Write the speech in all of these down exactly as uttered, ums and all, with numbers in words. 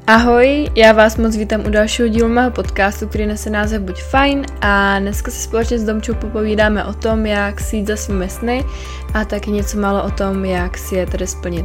Ahoj, já vás moc vítám u dalšího dílu mého podcastu, který nese název Buď fajn, a dneska si společně s Domčou popovídáme o tom, jak si jít za svými sny a taky něco málo o tom, jak si je tedy splnit.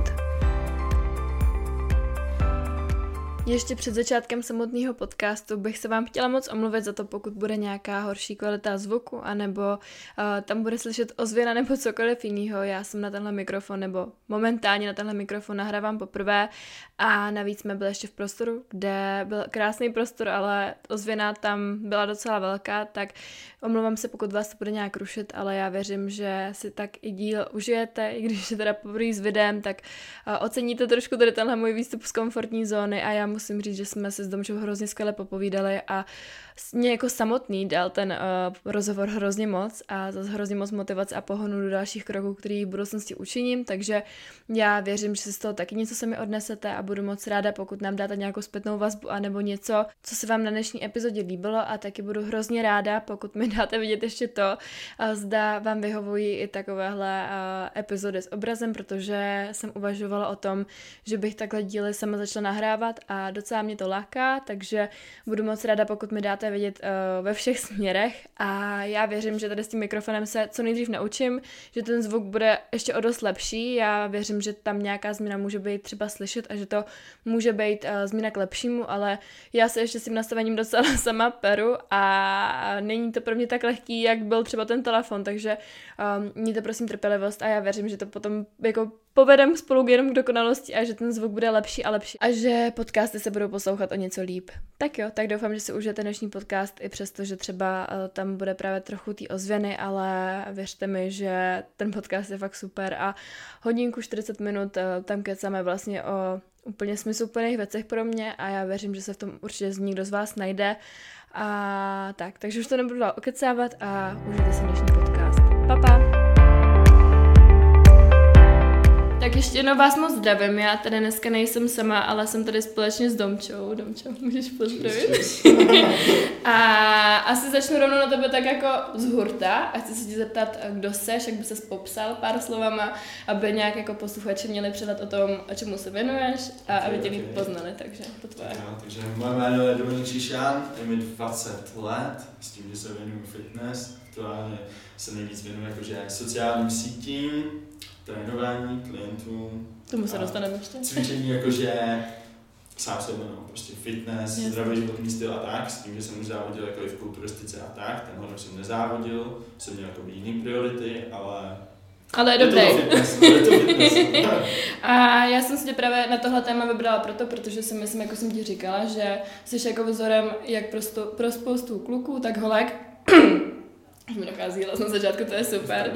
Ještě před začátkem samotného podcastu bych se vám chtěla moc omluvit za to, pokud bude nějaká horší kvalita zvuku, anebo uh, tam bude slyšet ozvěna nebo cokoliv jiného. Já jsem na tenhle mikrofon, nebo momentálně na tenhle mikrofon nahrávám poprvé a navíc jsme byli ještě v prostoru, kde byl krásný prostor, ale ozvěna tam byla docela velká, tak omlouvám se, pokud vás to bude nějak rušit, ale já věřím, že si tak i díl užijete, i když je teda poprvé s videem, tak uh, oceníte trošku tady tenhle můj výstup z komfortní zóny a já musím říct, že jsme se s Domčou hrozně skvěle popovídali a mě jako samotný dal ten uh, rozhovor hrozně moc a zase hrozně moc motivace a pohonu do dalších kroků, který v budoucnosti učiním, takže já věřím, že si z toho taky něco se mi odnesete a budu moc ráda, pokud nám dáte nějakou zpětnou vazbu anebo něco, co se vám na dnešní epizodě líbilo, a taky budu hrozně ráda, pokud mi dáte vidět ještě to, uh, zda vám vyhovují i takovéhle uh, epizody s obrazem, protože jsem uvažovala o tom, že bych takhle díly sama začala nahrávat a docela mě to láká, takže budu moc ráda, pokud mi dáte vidět uh, ve všech směrech, a já věřím, že tady s tím mikrofonem se co nejdřív naučím, že ten zvuk bude ještě o dost lepší. Já věřím, že tam nějaká změna může být třeba slyšet a že to může být uh, změna k lepšímu, ale já se ještě s tím nastavením docela sama peru a není to pro mě tak lehký, jak byl třeba ten telefon, takže um, mějte prosím trpělivost a já věřím, že to potom jako povedem spolu jenom k dokonalosti a že ten zvuk bude lepší a lepší a že podcasty se budou poslouchat o něco líp. Tak jo, tak doufám, že si užijete dnešní podcast, i přesto, že třeba uh, tam bude právě trochu té ozvěny, ale věřte mi, že ten podcast je fakt super a hodinku čtyřicet minut uh, tam kecáme vlastně o úplně smysluplných věcech pro mě a já věřím, že se v tom určitě někdo z vás najde. A tak, takže už to nebudu dál okecávat a užijte si dnešní podcast. Pa, pa. Tak ještě jednou vás moc zdravím, já tady dneska nejsem sama, ale jsem tady společně s Domčou. Domčo, můžeš pozdravit? A asi začnu rovnou na tebe tak jako z hurta a chci se ti zeptat, kdo seš, jak by ses popsal pár slovama, aby nějak jako posluchači měli přehled o tom, o čemu se věnuješ a okay, aby tě líp okay. poznali, takže to tvoje. No, takže moje jméno je Dominik Šišán, je mi dvacet let, s tím, že se věnuju fitness, aktuálně se nejvíc věnuju jakože sociálním sítím, trénování klientů. Tomu se dostaneme ještě. Cvičení jakože sám se jmenuji, prostě fitness, yes. Zdravý životní styl a tak, s tím, že jsem už závodil jako i v kulturistice a tak, tenhle jsem nezávodil, jsem měl jako jiný priority, ale... Ale je dobrý. Je to fitness, je to fitness. A já jsem si tě právě na tohle téma vybrala proto, protože si myslím, jako jsem ti říkala, že jsi jako vzorem jak pro, sto, pro spoustu kluků, tak holek. Už mi dochází hlas na začátku, to je super.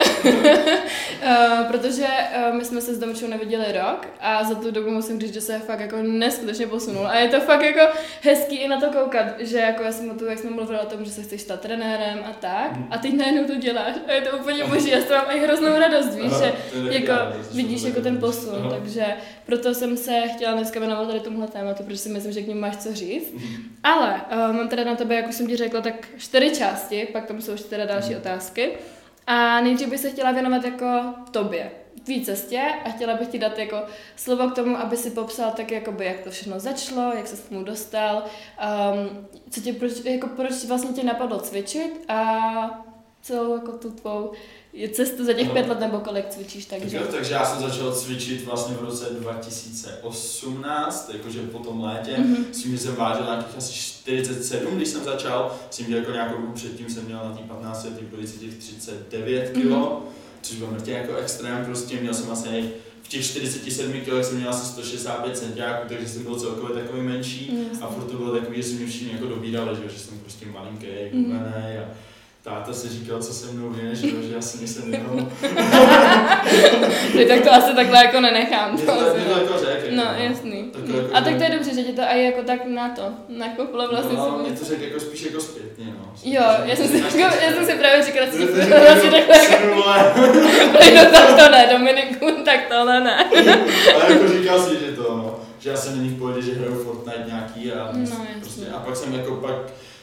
uh, protože uh, my jsme se s Domčou neviděli rok a za tu dobu musím říct, že se fakt jako neskutečně posunul. A je to fakt jako hezký i na to koukat, že jako já jsem o tu, jak jsme mluvili o tom, že se chceš stát trenérem a tak, a teď najednou to děláš a je to úplně boží, já s toho mám i hroznou radost, víš, že jako vidíš jako ten posun, takže proto jsem se chtěla dneska věnovat tady tomuhle tématu, protože si myslím, že k němu máš co říct. Ale uh, mám teda na tebe, jak už jsem ti řekla, tak čtyři části, pak tam jsou ještě teda další otázky. A nejdřív bych se chtěla věnovat jako tobě, tvý cestě, a chtěla bych ti dát jako slovo k tomu, aby si popsal tak jakoby, jak to všechno začalo, jak se k tomu dostal, um, co tě, proč, jako proč vlastně tě napadlo cvičit a celou jako tu tvou cestu za těch pět let nebo kolik cvičíš, takže... Tak, takže já jsem začal cvičit vlastně v roce dva tisíce osmnáct, jakože po tom létě, mm-hmm. s tím, že jsem vážil nějakých asi čtyřicet sedm, když jsem začal, s tím, že jako nějakou dobu předtím jsem měl na té patnácti letý polici těch třicet devět kilo, mm-hmm. což byl mrtě jako extrém, prostě měl jsem asi v těch čtyřiceti sedmi kilech jsem měl asi sto šedesát pět centiáků, takže jsem byl celkově takový menší, mm-hmm. a furt to bylo takový, že se mě všichni jako dobírali, že, že jsem prostě malinký, hubenej, a táta si říkal, co se mnou je, že, že já si myslím jenom. Tak to asi takhle jako nenechám. To, to, to jako řek. No, jasný. Tak jako, a tak to je dobře, že tě to aj jako tak na to, nakoplo vlastně. No, mě to řek jako spíš jako zpětně, no. Jo, já jsem si, jako, já jsem si právě říkala, že to vlastně takhle jako... No tak to ne, Dominiku, tak tohle ne. Ale jako říkal si, že to, no, že já jsem není v pohodě, že hraju Fortnite nějaký a, no, prostě, a pak jsem jako pak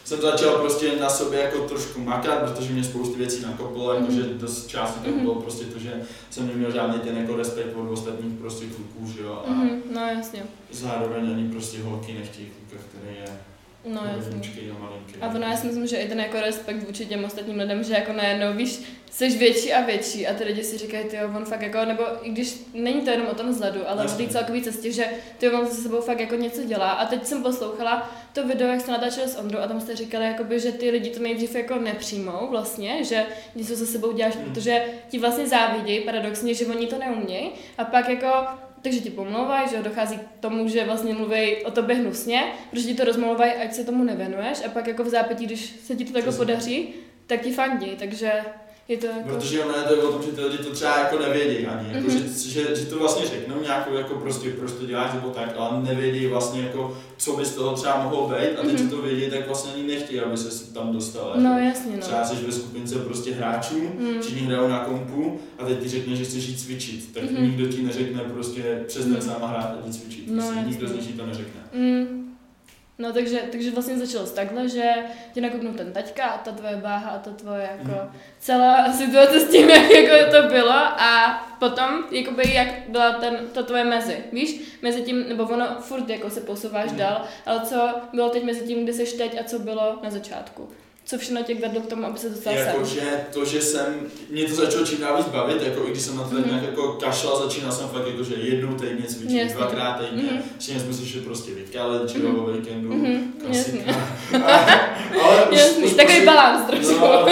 jsem začal prostě na sobě jako trošku makat, protože mě spousty věcí nakopilo, mm. jakože dost části to bylo prostě to, že jsem neměl žádný ten jako respekt od ostatních prostě kluků, že jo, a mm, no jasně. zároveň ani prostě holky nechtějí kluka, který je no jasně. A malinký. A ono já si myslím, že i ten jako respekt vůči těm ostatním lidem, že jako najednou víš, jsi větší a větší a ty lidi si říkají, ty on fakt jako, nebo i když není to jenom o tom vzhledu, ale o té celkové cestě, že ty on se sebou fakt jako něco dělá. A teď jsem poslouchala to video, jak jste natáčeli s Ondrou a tam jste říkali, jakoby, že ty lidi to nejdřív jako nepřijmou vlastně, že něco se sebou děláš, mm. protože ti vlastně závidějí paradoxně, že oni to neumějí a pak jako takže ti pomlouvají, že dochází k tomu, že vlastně mluví o tobě hnusně, protože ti to rozmlouvají, ať se tomu nevěnuješ a pak jako v zápětí, když se ti to takhle podaří, tak ti fandí, takže je to jako... Protože ono je to o tom, že ty lidi to třeba jako nevědí ani, jako, mm-hmm. že, že, že, to vlastně řeknou nějakou jako prostě, proč to děláš nebo tak, ale nevědí vlastně jako, co by z toho třeba mohlo být a teď, mm-hmm. že to vědí, tak vlastně ani nechtějí, aby se tam dostal. No jasně, no. Třeba jsi ve skupince prostě hráčů, mm. všichni hrajou na kompu a teď ti řekne, že chceš jít cvičit, tak mm-hmm. nikdo ti neřekne prostě přestaň mm. sama hrát a jít cvičit, no, prostě nikdo z nich to neřekne. Mm. No takže, takže vlastně začalo s takhle, že tě nakopnul ten taťka a ta tvoje báha a ta tvoje jako mm. celá situace s tím, jak jako to bylo a potom, jakoby jak byla ten, ta tvoje mezi, víš, mezi tím, nebo ono furt jako se posouváš mm. dál, ale co bylo teď mezi tím, kdy seš teď a co bylo na začátku? Co všechno tě vedlo k tomu, aby se dostal sem? Jako, že to, že jsem, mě to začalo čím dál víc bavit, jako i když jsem na to tak nějak jako kašlal, začínal jsem fakt jako, že jednou týdně cvičit, yes. dvakrát týdně, mm-hmm. všichni jsme si šli prostě vytkali, čilo mm-hmm. o víkendu, mm-hmm. klasika. Ale už, jasný, už, takový balans trošku. No,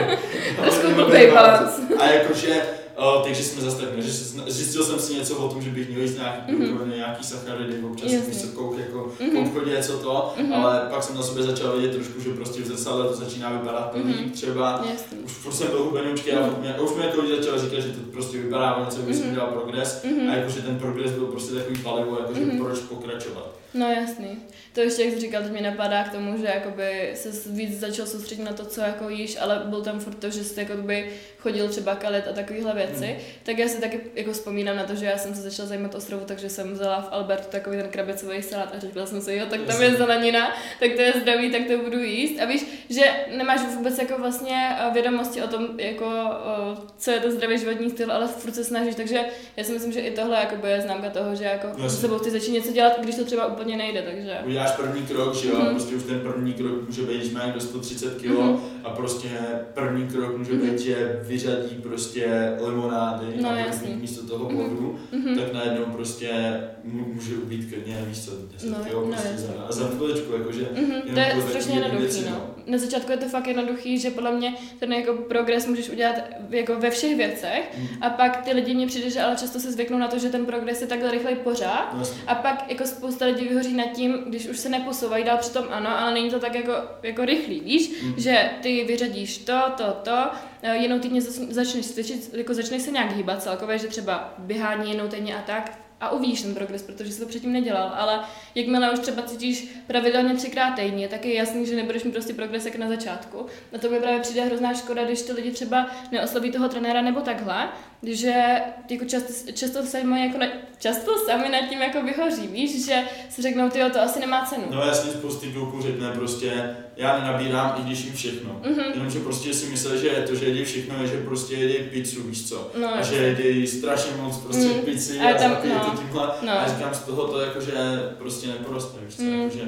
trošku blbý balans. A jakože, Uh, takže jsme zase tak neřešili, zjistil jsem si něco o tom, že bych měl jíst nějaký, mm-hmm. nějaký sacharidy, občas vysokou jako mm-hmm. v obchodě něco to, mm-hmm. ale pak jsem na sobě začal vidět trošku, že prostě v zrcadle to začíná vypadat mm-hmm. třeba, Jasný. už furt jsem byl hubenoučký mm-hmm. a, mě, a už mi jako lidi začali říkat, že to prostě vypadá o něco, kdyby mm-hmm. jsem dělal progres mm-hmm. a jakože ten progres byl prostě takový palivo, jakože mm-hmm. proč pokračovat. No jasný. To ještě, jak jsi říkal, teď mi napadá k tomu, že jakoby se víc začal soustředit na to, co jako jíš, ale byl tam furt to, že jsi jakoby chodil třeba kalit a takovéhle věci. Mm. Tak já si taky jako vzpomínám na to, že já jsem se začala zajímat o stravu, takže jsem vzala v Albertu takový ten krabicový salát a řekla jsem si, jo, tak tam je zelenina, tak to je zdravý, tak to budu jíst. A víš, že nemáš vůbec jako vlastně vědomosti o tom, jako, o, co je to zdravý životní styl, ale furt se snažíš, takže já si myslím, že i tohle jakoby je známka toho, že jako s sebou chci začít něco dělat, když to třeba úplně nejde, takže. Uděláš první krok, že jo, mm-hmm. prostě už ten první krok může být, když má někdo sto třicet kilo mm-hmm. a prostě první krok může být, mm-hmm. že vyřadí prostě limonády no, a bude místo toho vodu, mm-hmm. tak najednou prostě může ubít klidně víc co deset no, kilo prostě no, za, za chviličku, jakože. Mm-hmm. To je strašně jednoduchý, no. Na začátku je to fakt jednoduchý, že podle mě ten jako progres můžeš udělat jako ve všech věcech mm. a pak ty lidi mě přijde, že ale často se zvyknou na to, že ten progres je takhle rychlej pořád no, a pak jako spousta lidí vyhoří nad tím, když už se neposouvají dál přitom ano, ale není to tak jako, jako rychlý, víš, mm. že ty vyřadíš to, to, to, jednou týdně začneš cvičit, jako začneš se nějak hýbat celkově, že třeba běhání jednou týdně a tak a uvidíš ten progres, protože jsi to předtím nedělal, ale jakmile už třeba cítíš pravidelně třikrát týdně, tak je jasný, že nebudeš mít prostě progres jak na začátku. Na to mi právě přijde hrozná škoda, když ty lidi třeba neosloví toho trenéra nebo takhle, že jako často, často sami jako na, často sami nad tím jako vyhoří, víš, že si řeknou, tyjo, to asi nemá cenu. No jasně, spousty kluků řekne prostě, já nenabírám, i když jim všechno. Mm-hmm. Jenomže prostě si mysleli, že to, že jedí všechno, je, že prostě jedí pizzu, víš co. No, a že jedí strašně moc prostě mm. pizzy a, a tam, no. to tímhle. No. A říkám z toho to jako, že prostě neporoste, víš co, mm. jako, že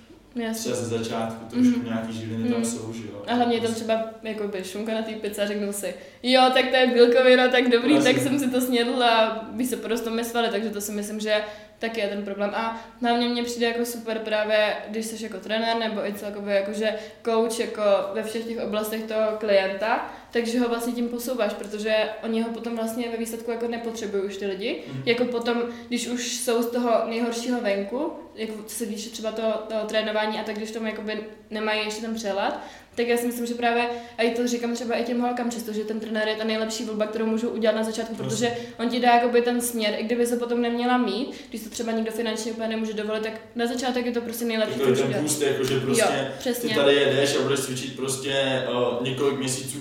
třeba ze začátku trošku mm. nějaký živiny mm. tam jsou, že jo. A hlavně je tam třeba jakoby šunka na té pizze a řeknou si, jo, tak to je bílkovina, tak dobrý, vlastně. Tak jsem si to snědl a by se porostou mi svaly, takže to si myslím, že taky je ten problém. A hlavně mně přijde jako super právě, když jsi jako trenér nebo i celkově jakože coach jako ve všech těch oblastech toho klienta, takže ho vlastně tím posouváš, protože oni ho potom vlastně ve výsledku jako nepotřebují už ty lidi. Mm. Jako potom, když už jsou z toho nejhoršího venku, jako co se týče třeba toho, toho trénování a tak, když tomu jakoby nemají ještě ten přehled, tak já si myslím, že právě, a i to říkám třeba i těm holkám často, že ten trenér je ta nejlepší volba, kterou můžou udělat na začátku, protože on ti dá jakoby ten směr, i kdyby se potom neměla mít, když to třeba nikdo finančně úplně nemůže dovolit, tak na začátek je to prostě nejlepší. Jako ten boost, jako že prostě jo, ty tady jedeš a budeš cvičit prostě uh, několik měsíců kladku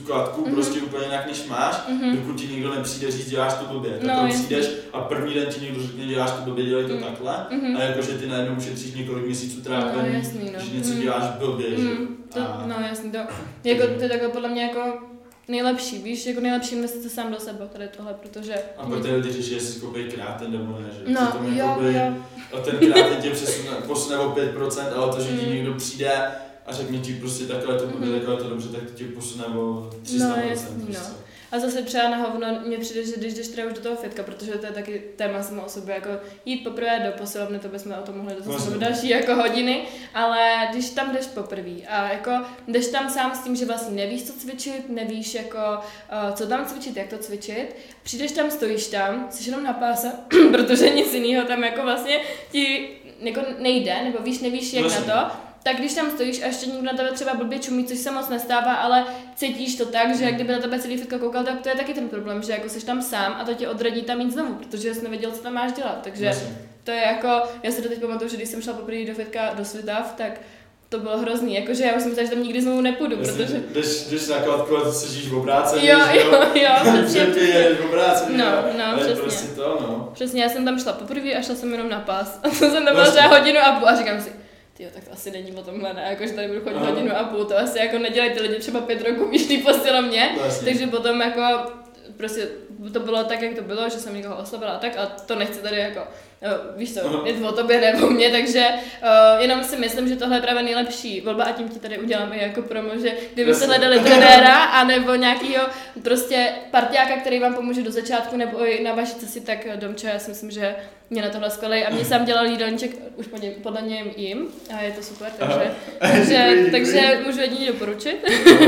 mm-hmm. prostě úplně jinak než máš, mm-hmm. dokud ti nikdo nepřijde říct, děláš to blbě. Tak no, tam přijdeš a první den ti někdo řekne, děláš to blbě, dělej to mm-hmm. takhle mm-hmm. a jakože ty najednou ušetříš několik měsíců trápení, no, jasný, no. že něco mm-hmm. děláš blbě, mm-hmm. že? To, a... No jasný, to, jako, to je takhle podle mě jako nejlepší, víš, jako nejlepší investice sám do sebe, tady tohle, protože... A pak tady lidi řeší, jestli koupí kráten nebo ne, že? No, jo, jakoby, jo. A ten kráten tě přesune, posune o pět procent, ale to, že ti mm. někdo přijde a řekne ti prostě takhle to bude, mm. takhle to dobře, tak to tě posune o tři sta procent. No, jasný, prostě. No. A zase třeba na hovno mně přijde, že když jdeš teda už do toho fitka, protože to je taky téma samo o sobě, jako jít poprvé do posilovny, to bychom o tom mohli dostat další jako hodiny, ale když tam jdeš poprvé a jako jdeš tam sám s tím, že vlastně nevíš, co cvičit, nevíš jako, uh, co tam cvičit, jak to cvičit, přijdeš tam, stojíš tam, jsi jenom na páse, protože nic jiného tam jako vlastně ti jako nejde, nebo víš, nevíš jak vlastně. Na to, tak když tam stojíš a ještě někdo na tebe třeba blbě čumí, což se moc nestává, ale cítíš to tak, že kdyby na tebe celý fitka koukal, tak to je taky ten problém, že jako jsi tam sám a to tě odradí tam jít znovu, protože jsi nevěděl, co tam máš dělat. Takže Myslím. To je jako, já si to teď pamatuju, že když jsem šla poprvé do fitka do Svitav, tak to bylo hrozný, jakože já už jsem myslela, že tam nikdy znovu nepůjdu, Jestli, protože... Když, když na kladku sežíš v obrácený, jo, jo, jo, přesně. Že je v obrácený, no, no, ale přesně. Prostě to, no. Přesně, já jsem tam šla poprvé a šla jsem jenom na pás a to jsem tam byla třeba hodinu a půl a říkám si, tyjo, tak to asi není o tomhle, ne, jakože tady budu chodit Aha. hodinu a půl, to asi jako nedělají ty lidi třeba pět roků, víš, ty posilovně, vlastně. Takže potom jako prostě to bylo tak, jak to bylo, že jsem někoho oslovila a tak a to nechci tady jako, víš co, je to o tobě, ne o mně, takže uh, jenom si myslím, že tohle je právě nejlepší volba a tím ti tady uděláme jako promo, že kdyby se hledali trenéra a nebo nějakýho prostě partiáka, který vám pomůže do začátku nebo i na vaší cestě, tak Domčo, já si myslím, že mě na tohle skvělej a mě sám dělal jídelníček už podle, podle něj jim a je to super, takže, takže, takže můžu jedině doporučit.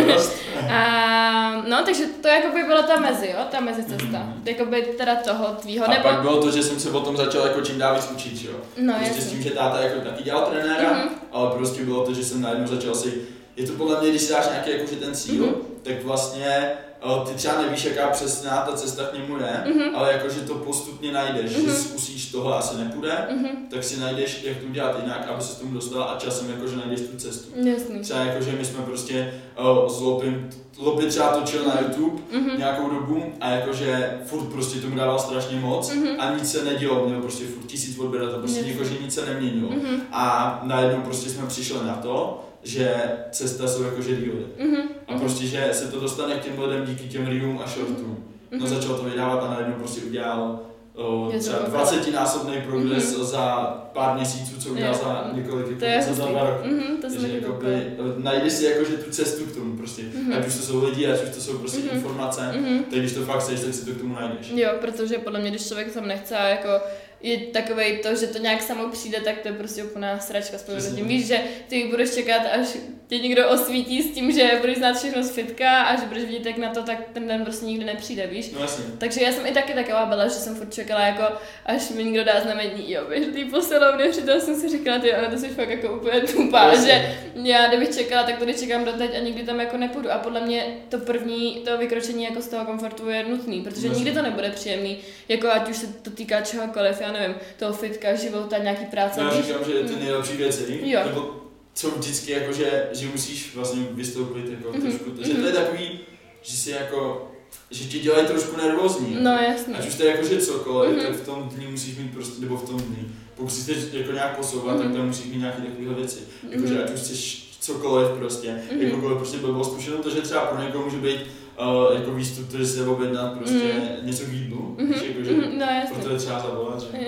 A no, takže to jako by byla ta mezi, jo, ta mezi cesta, mm-hmm. jakoby teda toho tvýho. A nebo... pak bylo to, že jsem se potom začal jako čím dál víc učit, jo. No, prostě s tím, že táta jako taky dělal trenéra, mm-hmm. ale prostě bylo to, že jsem najednou začal si, je to podle mě, když si dáš nějaký jakože ten cíl, mm-hmm. tak vlastně ty třeba nevíš, jaká přesná ta cesta k němu je, mm-hmm. ale jakože to postupně najdeš, mm-hmm. že zkusíš tohle asi nepůjde, mm-hmm. tak si najdeš, jak to udělat jinak, aby se k tomu dostala a časem jakože najdeš tu cestu. Jasný. Třeba jakože my jsme prostě uh, s Lopim, Lopi třeba točil na YouTube mm-hmm. nějakou dobu a jakože furt prostě tomu dával strašně moc mm-hmm. a nic se nedělo, měl prostě furt tisíc odběratelů, prostě jakože nic se neměnilo. Mm-hmm. A najednou prostě jsme přišli na to, že cesta jsou jakože reely. Mm-hmm. A prostě, že se to dostane k těm lidem díky těm reelům a shortům. Mm-hmm. No začal to vydávat a najednou prostě udělal o, třeba dvacetinásobný progres mm-hmm. za pár měsíců, co udělal za několik, jako za dva roky. Mm-hmm, to Takže jakoby, najdeš si jakože tu cestu k tomu prostě. Mm-hmm. Ať už to jsou lidi, ať už to jsou prostě mm-hmm. informace, mm-hmm. tak když to fakt chceš, tak si to k tomu najdeš. Jo, protože podle mě, když člověk tam nechce a jako je takovej to, že to nějak samo přijde, tak to je prostě úplná sračka spolu s tím. Víš, že ty budeš čekat, až tě někdo osvítí s tím, že budeš znát všechno z fitka a že budeš vidět jak na to, tak ten den prostě nikdy nepřijde, víš. No, jasně. Takže já jsem i taky taková byla, že jsem furt čekala jako, až mi někdo dá znamení, jo, běž do té posilovny, přitom jsem si říkala, ty, ale to jsi fakt jako úplně tupá, no, že já kdybych čekala, tak tady čekám doteď a nikdy tam jako nepůjdu. A podle mě to první, to vykročení jako z toho komfortu je nutný, protože no, nikdy to nebude příjemný, jako ať už se to týká čehokoliv, já nevím, toho fitka, života, nějaký práce. Já říkám, že ty nejlepší věci, nebo co vždycky jako, že, že musíš vlastně vystoupit jako mm-hmm. trošku, takže mm-hmm. to je takový, že si jako, že ti dělají trošku nervózní. No jasně. Ať už to je jako, že cokoliv, mm-hmm. tak v tom dní musíš mít prostě, nebo v tom dní, pokud si chceš jako nějak posouvat, mm-hmm. tak tam musíš mít nějaké takovéhle věci. Mm-hmm. Jakože ať už chceš cokoliv prostě, mm-hmm. jakoukoliv prostě blbost, už jenom to, že třeba pro někoho může být Uh, jako výstup, který se objednat prostě mm. něco k jídlu, mm-hmm. jakože, mm-hmm. no, proto je třeba zavolat, že?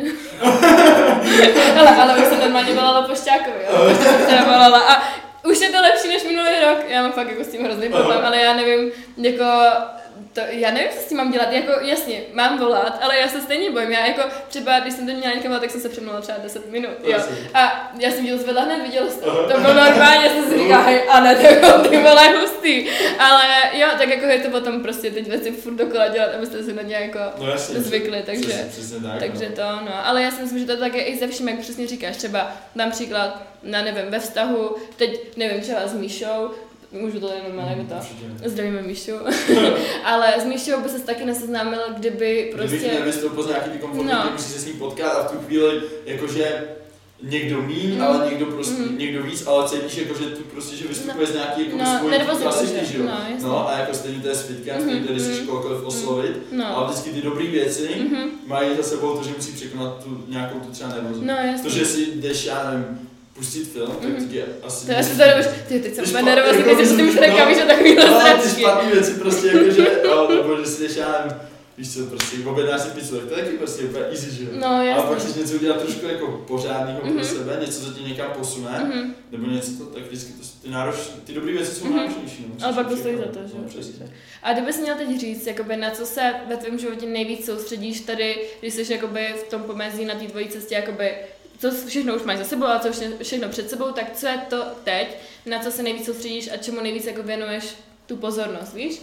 ale, ale už jsem normálně volala Pošťákovi, jo, Pošťákovi volala a už je to lepší než minulý rok, já mám fakt jako s tím hrozný problém, ale já nevím, jako, to, já nevím, co s tím mám dělat, jako jasně, mám volat, ale já se stejně bojím, já jako třeba, když jsem to měla někam volat, tak jsem se přemluvila třeba deset minut, jo, a já jsem dělal zvedla hned, viděl jsi to, to bylo normálně, jsem si říkala, hej, Anna, ty vole hustý, ale jo, tak jako je to potom prostě teď věci furt dokola dělat, abyste si na ně jako no, jasně, zvykli, takže, přesně, přesně tak, takže no. to, no, ale já si myslím, že to tak je i ze vším, jak přesně říkáš, třeba například, na nevím, ve vztahu, teď nevím, třeba s Míšou, můžu to jenom malé to, zdravíme Míšu, ale s Míšou by ses taky neseznámil, kdyby prostě... Kdybych nevystoupil z nějaký ty komfortní, no. musíš se s ním potkat a v tu chvíli, jakože někdo míň, mm. ale někdo prostě, mm. někdo víc, ale cítíš jako, že tu prostě, že vystupuješ no. z nějaký jako no, svůj klasiky, že jo? No, no, a jako stejně to je s fitkem, mm. který si kohokoliv oslovit, no. ale vždycky ty dobré věci mm. mají za sebou to, že musí překonat tu nějakou tu třeba nervozitu. No, to, že si jdeš, já nevím, pustit film, mm. tak je asi... To já si tady už, ty teď jsem úplně nervózní, teď si s tím šrekám, že takovýhle zračky. No, ty špatný věci prostě jako, že, no, nebo že si jdeš, já nevím, víš co, prostě objednáš si pizzu, tak to je taky prostě úplně easy, že jo? No, jasně. Ale pak chceš něco udělat trošku jako pořádného mm-hmm. pro sebe, něco, co tě někam posune, mm-hmm. nebo něco to, tak vždycky to, ty, nároč, ty dobré věci jsou mm-hmm. náročnější. No, ale pak to stojí za to, že jo? No, přesně. A kdybys měl teď říct, jakoby, na co se ve tvém životě nejvíc soustředíš tady, když jsi jakoby v tom pomezí na té tvojí cestě, jakoby, co všechno už máš za sebou a co všechno před sebou, tak co je to teď, na co se nejvíc soustředíš a čemu nejvíc jako věnuješ tu pozornost, víš?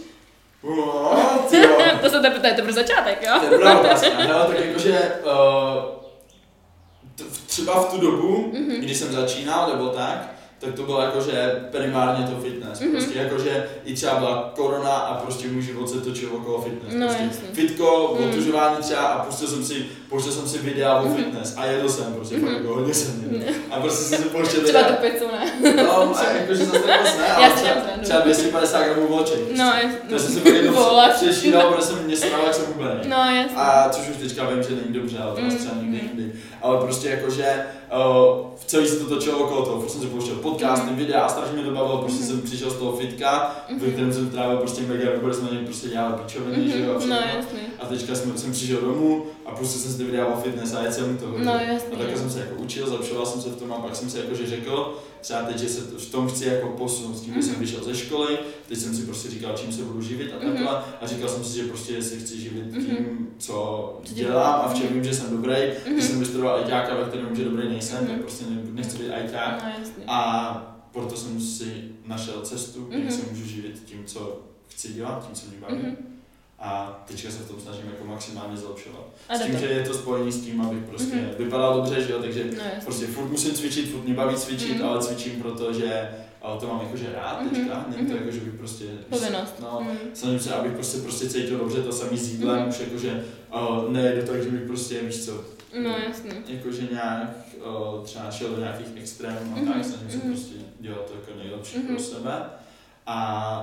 No, to se teprve, to je teprve začátek, jo? To je dobrá otázka, no, tak jakože uh, t- třeba v tu dobu, mm-hmm. když jsem začínal, nebo tak, tak to bylo jakože primárně to fitness, mm-hmm. prostě jakože i třeba byla korona a prostě můj život se točil okolo fitness, no, prostě jasný. fitko, mm. otužování třeba a pustil jsem si, pouštěl jsem si videa o mm-hmm. fitness a jedl jsem prostě, mm-hmm. jako hodně jsem jedl. A prostě jsem si pouštěl videa. Třeba tu pizzu, ne? No, a jakože zase tak moc ne, ale třeba, třeba dvě stě padesát gramů vloček. No, jasný. To jsem si pak jednou přešíral, protože jsem mě strával, jak jsem hubený. No, jasný. A což už teďka vím, že není dobře, ale to mm. třeba nikdy jindy. Ale prostě jakože uh, v celý se to točilo okolo toho, furt jsem si pouštěl podcasty, mm. videa a strašně mě to bavilo, prostě mm. jsem přišel z toho fitka, mm. ve kterém jsem trávil prostě mega, protože jsme mě prostě dělali pičoviny, mm. že jo, a všechno. No, jasný. A teďka jsem, jsem přišel domů a prostě jsem si videa o fitness a jet jsem toho. No, jasný. A takhle jsem se jako učil, zlepšoval jsem se v tom a pak jsem si jakože řekl, třeba teď, že se v tom chci jako posunout, s tím, že mm. jsem vyšel ze školy, teď jsem si prostě říkal, čím se budu živit a takhle. Mm. A říkal jsem si, že prostě se chci živit tím, co dělám a v čem vím, že jsem dobrý. Mm. Když jsem vystudoval ajťáka, ve kterém vím, že dobrý nejsem, mm. tak prostě nechci být ajťák. No, a proto jsem si našel cestu, mm. jak se můžu živit tím, co chci dělat, tím, co mě baví. Mm. A teďka se v tom snažím jako maximálně zlepšovat. S tím, že je to spojený s tím, abych prostě mm-hmm. vypadal dobře, že jo, takže no, prostě furt musím cvičit, furt mě baví cvičit, mm-hmm. ale cvičím, protože ale to mám jakože rád teďka, mm-hmm. není to jako, že bych prostě... Povinnost. No, mm. snažím se, abych prostě, prostě cítil dobře, to samý s jídlem, mm-hmm. už jakože uh, nejedu tak, že bych prostě, víš co, no jasný. Jakože nějak uh, třeba šel do nějakých extrémů a mm-hmm. tak, snažím se mm-hmm. prostě dělat to jako nejlepší mm-hmm. pro sebe. A,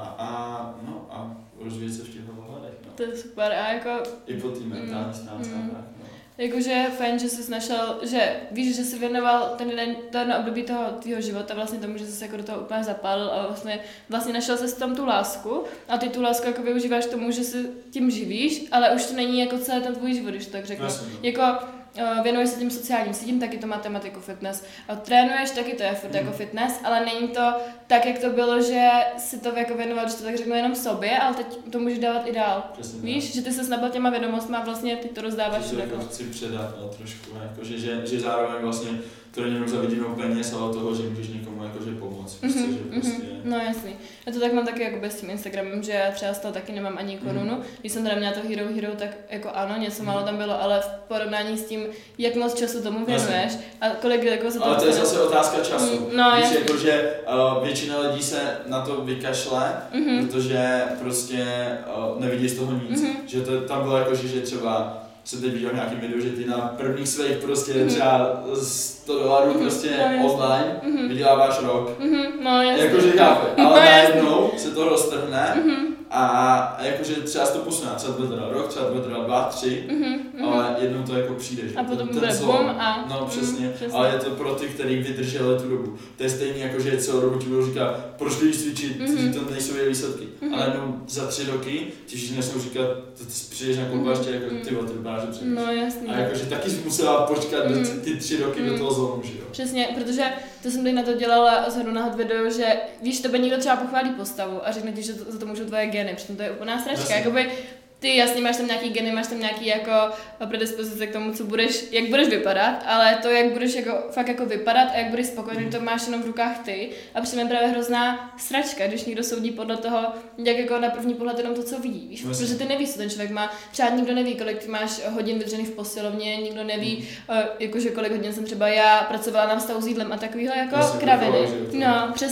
a, no, a rozvíjet se v těchto ohledech. No. To je super a jako... I po té mentální stránce mm. tak, no. Jakože je fajn, že jsi našel, že víš, že jsi věnoval ten den, to na období toho tvýho života vlastně tomu, že jsi jako do toho úplně zapálil a vlastně, vlastně našel jsi tam tu lásku a ty tu lásku jako využíváš tomu, že si tím živíš, ale už to není jako celý ten tvůj život, když to tak řeknu. Jasně, no. Jako věnuješ se tím sociálním sítím, taky to matematiku, fitness. A trénuješ, taky to je furt mm. jako fitness, ale není to tak, jak to bylo, že si to jako věnoval, že to tak řeknu jenom sobě, ale teď to můžeš dávat i dál. Přesně, víš, tak. Že ty se nabil těma vědomostma a vlastně ty to rozdáváš. To jako chci předat no, trošku, jako, že, že, že zároveň vlastně to není jenom za viděnou peněz, ale toho, že můžeš někomu jakože pomoct. Prostě, mm-hmm, že prostě... mm-hmm. No jasný. Já to tak mám taky jako s tím Instagramem, že třeba z toho taky nemám ani korunu. Mm. Když jsem teda měla to Hero Hero, tak jako ano, něco mm. málo tam bylo, ale v porovnání s tím, jak moc času tomu věnuješ a kolik jako se to... Ale to je zase otázka času. Mm, no, víš, jako, že uh, většina lidí se na to vykašle, mm-hmm. protože prostě uh, nevidí z toho nic. Mm-hmm. Že to tam bylo jako, že, že třeba jsem teď viděl nějaký video, že ty na prvních svých prostě mm-hmm. třeba sto dolarů mm-hmm. prostě no, online mm-hmm. vyděláváš rok. Mm-hmm. No jasně. Jakože chápe, ale no, najednou se to roztrhne mm-hmm. a, a jakože třeba se to posune, třeba to bude teda rok, třeba to bude teda dva, tři, mm-hmm. ale jednou to jako přijde. Že? A potom ten, bude ten bum a... No přesně, mm, přesně, ale je to pro ty, kteří vydrželi tu dobu. To je stejný jako, že celou dobu ti budou říkat, proč jdeš cvičit, mm-hmm. to nejsou je výsledky. Mm-hmm. Ale jenom za tři roky ti všichni nesmou říkat, ty přijdeš na kompaště, mm-hmm. jako ty ty vypadáš, že přijdeš. No jasně. A jakože taky jsi musela počkat mm-hmm. ty tři roky mm-hmm. do toho zlomu, že jo. Přesně, protože to jsem teď na to dělala zhodu náhod video, že víš, tebe někdo třeba pochválí postavu a řekne ti, že to, za to můžou tvoje geny, přitom to je úplná sračka, jakoby ty jasně máš tam nějaký geny, máš tam nějaký jako predispozice k tomu, co budeš, jak budeš vypadat, ale to, jak budeš jako, fakt jako vypadat a jak budeš spokojený, to máš jenom v rukách ty. A přitom je právě hrozná sračka, když někdo soudí podle toho, jak jako na první pohled jenom to, co vidí, víš, vlastně. Protože ty nevíš, co ten člověk má. Třeba nikdo neví, kolik ty máš hodin vydržených v posilovně, nikdo neví, mm. jakože kolik hodin jsem třeba já pracovala na vztahu s jídlem a takovýhle jako vlastně kraviny. No, přesně.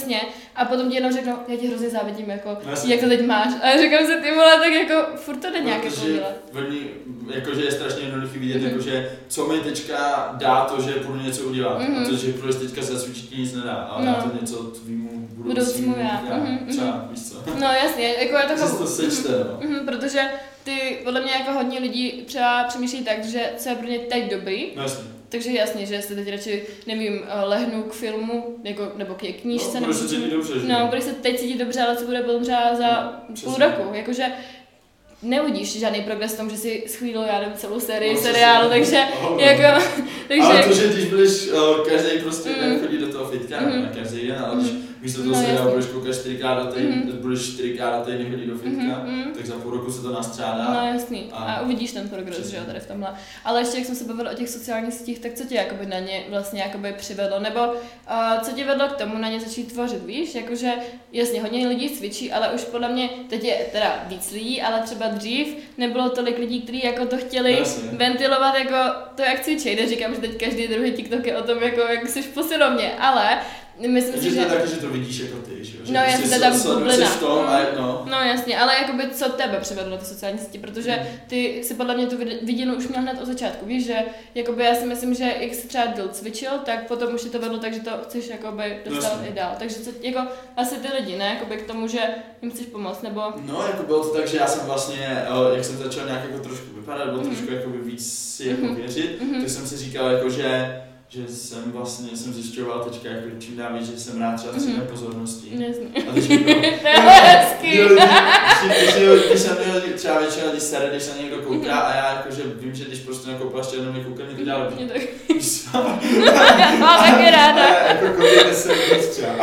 a potom ti jenom řeknou, já ti hrozně závidím, jako, Jasně. jak to teď máš. A já říkám si, ty vole, tak jako furt to jde nějak jako dělat. Oni, jakože je strašně jednoduchý vidět, Mm-hmm. jakože co mi teďka dá to, že půjdu něco udělat. Mm-hmm. Protože půjdeš teďka se cvičit ti nic nedá, ale No. dá to něco tvýmu budoucímu Budoucímu já. já. Mm-hmm. Třeba, víš co. No jasně, jako já to Že chápu. to sečte, no. Mm-hmm, protože ty, podle mě jako hodně lidí třeba přemýšlí tak, že co je pro ně teď dobrý, No jasně. takže jasně, že se teď radši, nevím, lehnu k filmu, jako, nebo k knížce, No, nebo budeš se cítit dobře, že? no, budeš se teď cítit dobře, ale co bude potom třeba za No, půl přesně. roku, jakože neuvidíš žádný progres v tom, že si schvílil, já nevím, celou sérii No, seriálu, přesně. takže Oh, jako, takže... Ale to, že když budeš uh, každý prostě Mm. den chodit do toho fitka, Mm. ne každý den, ale když místo toho No, seriálu jasně. budeš koukat čtyřikrát do týdne, Mhm. budeš čtyřikrát do týdne chodit do fitka, Mhm, mhm. tak za půl roku se to nastřádá. No jasný. A- A uvidíš ten progres, Přesně. že jo, tady v tomhle. Ale ještě jak jsem se bavila o těch sociálních sítích, tak co tě jakoby na ně vlastně jakoby přivedlo? Nebo uh, co tě vedlo k tomu na ně začít tvořit, víš? Jakože jasně, hodně lidí cvičí, ale už podle mě, teď je teda víc lidí, ale třeba dřív nebylo tolik lidí, kteří jako to chtěli Jasně. ventilovat jako to, jak cvičí. Neříkám, že teď každý druhý TikTok je o tom, jako jak jsi v posilovně, ale myslím si, Takže že... to je taky, že to vidíš jako ty, že jo? Že No, prostě jasně, to je tam sleduješ bublina. v tom a no. No jasně, ale jakoby co tebe přivedlo ty sociální sítě, protože ty si podle mě tu vid- vidinu už měl hned od začátku, víš, že jakoby já si myslím, že jak jsi třeba díl cvičil, tak potom už ti to vedlo tak, že to chceš jakoby dostat Jasně. i dál, takže co, jako asi ty lidi, ne, jakoby k tomu, že jim chceš pomoct, nebo... No, jako bylo to tak, že já jsem vlastně, eh, jak jsem začal nějak jako trošku vypadat, nebo Mhm. trošku jako víc si jako Mhm. věřit, Mhm. tak jsem si říkal jako, že že jsem vlastně, jsem zjišťoval teďka jako čím dál víc, že jsem rád třeba Mhm. mm-hmm. pozornosti. Jasně. A teď mi bylo, To je hezký. že lidi- když- když- když se mě lidi- třeba většina lidí sere, když se někdo kouká a já jakože vím, že když prostě nakoukáš jenom mě kouká, mě to dělá Mě dobře. tak... Mám taky ráda. A jako koukejte se víc třeba.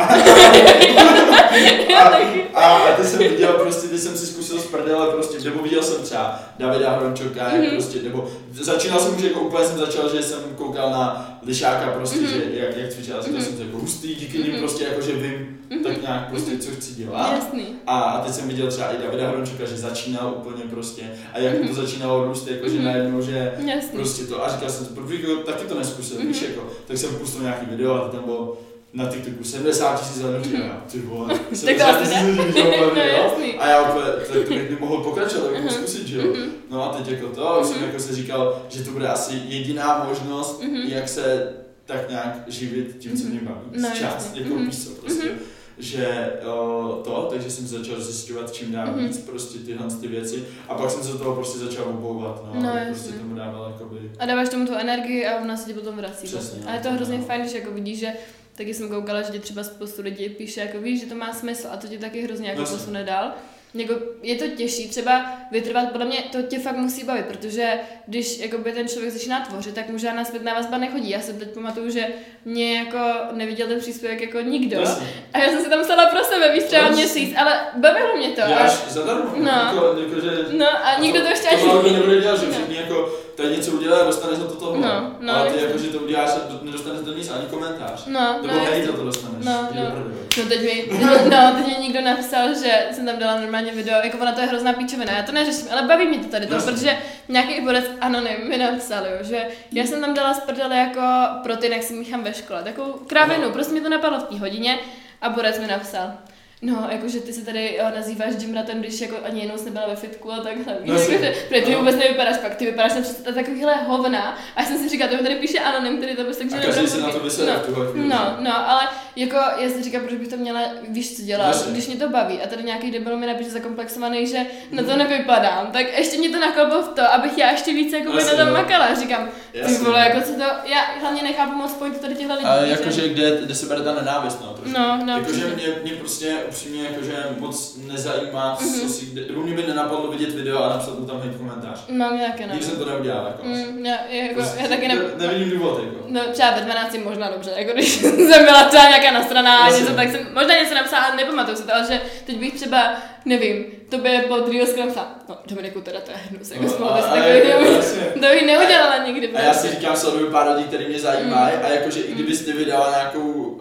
A, a, a ty jsem viděl prostě, když jsem si zkusil z prdele prostě, nebo viděl jsem třeba Davida Hrončoka, jak Mhm. prostě, nebo začínal jsem už jako úplně jsem začal, že jsem koukal na Lišáka prostě, Mhm. že jak, jak cvičil, a říkal Mhm. jsem to jako hustý, díky nim Mhm. prostě jako, že vím Mhm. tak nějak prostě, co chci dělat. Jasný. A, a teď jsem viděl třeba i Davida Hrončoka, že začínal úplně prostě, a jak Mhm. to začínalo růst, jako že Mhm. najednou, že Jasný. prostě to, a říkal jsem, proč bych taky to neskusil, Mhm. víš, jako, tak jsem pustil nějaký video a tam bylo na TikToku sedmdesát tisíc hlednutí a já, ty vole, sedmdesát asi tisíc ne. lidí vidělo moje No, video jasný. a já úplně, tak to bych nemohl pokračovat, tak bych mohl Mhm. zkusit, že jo. Mhm. No a teď jako to, už jsem Mhm. jako si říkal, že to bude asi jediná možnost, Mhm. jak se tak nějak živit tím, co mě baví, No, z část, jasně. jako Mhm. víš co, prostě. Mhm. Že o, to, takže jsem začal zjišťovat čím dál Mhm. víc prostě tyhle ty věci a pak jsem se do toho prostě začal obouvat, no, No, a jasně. prostě tomu dával jakoby. A dáváš tomu tu energii a ona se ti potom vrací. Přesně, Vlastně. no, A je to to hrozně no. fajn, když jako vidíš, že taky jsem koukala, že ti třeba spoustu lidí píše, jako víš, že to má smysl a to ti taky hrozně jako Jasně. posune dál. Jako je to těžší třeba vytrvat, podle mě to tě fakt musí bavit, protože když jakoby ten člověk začíná tvořit, tak mu žádná zpětná vazba nechodí. Já si teď pamatuju, že mě jako neviděl ten příspěvek jako nikdo. Jasně. A já jsem si tam psala pro sebe, víš, třeba Jasně. měsíc, ale bavilo mě to. Já A, až zadarmo, No. jako, jako, že no a nikdo to ještě to ani... málo kdo nebude dělat, že No. všichni jako tady něco udělá a dostaneš za to toho. No, no, ale ty jasně. jako, že to uděláš a nedostaneš to nic, ani komentář. No, Nebo no, hejt jasně. za to dostaneš. No, Je no. to prdel. No teď mi, no, teď mi někdo napsal, že jsem tam dala normálně video, jako ona to je hrozná píčovina, já to neřeším, ale baví mě to tady to, Jasně. protože nějaký borec anonym mi napsal, jo, že já jsem tam dala z prdele jako protein, jak si míchám ve škole, takovou kravinu, Aha. prostě mi to napadlo v té hodině a borec mi napsal. No, jakože ty se tady jo, nazýváš gymratem, když jako ani jednou jsi nebyla ve fitku a takhle. No, Víš, jasně. jakože, protože ty Ano. vůbec nevypadáš pak, ty vypadáš na přestat takovýhle hovna. A já jsem si říkala, to mi tady píše anonym, který to prostě A každý se na to vysede v tuhle chvíli. No, no, ale jako já si říkám, proč bych to měla, víš co dělat, Jasně. když mě to baví a tady nějaký debil mi napíše zakomplexovaný, že na to nevypadám, tak ještě mě to naklopilo v to, abych já ještě víc jako by na Jasně, tom no. makala. Říkám, ty Jasně. vole, jako co to, já hlavně nechápu moc pointu tady těchto lidí. Ale že- jakože kde, kde se bere ta nenávist, no, trošku. No, no, Jakože přesně. mě, mě prostě upřímně jakože moc nezajímá, Mhm. co si, kde, nebo mě by nenapadlo vidět video a napsat mu tam hejt komentář. Mám nějaké ne. Nikdy jsem to neudělal, jako. Mm, já, jako, Prostě já taky ne, ne, nevidím důvod, jako. no třeba ve dvanácti možná dobře, jako když jsem byla třeba nějaká nasraná a Jasně. něco, tak jsem možná něco napsala, ale nepamatuju si to, ale že teď bych třeba, nevím, tobě pod Reels napsala, no Dominiku, teda to je hnus, jako No, spolu, a- bys a takový jako, to jasně. to bych neudělala nikdy. A já si říkám, sleduju pár lidí, který mě zajímají Mm. a jakože i kdybyste vydala nějakou uh,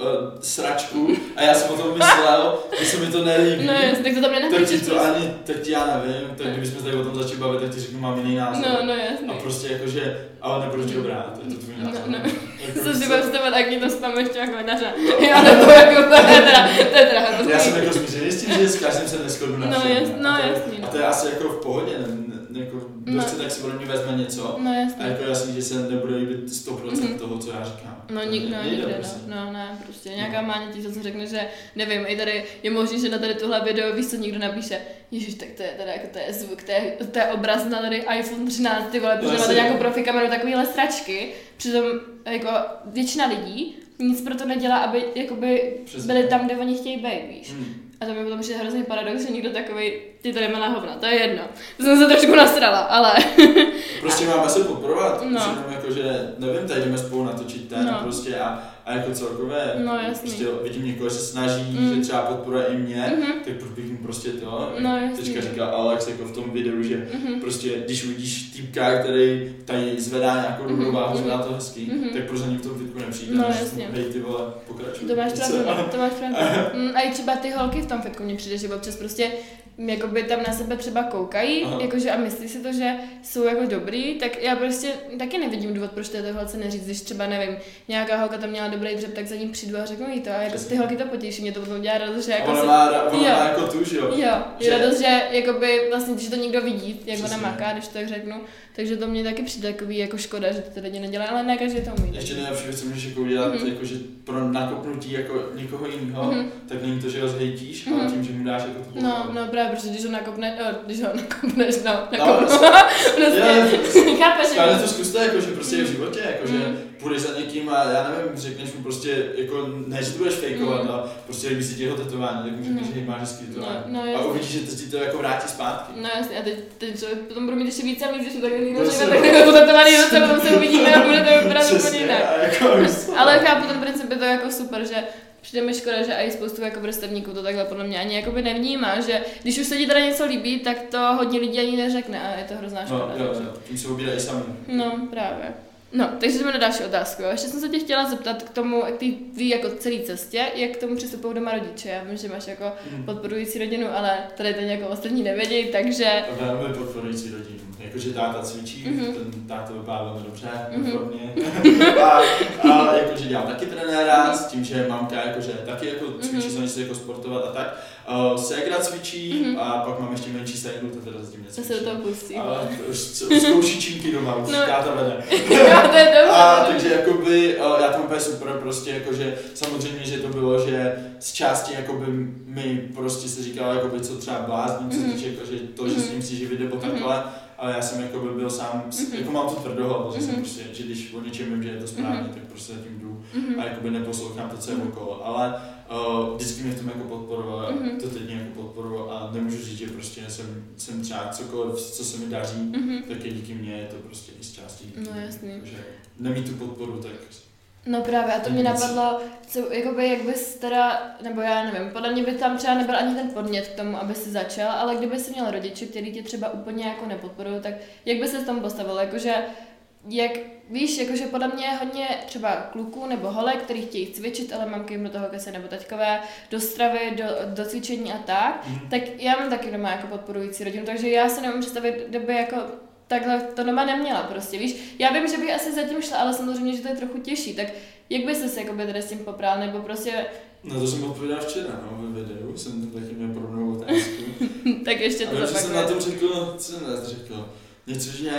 uh, sračku a já jsem o tom myslel, že se mi to nelíbí. No jasně, tak to tam nenapíšeš. Tak ti to ani, tak ti já nevím, tak kdybychom tady o tom začali bavit, tak ti řeknu, mám jiný názor. No, no jasně. A prostě jakože, ale nebudeš dobrá, to je to tvůj názor. No, no. Jako Co si budeš představit, jak mi to spamuješ těma komentáře. Já nebo jako to je teda, to je teda hrozný. Já jsem jako smířený s tím, že s každým se neshodnu na No, všem. jas, no a to, jasný. A to je asi jako v pohodě, ne, ne, jako No. prostě tak si ode mě vezme něco. No jasně. A jako jasný, že se nebude líbit sto procent Mhm. toho, co já říkám. No, To nik, no nejde nikde, prostě. no, no, ne, prostě nějaká máně ti zase řekne, že nevím, i tady je možný, že na tady tohle video, víš co, někdo napíše, ježiš, tak to je teda jako to je zvuk, to je, to je obraz na tady iPhone třináct, ty vole, protože No, máte jasně. nějakou profi kameru, takovýhle sračky, přitom jako většina lidí nic pro to nedělá, aby jakoby Přesně. byli tam, kde oni chtějí být, víš. Hmm. A to mi potom přijde hrozný paradox, že někdo takový, ty tady má na hovna, to je jedno. To jsem se trošku nasrala, ale... Prostě máme se podporovat, No. no. Jenom jako, že nevím, tady jdeme spolu natočit ten No. prostě a, a jako celkové, No, jasný. prostě vidím někoho, že se snaží, Mm. že třeba podporuje i mě, Mhm. tak proč bych mu prostě to, No, jasný. teďka říká Alex jako v tom videu, že Mhm. prostě když uvidíš týpka, který tady zvedá nějakou Mhm. dobrou váhu, Mhm. zvedá to hezký, Mhm. tak proč za ním v tom fitku nepřijde, No, než jasně. hej ty vole, pokračuj. To máš Co? pravdu, no, to máš pravdu. Mm, a i třeba ty holky v tom fitku mně přijde, že občas prostě mm, jakoby tam na sebe třeba koukají, Aha. jakože a myslí si to, že jsou jako dobrý, tak já prostě taky nevidím důvod, proč této holce neříct, když třeba nevím, nějaká holka tam měla dobrý dřep, tak za ním přijdu a řeknu jí to a jako ty holky to potěší, mě to potom dělá radost, že A jako ona si... má, ra- ona Jo. má jako tu, že jo? Jo, je Že- radost, že jakoby vlastně, když to někdo vidí, jak ona Přesně. maká, když to tak řeknu, takže to mě taky přijde takový jako škoda, že to ty lidi nedělají, ale ne každý to umí. Ještě nejlepší věc, co můžeš jako udělat, Mhm. jako, že pro nakopnutí jako někoho jiného, Mhm. tak není to, že ho zhejtíš, Mhm. ale tím, že mu dáš jako tu No, podporu. no právě, protože když ho nakopne, oh, když ho nakopneš, no, No, nakopneš, prostě- prostě, chápeš, Skláně že... to zkuste, jako, že prostě je v životě, jako, že Mm. půjdeš za někým a já nevím, řekneš mu prostě, jako, ne, že to budeš fejkovat, Mm. ale prostě líbí si ti jeho tetování, tak mu řekneš, Mm. že máš hezký tetování. No, no, a jasně. uvidíš, že to ti to jako vrátí zpátky. No jasně, a teď ten člověk potom bude mít ještě víc a víc, když mu takhle někdo Prostě, řekne, no. tak jako utetovaný ruce, potom se uvidíme a bude to vypadat úplně Přesně, jinak. a jako, Ale chápu ten princip, je to jako super, že přijde mi škoda, že i spoustu jako vrstevníků to takhle podle mě ani jakoby nevnímá, že když už se ti teda něco líbí, tak to hodně lidí ani neřekne a je to hrozná no, škoda. jo, takže- jo, tím se obírají sami. No, právě. No, takže jdeme na další otázku. Jo. Ještě jsem se tě chtěla zeptat k tomu, k té tvý jako celé cestě, jak k tomu přistupují doma rodiče. Já vím, že máš jako Mm. podporující rodinu, ale tady to jako ostatní nevědí, takže... A velmi podporující rodinu. Jakože táta cvičí, Mhm. ten táta vypadá velmi dobře, Mhm. výborně. a, a jakože dělám taky trenéra, s tím, že mamka jakože taky jako cvičí, Mhm. snaží se jako sportovat a tak. Uh, ségra cvičí Mhm. a pak mám ještě menší ségru, to teda zatím Co necvičí. se do toho pustí. Ale to už už zkouší činky doma, už No. táta vede. Jo, to je dobře. A takže jakoby, uh, já to úplně super, prostě jakože samozřejmě, že to bylo, že z části jakoby mi prostě se říkalo, jakoby co třeba blázním, co Mhm. týče, jako, že to, že s Mhm. ním si živit nebo Mhm. takhle, ale já jsem jakoby byl sám, Mhm. jako mám tu tvrdohlavost, že jsem Mhm. prostě, že když o něčem vím, že je to správně, Mhm. tak prostě za tím jdu Mhm. a jakoby neposlouchám to, co je Mhm. okolo, ale uh, vždycky mě v tom jako podporoval, Mhm. to teď mě jako podporoval a nemůžu říct, že prostě jsem, jsem třeba cokoliv, co se mi daří, Mhm. tak je díky mně, je to prostě i z části díky No, mně, jasný. že nemít tu podporu, tak No právě, a to mě Nic. napadlo, co, jakoby, jak bys teda, nebo já nevím, podle mě by tam třeba nebyl ani ten podnět k tomu, aby si začal, ale kdyby si měl rodiče, který tě třeba úplně jako nepodporují, tak jak by se s tomu postavil, jakože, jak, víš, jakože podle mě je hodně třeba kluků nebo holek, který chtějí cvičit, ale mamky jim do toho kese nebo taťkové, do stravy, do, do cvičení a tak, Mhm. tak já mám taky doma jako podporující rodinu, takže já se nemůžu představit, kdyby jako takhle to doma neměla prostě, víš. Já vím, že bych asi zatím šla, ale samozřejmě, že to je trochu těžší, tak jak bys se jakoby tady s tím popral, nebo prostě, No to jsem odpověděl včera, no, ve videu, jsem tam taky měl podobnou otázku. tak ještě A to vím, že jsem na zapakuje. tom řekl, co jsem dnes řekl, něco, že,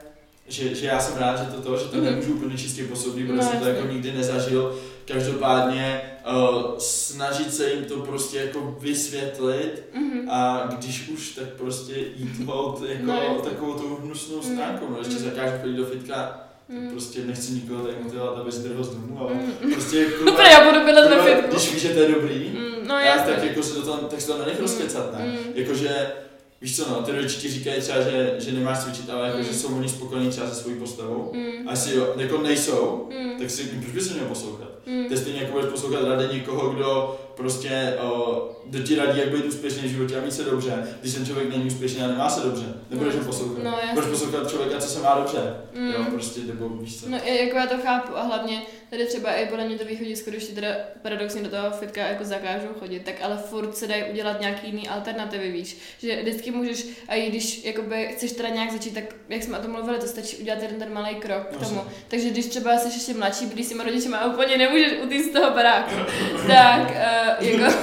že, že já jsem rád, že to to, že to Mhm. nemůžu úplně čistě po sobě, protože No, jsem to jasně. jako nikdy nezažil. Každopádně uh, snažit se jim to prostě jako vysvětlit Mhm. a když už, tak prostě jít hold jako No, jasně. takovou tou hnusnou Mhm. stránkou, no, ještě Mhm. zakážu chodit do fitka, tak Mhm. prostě nechci nikoho tak motivovat, aby zdrhl z domu, ale Mhm. prostě Dobré, já budu bydlet ve kurva, fitku. když víš, že to je dobrý, Mm, No a jasně. tak jako se to tam, tak se to nenech Mm. rozkecat, ne? Mm. Jakože, víš co no, ty rodiče ti říkají třeba, že, že nemáš cvičit, ale jako, Mm. že jsou oni spokojení třeba se svojí postavou. Mm. A jestli jo, jako nejsou, Mm. tak si řekni, proč by se měl poslouchat? Mm. To je stejně jako budeš poslouchat rady někoho, kdo prostě o, kdo ti radí, jak být úspěšný v životě a mít se dobře. Když ten člověk není úspěšný a nemá se dobře, nebudeš ho poslouchat. No, budeš poslouchat člověka, co se má dobře. Mm. Jo, prostě, nebo víš co. No, jako já to chápu a hlavně tady třeba i podle mě to východisko, když ti teda paradoxně do toho fitka jako zakážou chodit, tak ale furt se dají udělat nějaký jiný alternativy, víš. Že vždycky můžeš, a i když jakoby chceš teda nějak začít, tak jak jsme o tom mluvili, to stačí udělat jeden ten malý krok k tomu. No, takže když třeba jsi ještě mladší, když si rodičema a úplně nemůžeš utíct z toho baráku, tak uh, jako...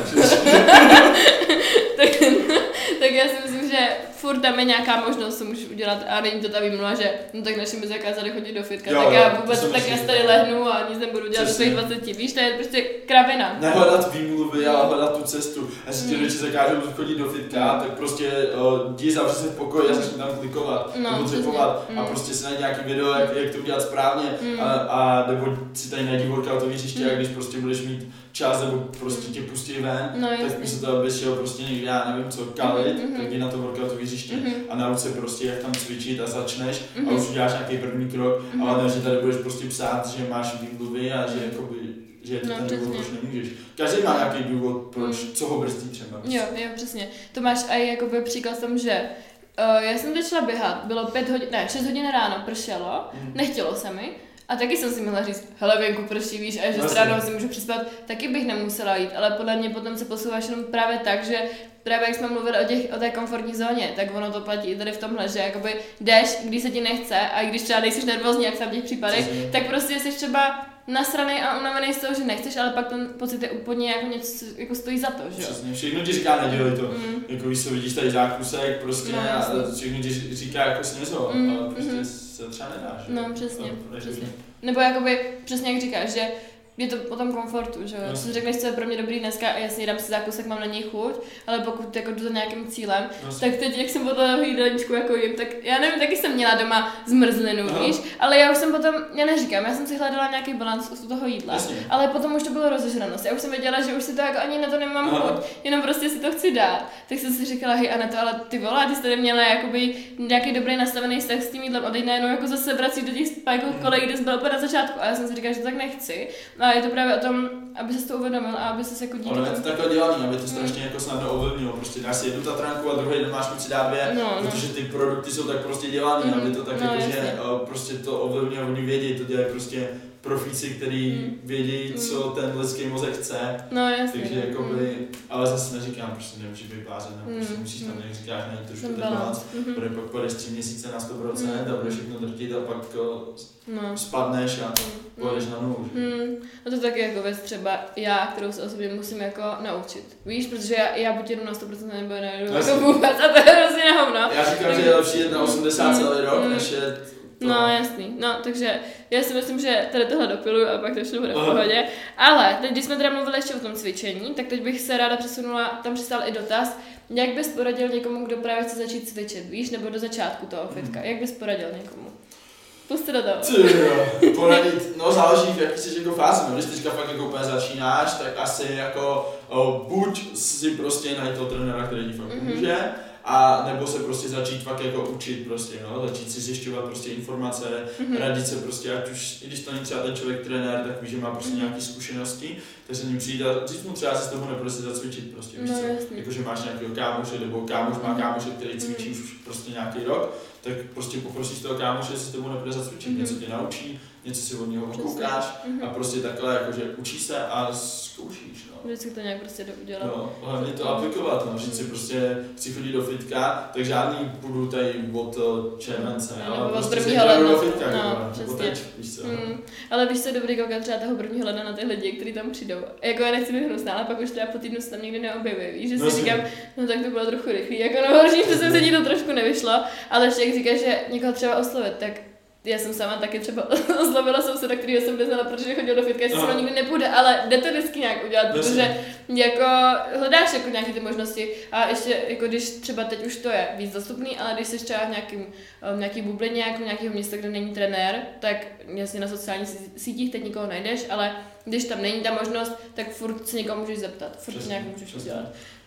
tak, tak já si myslím, že furt tam je nějaká možnost, co můžeš udělat a není to ta výmluva, že no tak naši mi zakázali chodit do fitka, jo, tak já vůbec tak já tady lehnu a nic nebudu dělat do svých dvaceti, víš, to je prostě kravina. Nehledat výmluvy, ale hledat tu cestu. A jestli ti mm. rodiče zakážou chodit do fitka, mm. tak prostě uh, jdi zavři se v pokoji a začni tam klikovat, no, nebo třepovat mm. a prostě si najdi nějaký video, jak, jak to udělat správně mm. a, a nebo si tady najdi workoutový hřiště, mm. a když prostě budeš mít čas nebo prostě tě pustí ven, no, tak místo toho, abys šel prostě někde, já nevím co, kalit, mm-hmm. tak jdi na to workoutový hřiště mm-hmm. a nauč se prostě, jak tam cvičit a začneš mm-hmm. a už uděláš nějaký první krok, mm-hmm. ale ne, že tady budeš prostě psát, že máš výmluvy a že jakoby, že je to no, ten důvod, proč nemůžeš. Každý má nějaký důvod, proč, mm. co ho brzdí třeba. Jo, jo, přesně. To máš i jakoby příklad v tom, že uh, já jsem teď šla běhat, bylo pět hodin, ne, šest hodin ráno, pršelo, mm. nechtělo se mi. A taky jsem si mohla říct, hele venku prší, víš, a že s ránou si můžu přispat, taky bych nemusela jít, ale podle mě potom se posouváš jenom právě tak, že právě jak jsme mluvili o, těch, o té komfortní zóně, tak ono to platí i tady v tomhle, že jakoby jdeš, když se ti nechce a když třeba nejsi nervózní, jak v těch případech, tak prostě jsi třeba nasranej a unavený z toho, že nechceš, ale pak ten pocit je úplně jako něco, jako stojí za to, že jo? Přesně, všechno ti říká, nedělej to, mm. jako víš co, vidíš tady zákusek prostě no, a všechno ti říká jako snězo, mm. ale prostě mm. se třeba nedáš. No přesně, přesně. Nebo jakoby přesně jak říkáš, že je to o tom komfortu, že jo? No. Si řekneš, co je pro mě dobrý dneska a jasně dám si zákusek, mám na něj chuť, ale pokud jako jdu za nějakým cílem, no. tak teď, jak jsem po toho jídelníčku jako jim, tak já nevím, taky jsem měla doma zmrzlinu, no. víš, ale já už jsem potom, já neříkám, já jsem si hledala nějaký balans u toho jídla, jasně. ale potom už to bylo rozežranost, já už jsem věděla, že už si to jako ani na to nemám no. chuť, jenom prostě si to chci dát, tak jsem si říkala, hej Aneto, ale ty vole, ty jsi tady měla jakoby nějaký dobrý nastavený vztah s tím jídlem a teď najednou jako zase vrací do těch jako kolejí, kde jsi byl na začátku a já jsem si říkala, že to tak nechci. A je to právě o tom, aby se to uvědomil a aby se jako díky. Ale je to takhle dělaný, aby to strašně jako snadno ovlivnilo. Prostě dáš si jednu tatranku a druhý den máš chuť si dát dvě, no, no. protože ty produkty jsou tak prostě dělaný, mm, aby to tak no, jako, že prostě to ovlivňuje, oni vědí, to dělají prostě profíci, který mm. vědí, co ten lidský mozek chce. No jasně. Takže jakoby, mm. ale zase neříkám, prostě nemůžeš být blázen, mm. prostě musíš tam, jak říkáš, najít trošku ten balans, mm-hmm. protože pak půjdeš tři měsíce na sto procent mm. a budeš všechno drtit a pak no. spadneš a mm. půjdeš na nulu. Mm. A to taky jako věc třeba já, kterou se osobně musím jako naučit. Víš, protože já, já buď jedu na sto procent nebo nejdu jako vůbec a to je hrozně na hovno. Já říkám, že je lepší jet na osmdesát mm. celý rok, mm. než je to. No jasný, no takže já si myslím, že tady tohle dopiluju a pak to všechno bude v pohodě. Ale teď, když jsme teda mluvili ještě o tom cvičení, tak teď bych se ráda přesunula, tam přistál i dotaz, jak bys poradil někomu, kdo právě chce začít cvičit, víš, nebo do začátku toho fitka, jak bys poradil někomu? Pusti do toho. Ty, poradit, no záleží v jaký jsi jako fázi, no, když teďka fakt jako úplně začínáš, tak asi jako o, buď si prostě najít toho trenéra, který ti fakt pomůže, mm-hmm. a nebo se prostě začít fakt jako učit prostě, no, začít si zjišťovat prostě informace, mm-hmm. radit se prostě, ať už, i když to není třeba ten člověk trenér, tak ví, že má prostě mm-hmm. nějaké zkušenosti, tak se ním přijít a říct mu třeba se s tebou neprosí zacvičit prostě, víš no, co, jakože máš nějakého kámoše, nebo kámoš má kámoše, který cvičí mm-hmm. už prostě nějaký rok, tak prostě poprosíš toho kámoše, jestli s tebou nepůjde zacvičit, mm-hmm. něco tě naučí, něco si od něho okoukáš mm-hmm. a prostě takhle jakože učí se a zkoušíš, no. Vždycky to nějak prostě udělat. No, hlavně to aplikovat, no, říct si prostě chci chodit do fitka, tak žádný půjdu tady od července, no, ale prostě si jdu do fitka, no, nebo teď, víš co. Mm, ale víš co, dobrý koukat třeba toho prvního ledna na ty lidi, kteří tam přijdou. Jako já nechci být hnusná, ale pak už třeba po týdnu se tam někdy neobjeví, víš, že si no, říkám, no tak to bylo trochu rychlý, jako no horší, že jsem se ti to trošku nevyšlo, ale ještě jak říkáš, že někoho třeba oslovit, tak já jsem sama taky třeba oslovila souseda, kterýho jsem neznala, protože chodil do fitka, jestli se nikdy nepůjde, ale jde to vždycky nějak udělat, protože jako hledáš jako nějaké ty možnosti a ještě jako když třeba teď už to je víc dostupný, ale když jsi třeba v nějakým, v nějaký bublině, jako nějakého města, kde není trenér, tak jasně na sociálních sítích teď nikoho najdeš, ale když tam není ta možnost, tak furt se někoho můžeš zeptat, furt přesně, nějak můžeš udělat.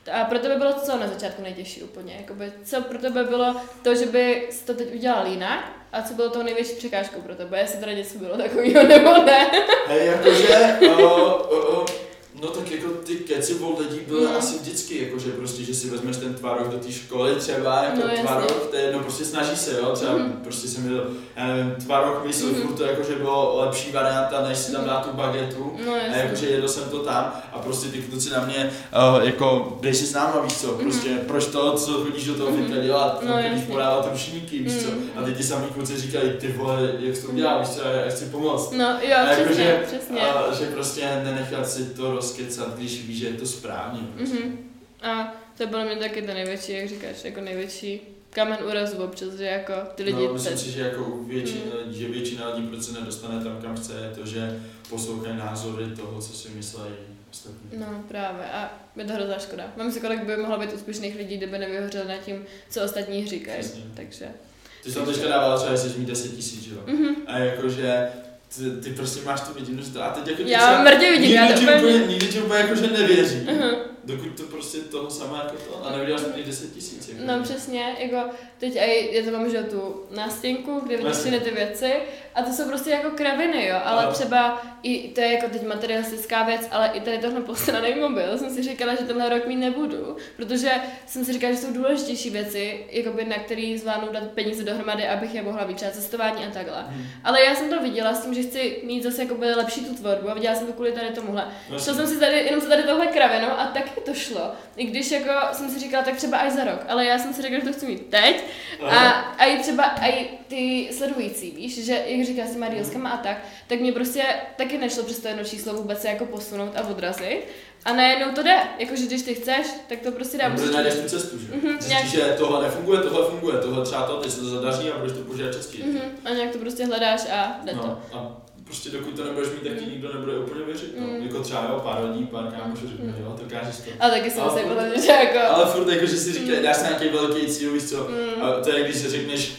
A pro tebe bylo co na začátku nejtěžší úplně? Jakoby, co pro tebe bylo to, že by jsi to teď udělal jinak? A co bylo tou největší překážkou pro tebe? Jestli teda něco bylo takového nebo ne? Hej, jakože, o, o, o, no tak jako ty keci od lidí byly mm. asi vždycky, jakože prostě, že si vezmeš ten tvarok do té školy třeba, jako no, tvarok, to je jedno, prostě snaží se, jo, třeba mm. prostě jsem měl, já nevím, tvarok myslel mm. furt to jakože bylo lepší varianta, než si tam dát tu bagetu, no, a jakože jedl jsem to tam a prostě ty kluci na mě, uh, jako, dej si s náma, víš co, prostě, mm. proč to, co chodíš do toho fita dělat, no, chodíš podávat ručníky, víš co, mm. a teď ti samý kluci říkají, ty vole, jak jsi to udělal, víš co, já chci pomoct. No jo, a přesně, jakože, přesně. A, že prostě nenechat si to rozkecat, když víš, že je to správně. Prostě. Mm-hmm. A to bylo mě taky to největší, jak říkáš, jako největší kamen úrazu občas, že jako ty lidi... No, myslím si, že jako většina, mm. že většina lidí, proč se nedostane tam, kam chce, je to, že poslouchají názory toho, co si myslejí ostatní. No právě a je to hrozná škoda. Mám si, kolik by mohlo být úspěšných lidí, kdyby nevyhořeli nad tím, co ostatní říkají, takže... Ty jsi tam teďka dávala třeba, jestli mít deset tisíc, jo? Mm-hmm. A jakože... Ty, ty prostě máš tu vidinu, a teď jako já mrdě vidím, já to úplně... Nikdy ti úplně jako, že nevěří, uh-huh. dokud to prostě toho samé jako to, a neviděla jsem těch deset tisíc. Jako. No přesně, jako teď aj, já to mám, že tu nástěnku, kde vytištěny ty věci, a to jsou prostě jako kraviny, jo, ale no. třeba i to je jako teď materialistická věc, ale i tady tohle postranej mobil, jsem si říkala, že tenhle rok mít nebudu, protože jsem si říkala, že jsou důležitější věci, jakoby na který zvládnu dát peníze dohromady, abych je mohla víc cestování a takhle. Hmm. Ale já jsem to viděla s tím, že chci mít zase jakoby lepší tu tvorbu a viděla jsem to kvůli tady tomuhle. Šla jsem si tady, jenom se tady tohle kravinu a taky to šlo. I když jako jsem si říkala, tak třeba až za rok, ale já jsem si říkala, že to chci mít teď. A, a i třeba i ty sledující, víš, že jak říká s těma reelskama a tak, tak mě prostě taky nešlo přes to jedno číslo vůbec se jako posunout a odrazit. A najednou to jde, jakože když ty chceš, tak to prostě dá. Protože najdeš tu cestu, že? Mm-hmm, zjistíš, nějak... že tohle nefunguje, tohle funguje, tohle třeba to, ty se to zadaří a budeš to používat častěji. Mm-hmm, a nějak to prostě hledáš a jde no, to. A prostě dokud to nebudeš mít, tak ti nikdo nebude úplně věřit. No. Mm. Jako třeba jo, pár lidí, pár kámošů řekne, mm. jo, to dokážeš to. Ale taky si myslím, furt, že jako... Ale furt jako, že si říkáš, dáš nějaký velký cíl, víš co, mm. a to je, když si řekneš,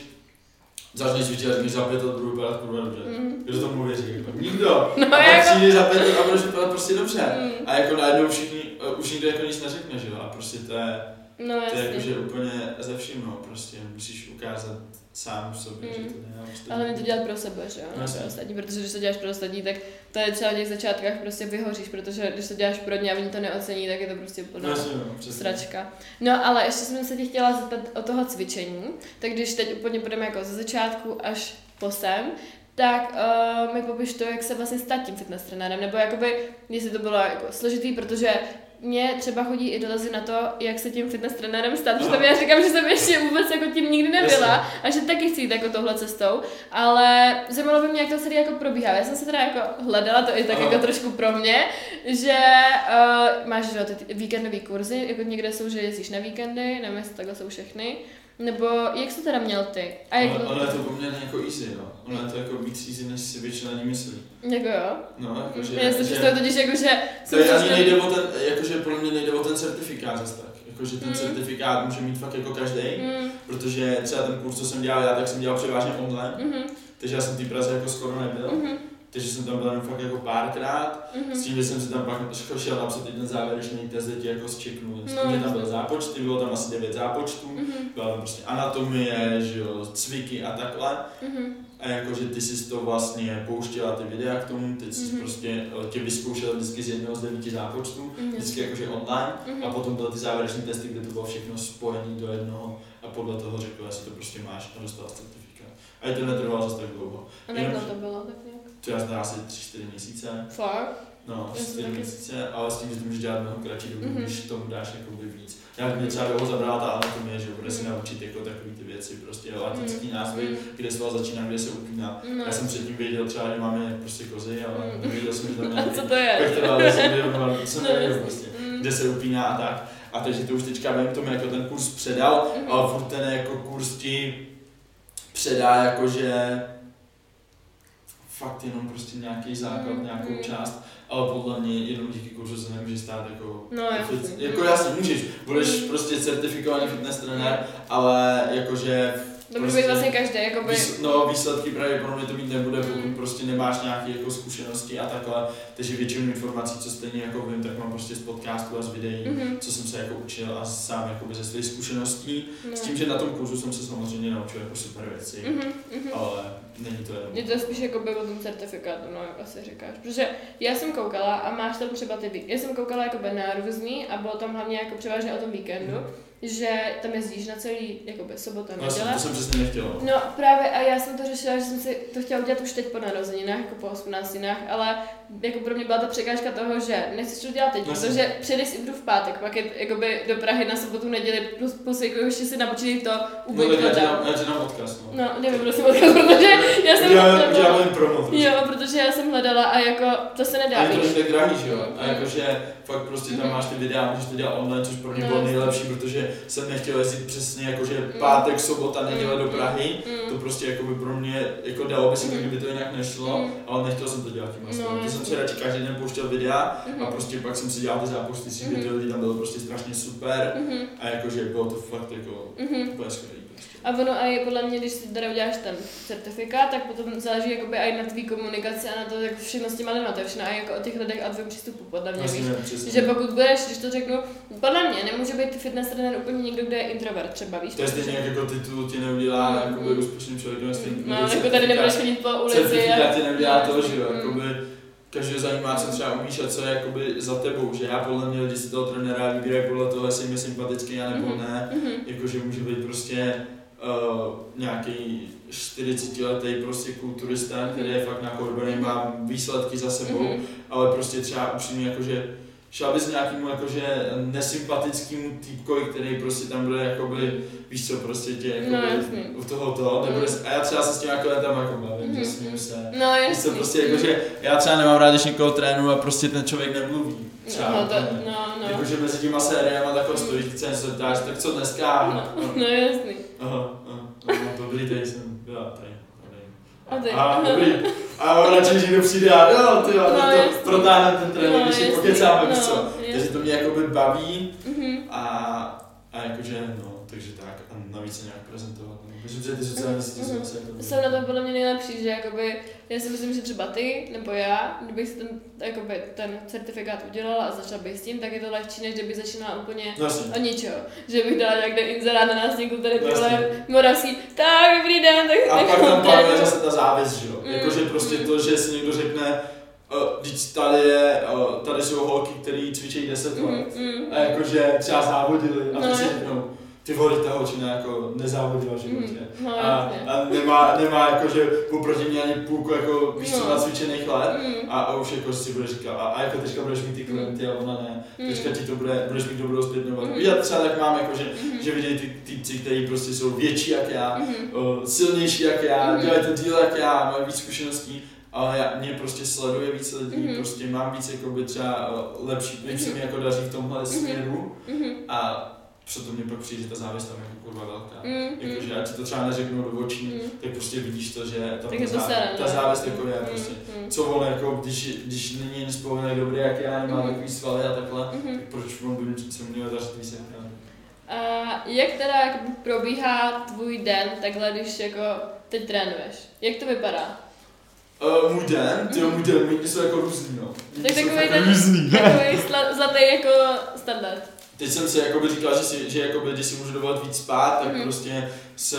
začneš cvičit a řekneš za pět let budu vypadat kurva dobře. Mm. Kdo tomu věří? Jako, nikdo. No, a pak jako... přijdeš za pět let a budeš vypadat prostě dobře. Mm. A jako najednou všichni, už nikdo jako nic neřekne, že jo, a prostě to je... No, to je jakože úplně ze vším, no, prostě musíš ukázat sám v sobě, mm. že to nedá prostě. Ale to dělat pro sebe, že jo, no, pro ostatní, protože když to děláš pro ostatní, tak to je třeba v těch začátkách prostě vyhoříš, protože když to děláš pro ně a oni to neocení, tak je to prostě plná no, sračka. No ale ještě jsem se tě chtěla zeptat o toho cvičení, tak když teď úplně půjdeme jako ze začátku až po sem, tak uh, mi popiš to, jak se vlastně stát tím fitness trenérem, nebo jakoby, jestli to bylo jako složitý, protože mě třeba chodí i dotazy na to, jak se tím fitness trenérem stát, protože tam já říkám, že jsem ještě vůbec jako tím nikdy nebyla a že taky chci jít jako tohle cestou, ale zajímalo by mě, jak to celý jako probíhá. Já jsem se teda jako hledala to i tak jako trošku pro mě, že uh, máš že, ty víkendové kurzy, jako někde jsou, že jezdíš na víkendy, nevím, jestli takhle jsou všechny. Nebo jak jsi to teda měl ty? A jak ale, ale je to poměrně jako easy, no. Ono je to jako víc easy, než si většina lidí myslí. Jako jo? No, jakože... Já si představuji totiž jako, že... To je ani nejde o ten, jakože pro mě nejde o ten certifikát zase tak. Jakože ten mm. certifikát může mít fakt jako každý, mm. protože třeba ten kurz, co jsem dělal já, tak jsem dělal převážně online. Mm. Takže já jsem v té Praze jako skoro nebyl. Mm. Takže jsem tam byl jenom fakt jako párkrát, mm-hmm. s tím, že jsem si tam pak šel napsat ten závěrečný test, kde ti jako zčeknul. S tím, no, že tam byl zápočty, bylo tam asi devět zápočtů, mm-hmm. byla tam prostě anatomie, že jo, cviky a takhle. Mm-hmm. A jakože ty jsi to vlastně pouštěla ty videa k tomu, teď jsi mm-hmm. prostě tě vyzkoušela vždycky z jednoho z devíti zápočtů, mm-hmm. vždycky jakože online, mm-hmm. a potom byly ty závěrečné testy, kde to bylo všechno spojené do jednoho a podle toho řekl, jestli to prostě máš a dostala certifikát. A to netrvalo zase tak dlouho. A jak to bylo tak nějak? To já znám asi tři čtyři měsíce. Fakt? No, čtyři měsíce, ale s tím, že to můžeš dělat mnoho kratší dobu, mm-hmm. když tomu dáš jakoby víc. Já mě třeba dlouho zabrala ta anatomie, že bude si naučit jako takový ty věci, prostě latinský mm-hmm. názvy, kde sval začíná, kde se upíná. No. Já jsem předtím věděl třeba, že máme prostě kozy, ale mm. nevěděl jsem, že tam nějaký... A co to je? Pektorál, jsem věděl, co nevěděl prostě, mm. kde se upíná a tak. A takže to už teďka vím tomu, jako ten kurz předal, mm-hmm. ale furt ten jako kurz ti předá jakože fakt jenom prostě nějaký základ, mm, nějakou mm. část, ale podle mě jenom díky kurzu se nemůže stát jako... No jasně. Jako jasně, můžeš, budeš mm. prostě certifikovaný fitness trenér, ale jakože To může být vlastně každý, jakoby... Výs, no, výsledky pravděpodobně to mít nebude, pokud mm. prostě nemáš nějaké jako zkušenosti a takhle. Takže většinu informací, co stejně jako vím, tak mám prostě z podcastů a z videí, mm. co jsem se jako učil a sám jakoby ze svých zkušeností. No. S tím, že na tom kurzu jsem se samozřejmě naučil jako super věci, mm. ale není to jenom. Je to spíš jakoby o tom certifikátu, no, jak asi říkáš. Protože já jsem koukala a máš tam třeba ty, já jsem koukala jakoby na různý a bylo tam hlavně jako převážně o tom víkendu. Mm. Že tam jezdíš na celý jakoby sobota, neděle. No, to jsem přesně nechtěla. No právě a já jsem to řešila, že jsem si to chtěla udělat už teď po narozeninách, jako po osmnáctinách, ale jako pro mě byla ta překážka toho, že nechci to dělat teď, no, protože přijedeš si budu v pátek, pak je jakoby do Prahy na sobotu, neděli, plus, plus jako ještě si napočítej to u No tak já ti dám, já ti dám odkaz, no. No, nevím, prosím odkaz, protože já jsem hledala. Já mám promo. Jo, protože já jsem hledala a jako to se nedá. A je to tak drahý, že jo? A jakože fakt prostě tam máš ty videa, můžeš to dělat online, což pro mě bylo nejlepší, protože jsem nechtěl jezdit přesně jakože pátek, sobota, neděle do Prahy. To prostě jakoby pro mě jako dalo by se to, kdyby to jinak nešlo, ale nechtěl jsem to dělat tím vlastně. To jsem si radši každý den pouštěl videa a prostě pak jsem si dělal ty zápočty si, že ty lidi tam bylo prostě strašně super a jakože bylo to fakt jako úplně skvělý. A ono a je podle mě, když si teda uděláš ten certifikát, tak potom záleží jakoby i na tvý komunikaci a na to, jak všechno s těma lidma, to je všechno i jako o těch lidech a tvým přístupu, podle mě, víš, že pokud budeš, když to řeknu, podle mě nemůže být fitness trenér úplně někdo, kdo je introvert třeba, víš. To je stejně jako titul ti neudělá mm. jakoby úspěšným člověkem, stejně. No, jako tady nebudeš chodit po ulici. Certifikát ti neudělá to, že jo, jakoby každý zajímá, co třeba umíš a co je jakoby za tebou, že já podle mě lidi si toho trenéra vybírají podle toho, jestli jim je sympatický a nebo ne, jakože může být prostě Uh, nějaký čtyřicetiletý prostě kulturista, který je fakt nakorbený, má výsledky za sebou, mm-hmm. ale prostě třeba upřímně jakože šel bys nějakému jakože nesympatickému týpkovi, který prostě tam bude jakoby, víš co, prostě tě jakoby no, u tohoto, nebude, mm. a já třeba se s tím jako tam jako bavím, mm-hmm. smím se, no, jasný. Co, prostě jakože, já třeba nemám rád, když někoho trénu a prostě ten člověk nemluví. Třeba, no, to, no, no. Jakože mezi těma sériama takhle stojíš, ty se ptáš, tak co dneska? No, no, no jasný. Aha, aha, aha, dobrý, tady jsem byla, tady. A ty. A dobrý. A radši, že někdo přijde a jo, ty jo, no, to protáhneme ten trénink, no, když si pokecáme, víš co. Takže to mě jakoby baví mm-hmm. a, a jakože, no, takže tak. A navíc se nějak prezentovat. Myslím, že ty sociální sítě jsou asi jako... Jsem na tom podle mě nejlepší, že jakoby, já si myslím, že třeba ty nebo já, kdybych si ten, jakoby, ten certifikát udělala a začala bych s tím, tak je to lehčí, než kdyby začínala úplně Jasně. o ničeho. Že bych dala nějak inzerát na nás někdo tady tyhle moravský, tak dobrý den, tak... A pak tam panuje zase ta závěs, že jo. Mm. Jakože prostě to, že si někdo řekne, Vždyť tady, je, tady jsou holky, které cvičí deset let mm, mm, a jakože třeba závodili a no, si řeknou, ty vole, ta holčina jako nezávodila v životě mm, no, a, a nemá, nemá jakože oproti mě ani půlku jako víš co no. nacvičených let mm. a, a už jako si bude říkat a, a jako teďka budeš mít ty klienty a ona ne, mm. teďka ti to bude, budeš mít dobrou zpětnou mm. Já třeba tak mám jako, že, mm. že vidějí ty týpci, kteří prostě jsou větší jak já, mm. o, silnější jak já, mm. dělají to díl jak já, mají víc zkušeností. Ale já, mě prostě sleduje víc lidí, mm-hmm. prostě mám víc jakoby třeba lepší, mm-hmm. se mi jako daří v tomhle mm-hmm. směru mm-hmm. a proto mě pak přijde, že ta závěst tam je jako kurva velká. Mm-hmm. Jakože já ti to třeba neřeknu do očí, mm-hmm. tak prostě vidíš to, že tam ta, závěst, ta závěst jako je prostě, mm-hmm. co on jako, když, když není jen spolu tak dobrý jak já, nemá mm-hmm. takový svaly a takhle, mm-hmm. tak proč on by se měl dařit víc jak já. A jak teda jako probíhá tvůj den takhle, když jako teď trénuješ? Jak to vypadá? Uh, můj den, tyjo, můj den, můj jsou jako různý, no. Tak takový ten, různý. Takový zlatý jako standard. Teď jsem si jakoby říkal, že, si, že jakoby, když si můžu dovolit víc spát, tak mm. prostě se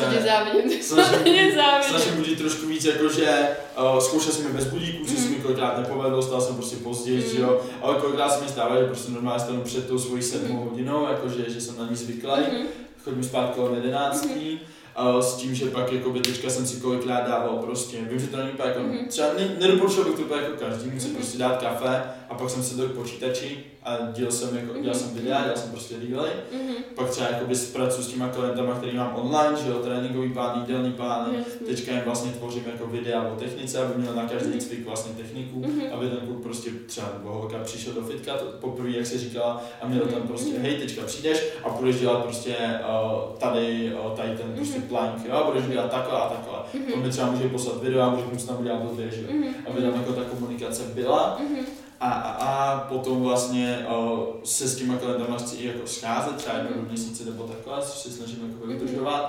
snažím budit trošku víc, jakože uh, zkoušel jsem mi bez budíků, což mm. se mi kolikrát nepovedlo, stál jsem prostě později, mm. jo, ale kolikrát se mi stává, že prostě normálně stanu před tou svojí sedmou mm. hodinou, jakože že jsem na ní zvyklý, mm. chodím spát kolem jedenáctý. Mm. Uh, s tím, že pak jakoby teďka jsem si kolikrát dával prostě, vím, že to není úplně jako, mm-hmm. třeba ne, nedoporučil bych to úplně jako každý, musím mm-hmm. prostě dát kafe a pak jsem se do počítači a dělal jsem, jako, dělal jsem videa, dělal jsem prostě reely, mm-hmm. pak třeba jakoby pracuji s těma klientama, který mám online, že jo, tréninkový plán, jídelný plán, mm-hmm. teďka jim vlastně tvořím jako videa o technice, aby měl na každý cvik vlastně techniku, mm-hmm. aby ten kluk prostě třeba holka přišel do fitka poprvé, jak se říkala, a měl tam prostě, hej, teďka přijdeš a budeš dělat prostě uh, tady, uh, tady ten prostě plank, jo, budeš dělat takhle a takhle. Mm-hmm. On mi třeba může poslat video a může mu tam udělat blbě, že jo, mm-hmm. aby tam jako ta komunikace byla. Mm-hmm. A, a, a potom vlastně o, se s těma klientama chci i jako scházet, třeba jednou do měsíce nebo takhle, což se snažím jako vydržovat.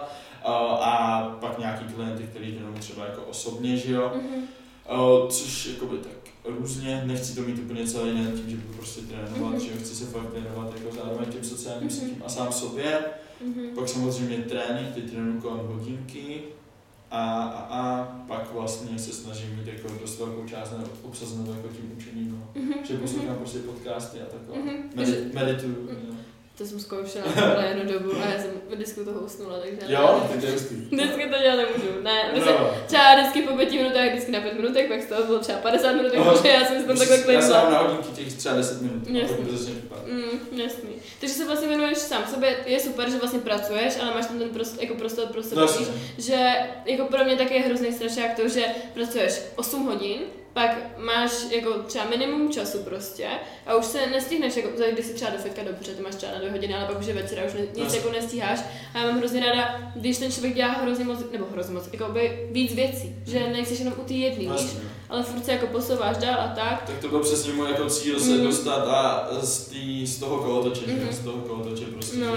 a pak nějaký klienty, který trénují třeba jako osobně, že jo. Mm-hmm. Uh, což jakoby tak různě, nechci to mít úplně celý den tím, že budu prostě trénovat, mm-hmm. že chci se fakt trénovat jako zároveň tím sociálním mm-hmm. sítím a sám sobě. Mm-hmm. Pak samozřejmě trénink, ty trénuji kolem hodinky a, a, a pak vlastně se snažím mít jako dost velkou část obsazenou jako tím učením, no. Mm-hmm. Že poslouchám prostě podcasty a takové, mm-hmm. Medi- medituju. Mm-hmm. To jsem zkoušela na jednu dobu a já jsem vždycky toho usnula, takže... Jo, tak to je hustý. Vždycky to dělat nemůžu, ne, myslím, no. Třeba vždycky po pěti minutách, vždycky na pět minutek, pak z toho bylo třeba padesát minutek, no. Takže já jsem si tam takhle klidla. Já jsem na hodinky těch třeba deset minut, jasný. A pak to začne vypadat. Mm, jasný. Takže se vlastně věnuješ sám sobě, je super, že vlastně pracuješ, ale máš tam ten prost, jako prostor pro sebe, no, že jako pro mě taky je hrozný strašák to, že pracuješ osm hodin, pak máš jako třeba minimum času prostě a už se nestihneš, jako když si třeba do fitka dobře, ty máš třeba na dvě hodiny, ale pak už je večer a už ne, nic jako nestíháš a já mám hrozně ráda, když ten člověk dělá hrozně moc, nebo hrozně moc, jako by víc věcí, že nejseš jenom u té jedné, víš, ale furt se jako posouváš dál a tak. Tak to byl přesně můj jako cíl se mm. dostat a z, tý, z toho kolotoče, mm. z toho kolotoče prostě, no,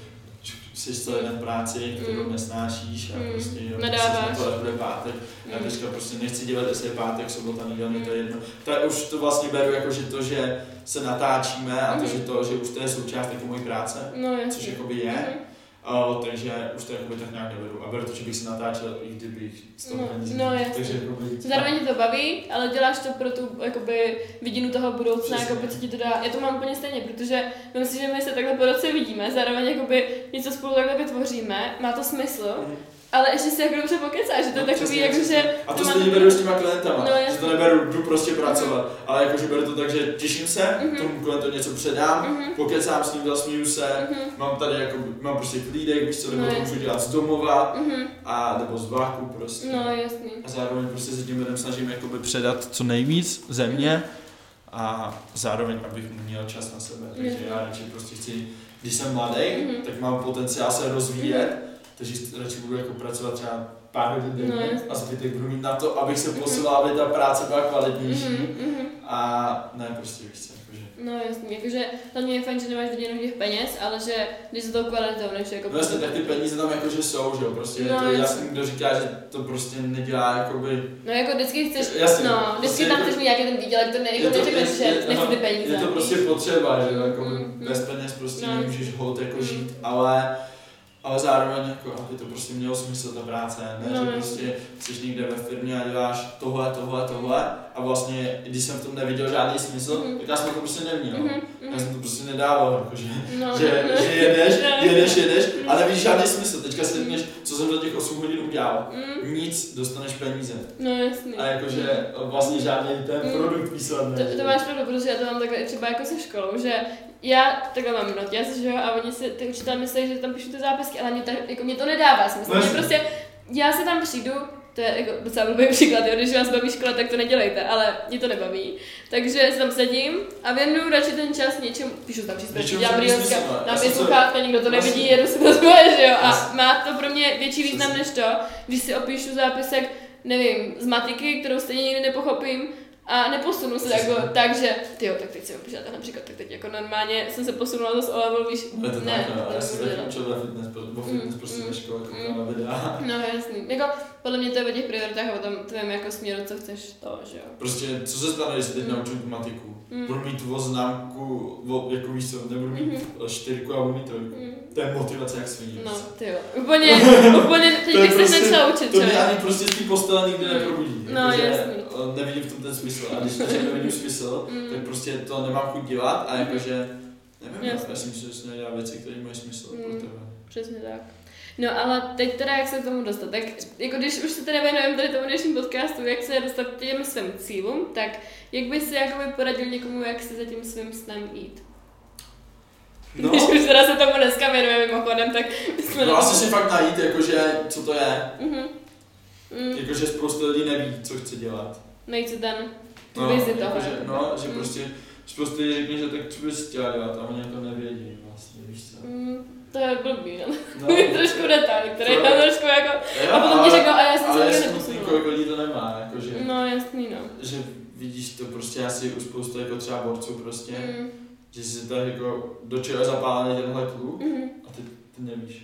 jsi celý den práci, kterou mm. nesnášíš a mm. prostě jo, nadáváš. To až bude pátek. Mm. Já teďka prostě nechci dělat, jestli je pátek, sobota, nedělám, mm. to je jedno. Tak už to vlastně beru jako, že to, že se natáčíme a to, mm. že to, že už to je součást jako mojí práce, no, což jakoby je. Mm. Uh, takže už to jakoby tak nějak neberu a beru to, že bych se natáčel, i kdybych z toho no, peníze. No, takže jakoby... Zároveň tě to baví, ale děláš to pro tu jakoby, vidinu toho budoucna, jakoby, co ti to dá. Já to mám úplně stejně, protože myslím, že my se takhle po roce vidíme, zároveň jakoby, něco spolu takhle vytvoříme, má to smysl. Mm. Ale ještě si jako dobře pokecáš, že to je no, takový, jakože... A to stejně beru s těma klientama, no, že to neberu, jdu prostě pracovat, mm. ale jakože beru to tak, že těším se, mm-hmm. tomu klientu něco předám, mm-hmm. pokecám s ním, zasmíju se, mm-hmm. mám tady jako, mám prostě klídek, víš co, nebo no, to můžu dělat z domova, mm-hmm. a nebo z vláku prostě. No, jasný. A zároveň prostě se tím lidem snažím jakoby předat co nejvíc země a zároveň, abych měl čas na sebe, takže mm-hmm. já radši prostě chci, když jsem mladý, mm-hmm. tak mám potenciál se rozvíjet, mm-hmm. takže radši budu jako pracovat třeba pár hodin denně no, a zbytek budu mít na to, abych se posunul, aby ta práce byla kvalitnější mm-hmm. a ne prostě víš co, jakože. No jasně, jakože hlavně je fajn, že nemáš vidět těch peněz, ale že když se to kvalitou než jako... No jasně, tak ty peníze tam jakože jsou, že jo, prostě no, to jasný, kdo říká, že to prostě nedělá jakoby... No jako vždycky chceš, jasně, no, vždycky tam chceš mít nějaký ten výdělek, to ne, jako neřekneš, že nechci ty peníze. Je to prostě potřeba, že jako mm, bez peněz prostě no. nemůžeš hold jako žít, ale... Ale zároveň jako, aby to prostě mělo smysl ta práce, ne, no, že prostě jsi někde ve firmě a děláš tohle, tohle, tohle a vlastně, když jsem v tom neviděl žádný smysl, mm. tak já jsem to prostě neměl. Mm-hmm. Já jsem to prostě nedával, jako, že, no, že, no, že jedeš, jedeš, jedeš a nevidíš žádný smysl. Teďka si řekneš, co jsem za těch osm hodin udělal. Mm. Nic, dostaneš peníze. No jasný. A jakože vlastně žádný ten mm. produkt výsledný. To, to máš pravdu, protože já to mám takhle třeba jako se školou, že já takhle mám notice, že jo, a oni si, ty učitelé myslí, že tam píšu ty zápisky, ale mě, ta, jako, mě to nedává smysl. Mě prostě, já se tam přijdu, to je jako docela blbý příklad, jo, když vás baví škola, tak to nedělejte, ale mě to nebaví. Takže se tam sedím a věnuju radši ten čas něčemu, píšu tam příspěvky, dělám rýlska, dám je sluchátka, nikdo to nevidí, jedu si to svoje, že jo, a má to pro mě větší význam než to, když si opíšu zápisek, nevím, z matiky, kterou stejně nikdy nepochopím, a neposunu se jako tak, že tyjo, tak teď si opíšete například, tak teď jako normálně jsem se posunula zase o level výš. Ne, to ne, tak, no, já jsem taky učil ve fitness, bo fitness mm, prostě mm, ve škole, koukám na videa. No jasný, jako podle mě to je o těch prioritách a o tom tvém jako směru, co chceš to, že jo. Prostě, co se stane, když se teď mm. naučím matiku? Mm. Budu mít o známku, o, jako víš co, nebudu mít mm. čtyřku a budu mít trojku. Mm. To je motivace jak sviní. No, tyjo, úplně, úplně, teď bych prostě, se nechtěla učit, to mě ani prostě z té postele nikdy neprobudí. No jako, jasný. Nevidím v tom ten smysl a když to nevidím smysl, mm. tak prostě to nemám chuť dělat a jakože, nevím, já si myslím, že se nedělá věci, které mají smysl mm. pro tebe. Přesně tak. No ale teď teda jak se k tomu dostat, tak jako když už se teda věnujeme tady tomu dnešním podcastu, jak se dostat k těm svým cílům, tak jak bys si jakoby poradil někomu, jak se za tím svým snem jít? No. Když už teda se tomu dneska věnujeme mimochodem, tak jsme... No asi si fakt najít, jakože, co to je. Mm-hmm. Mm. Jakože spousta lidí neví, co chce dělat. Najít si ten tu no, vizi toho. Že, no, že mm. prostě spousta lidí řekne, že tak co bys chtěla dělat a oni to nevědí vlastně, víš co. Mm. To je blbý, no. no. trošku detail, který je trošku jako... Jo, a potom ti řeknou, a já jsem se nikdy neposunula. Ale kolik lidí to nemá, jakože... No jasný, no. Že vidíš to prostě asi u spoustu jako třeba borců prostě, mm. že si tak jako do čeho zapálený tenhle kluk mm. a ty, ty nevíš.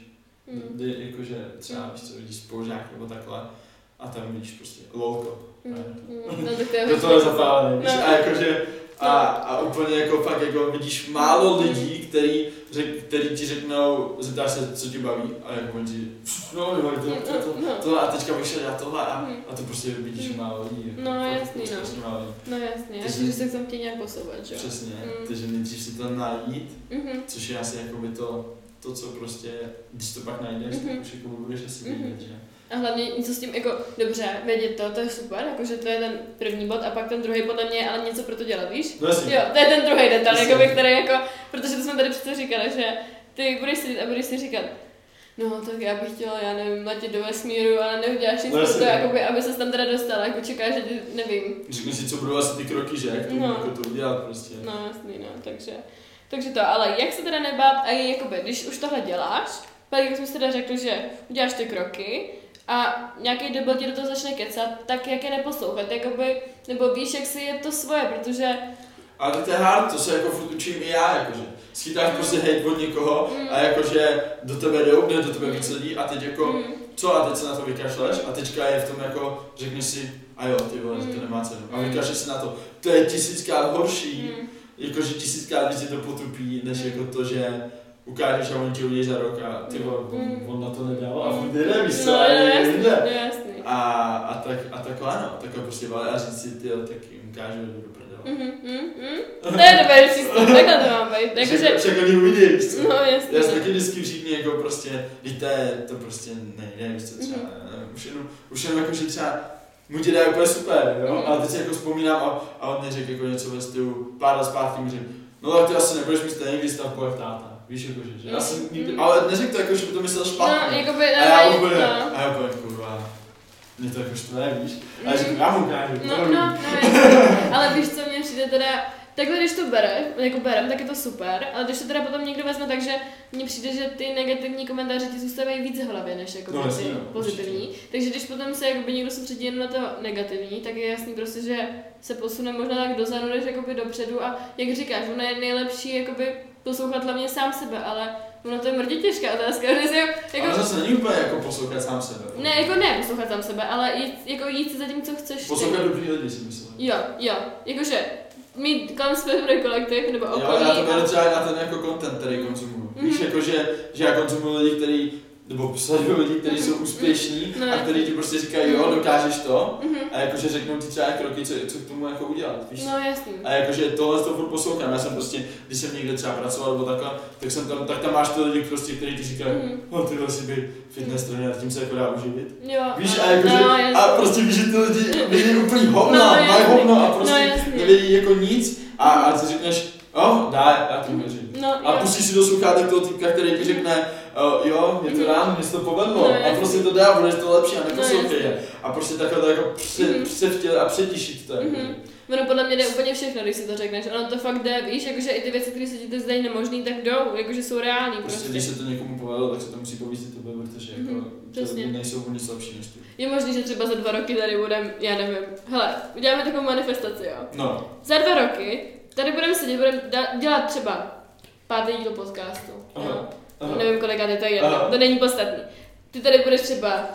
Mm. Kdy, jakože třeba, víš co, vidíš spolužák nebo takhle a tam vidíš prostě lolko. Mm. Mm. No, tak to je do toho je zapálený, víš, no. a jakože a, a úplně jako fakt jako vidíš málo lidí, který, řek, který ti řeknou, zeptáš se, co ti baví a jako oni ti, no jo, to, to, to, to, to, a teďka bych šel dělat tohle a, a to prostě vidíš Mm. málo lidí. No fakt, jasný, prostě no. málo lidí. No jasný, Takže- až že se k tomu chtějí nějak posouvat, že jo? Přesně, Mm. takže nejdřív si to najít, Mhm. což je asi jakoby to, to, co prostě, když to pak najdeš, Mhm. tak už jako budeš asi Mhm. vědět, že? A hlavně něco s tím, jako, dobře, vědět to, to je super, jakože to je ten první bod a pak ten druhý podle mě je ale něco pro to dělat, víš? No jasně. Jo, to je ten druhý detail, Jasně. jakoby, který jako, protože to jsme tady přece říkali, že ty budeš sedět a budeš si říkat, no tak já bych chtěla, já nevím, letět do vesmíru, ale neuděláš nic No pro to, jasně. jakoby, aby ses tam teda dostala, jako čekáš, že ty, nevím. Řekni si, co budou asi ty kroky, že? Jak to, No. jako to udělat prostě. No jasný, no, takže, takže to, ale jak se teda nebát a je jakoby, když už tohle děláš, pak jak jsme si teda řekli, že uděláš ty kroky a nějaký debil ti do toho začne kecat, tak jak je neposlouchat, jakoby, nebo víš, jak si je to svoje, protože Ale to je hard, to se jako furt učím i já, jakože. Schytáš Mm. prostě hejt od někoho Mm. a jakože do tebe jdou, jde do tebe Mm. víc lidí a teď jako, mm, co a teď se na to vykašleš a teďka je v tom jako, řekneš si, a jo, ty vole, Mm. to nemá cenu. A Mm. vykašleš se na to, to je tisíckrát horší, mm, jakože tisíckrát víc je to potupí, než jako to, že ukážeš a on ti udělí za rok a ty vole, on, Mm. on na to nedal a Mm. furt jde, víš co, no, a no, je jasný, jinde. no, jasný. A, a, tak, a takhle no, takhle prostě vale a říct si, ty jo, tak jim ukážu, že jdu do prdele. Mhm, mhm, mhm. To je dobrý přístup, takhle to má být, Však, jakože, však oni uvidí, víš co. no jasný, Já si no. taky vždycky všichni jako prostě, víte, to prostě nejde, víš co, třeba, Mhm. už jenom, už jenom jako, že třeba mu dělá je úplně super, jo, Mhm. ale teď si jako vzpomínám a, a on mi řekl jako něco ve stylu, pár let zpátky mi řekl, no tak ty asi nebudeš mít stejný výstavku jak táta, víš jako, že, že já jsem nikdy, Mhm. ale neřekl to jako, že by to myslel No, špatně, jakoby, a já no, úplně, no. a já úplně, kurva, mě to jako štve, víš, a já Mhm. řekl, já mu ukážu, No, to no, umím. no, jasně. Ale víš, co mě přijde teda, takhle když to bere, jako berem, tak je to super, ale když to teda potom někdo vezme, takže mně přijde, že ty negativní komentáře ti zůstávají víc v hlavě, než jako No, ty jasně, no, pozitivní. Takže když potom se jakoby někdo soustředí jen na to negativní, tak je jasný prostě, že se posune možná tak dozadu, než jakoby dopředu a jak říkáš, ono je nejlepší jakoby poslouchat hlavně sám sebe, ale ono to je mrdě těžká otázka, že si jako, Ale zase není úplně jako poslouchat sám sebe. ne, jako ne poslouchat sám sebe, ale jít, jako jít si za tím, co chceš ty. Poslouchat dobrý lidi, si myslím. Jo, jo, jakože mít kolem sebe dobrý kolektiv nebo Jo, okolí. já to beru a... třeba na ten jako content, který konzumuju. Mhm. Víš, jako že, že já konzumuju lidi, který, nebo sleduju lidi, kteří jsou Mhm. úspěšní No, a kteří ti prostě říkají, jo, dokážeš to. Mhm. A jakože řeknou ti třeba kroky, co, co k tomu jako udělat, víš. No jasný. A jakože tohle to furt poslouchám, já jsem prostě, když jsem někde třeba pracoval nebo takhle, tak jsem tam, tak tam máš ty lidi prostě, kteří ti říkají, Mhm. no tyhle si by fitness trenér, tím se jako dá uživit. Jo, Víš, no, a jakože, no, a jasný. prostě víš, že ty lidi vědí úplně hovna, No, mají jasný. hovno a No, prostě jasný. nevědí jako nic a, a ty řekneš, oh, dá, já tím věřím. No, A jo. pustíš si do sluchátek toho týpka, který ti řekne, uh, jo, je to Mhm. ráno, mě se to povedlo. No, A jasný. prostě to dá, budeš to lepší a neposlouchej jasný. je. A prostě takhle to jako pře, Mhm. převtěl a přetišit to. Mhm. Ono podle mě jde úplně všechno, když si to řekneš. Ono to fakt jde, víš, jakože i ty věci, které se ti teď zdají nemožný, tak jdou, jakože jsou reální Prostě prostě. když se to někomu povedlo, tak se to musí povíst i tobě, protože jako Mhm, ty přesně. lidi nejsou o nic lepší než ty. Je možný, že třeba za dva roky tady budeme, já nevím, hele, uděláme takovou manifestaci, jo. No, Za dva roky tady budeme sedět, budeme dělat třeba pátý díl podcastu, Aha, jo. aha. Nevím, kolikrát je to jedno, Aha. to není podstatný. Ty tady budeš třeba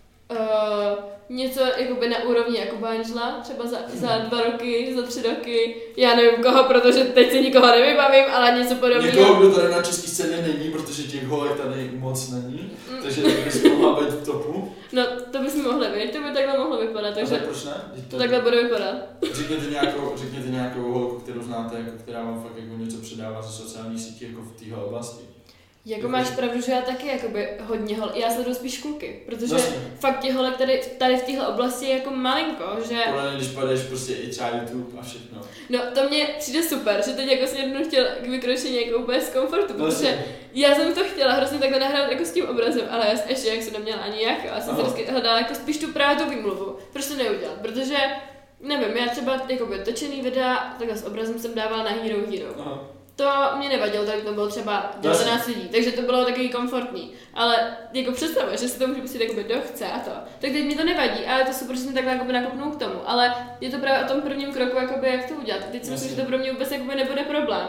uh, něco jakoby na úrovni jako Angela, třeba za, za dva roky, za tři roky, já nevím koho, protože teď si nikoho nevybavím, ale něco podobného. někoho, kdo tady na české scéně není, protože těch holek tady moc není, Mm. takže bys mohla být v topu. No, to bychom mohli být, to by takhle mohlo vypadat, A takže tak proč ne? Vždyť to takhle bude vypadat. Řekněte nějakou, řekněte nějakou holku, kterou znáte, jako, která vám fakt jako něco předává ze sociálních sítí jako v téhle oblasti. Jako máš pravdu, že já taky jakoby hodně hol, já sleduju spíš kluky, protože Vlastně. fakt těch holek tady, tady v téhle oblasti je jako malinko, že... Podle mě, když padeš prostě i třeba YouTube a všechno. No, to mně přijde super, že teď jako jsem jednou chtěla k vykročení jako úplně z komfortu, protože Vlastně. já jsem to chtěla hrozně takhle nahrát jako s tím obrazem, ale já jsem ještě jak jsem neměla ani jak, já jsem si Aha. vždycky hledala jako spíš tu právě tu výmluvu, proč to neudělat, protože nevím, já třeba jakoby točený videa, takhle s obrazem jsem dávala na Hero Hero. Aha. To mě nevadilo, tak to bylo třeba devatenáct lidí, takže to bylo takový komfortní. Ale jako představa, že si to může pustit jakoby kdo chce a to, tak teď mi to nevadí, ale je to super, že jsem takhle jakoby nakopnul k tomu. Ale je to právě o tom prvním kroku, jakoby, jak to udělat. Teď si myslím, že to pro mě vůbec jakoby nebude problém,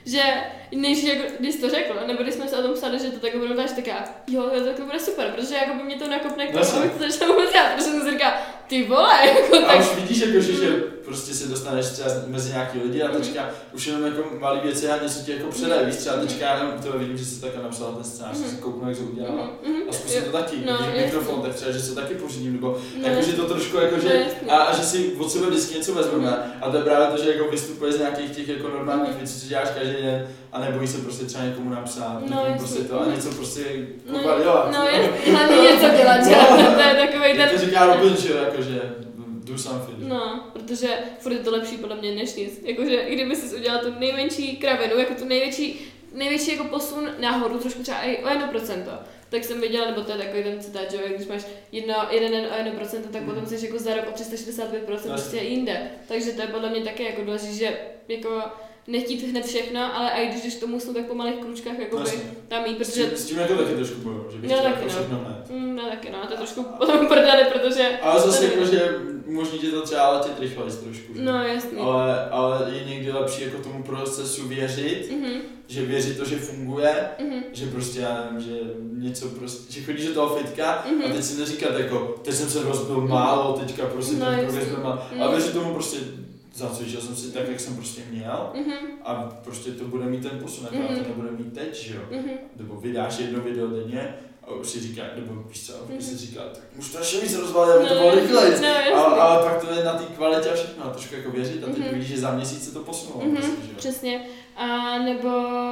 že než jako, když jsi to řekl, nebo když jsme se o tom psali, že to tak bude tak taká, jo, to bude super, protože jako by mě to nakopne k tomu, abych to začala vůbec dělat, protože jsem si říká, ty vole, jako a tak. A už vidíš, jako, že, že prostě se dostaneš třeba mezi nějaký lidi a teďka mm. už jenom jako malý věci a něco ti jako předají, víš, třeba teďka já jenom to vidím, že jsi takhle napsala ten scénář, mm. že si kouknu, jak to udělala mm. a zkusím to taky, no, když mikrofon, tak třeba, že se taky pořídím, nebo no, jako, že to trošku jako, že, no, a, a že si od sebe vždycky něco vezmeme mm. a to je právě to, že jako vystupuje z nějakých těch jako normálních mm. věcí, co děláš každý den a nebojí se prostě třeba někomu napsat, no, prostě to a něco prostě no, dělat. No, hlavně něco dělat, že? To je takovej ten... To říká Robin, že jakože do something. No, protože furt je to lepší podle mě než nic. Jakože i kdyby jsi udělal tu nejmenší kravinu, jako tu největší, největší jako posun nahoru, trošku třeba i o jedno procento, tak jsem viděla, nebo to je takový ten citát, že když máš jedno, jeden den o jedno procento, tak mm. potom jsi jako za rok o tři sta šedesát pět procent prostě jinde. Takže to je podle mě taky jako důležité, že jako nechtít hned všechno, ale i když jdeš k tomu snu, tak po malých kručkách jakoby tam jít, protože... S tím jako taky trošku boju, že bych no, chtěla taky, jako všechno no. hned. Mm, no taky no, to je trošku potom prdali, protože... Ale zase jako, že možná ti to třeba letět rychleji trošku. Že? No jasný. Ale, ale je někdy lepší jako tomu procesu věřit, mm-hmm. že věřit to, že funguje, mm-hmm. že prostě já nevím, že něco prostě, že chodíš do toho fitka mm-hmm. a teď si neříkat jako, teď jsem se rozbil mm-hmm. málo, teďka prostě no, ten progres byl málo, mm-hmm. ale věřit tomu prostě zacvičil jsem si tak, jak jsem prostě měl mm-hmm. a prostě to bude mít ten posun, mm-hmm. to nebude mít teď, že jo. Mm-hmm. Nebo vydáš jedno video denně a už si říká, nebo víš co, mm-hmm. si říká, tak už to ještě víc rozvalit, aby no, to bylo rychlejc. No, ale, ale pak to je na té kvalitě a všechno, a trošku jako věřit a teď mm-hmm. vidíš, že za měsíc se to posunulo. Mm-hmm. Prostě, že jo. Přesně. A nebo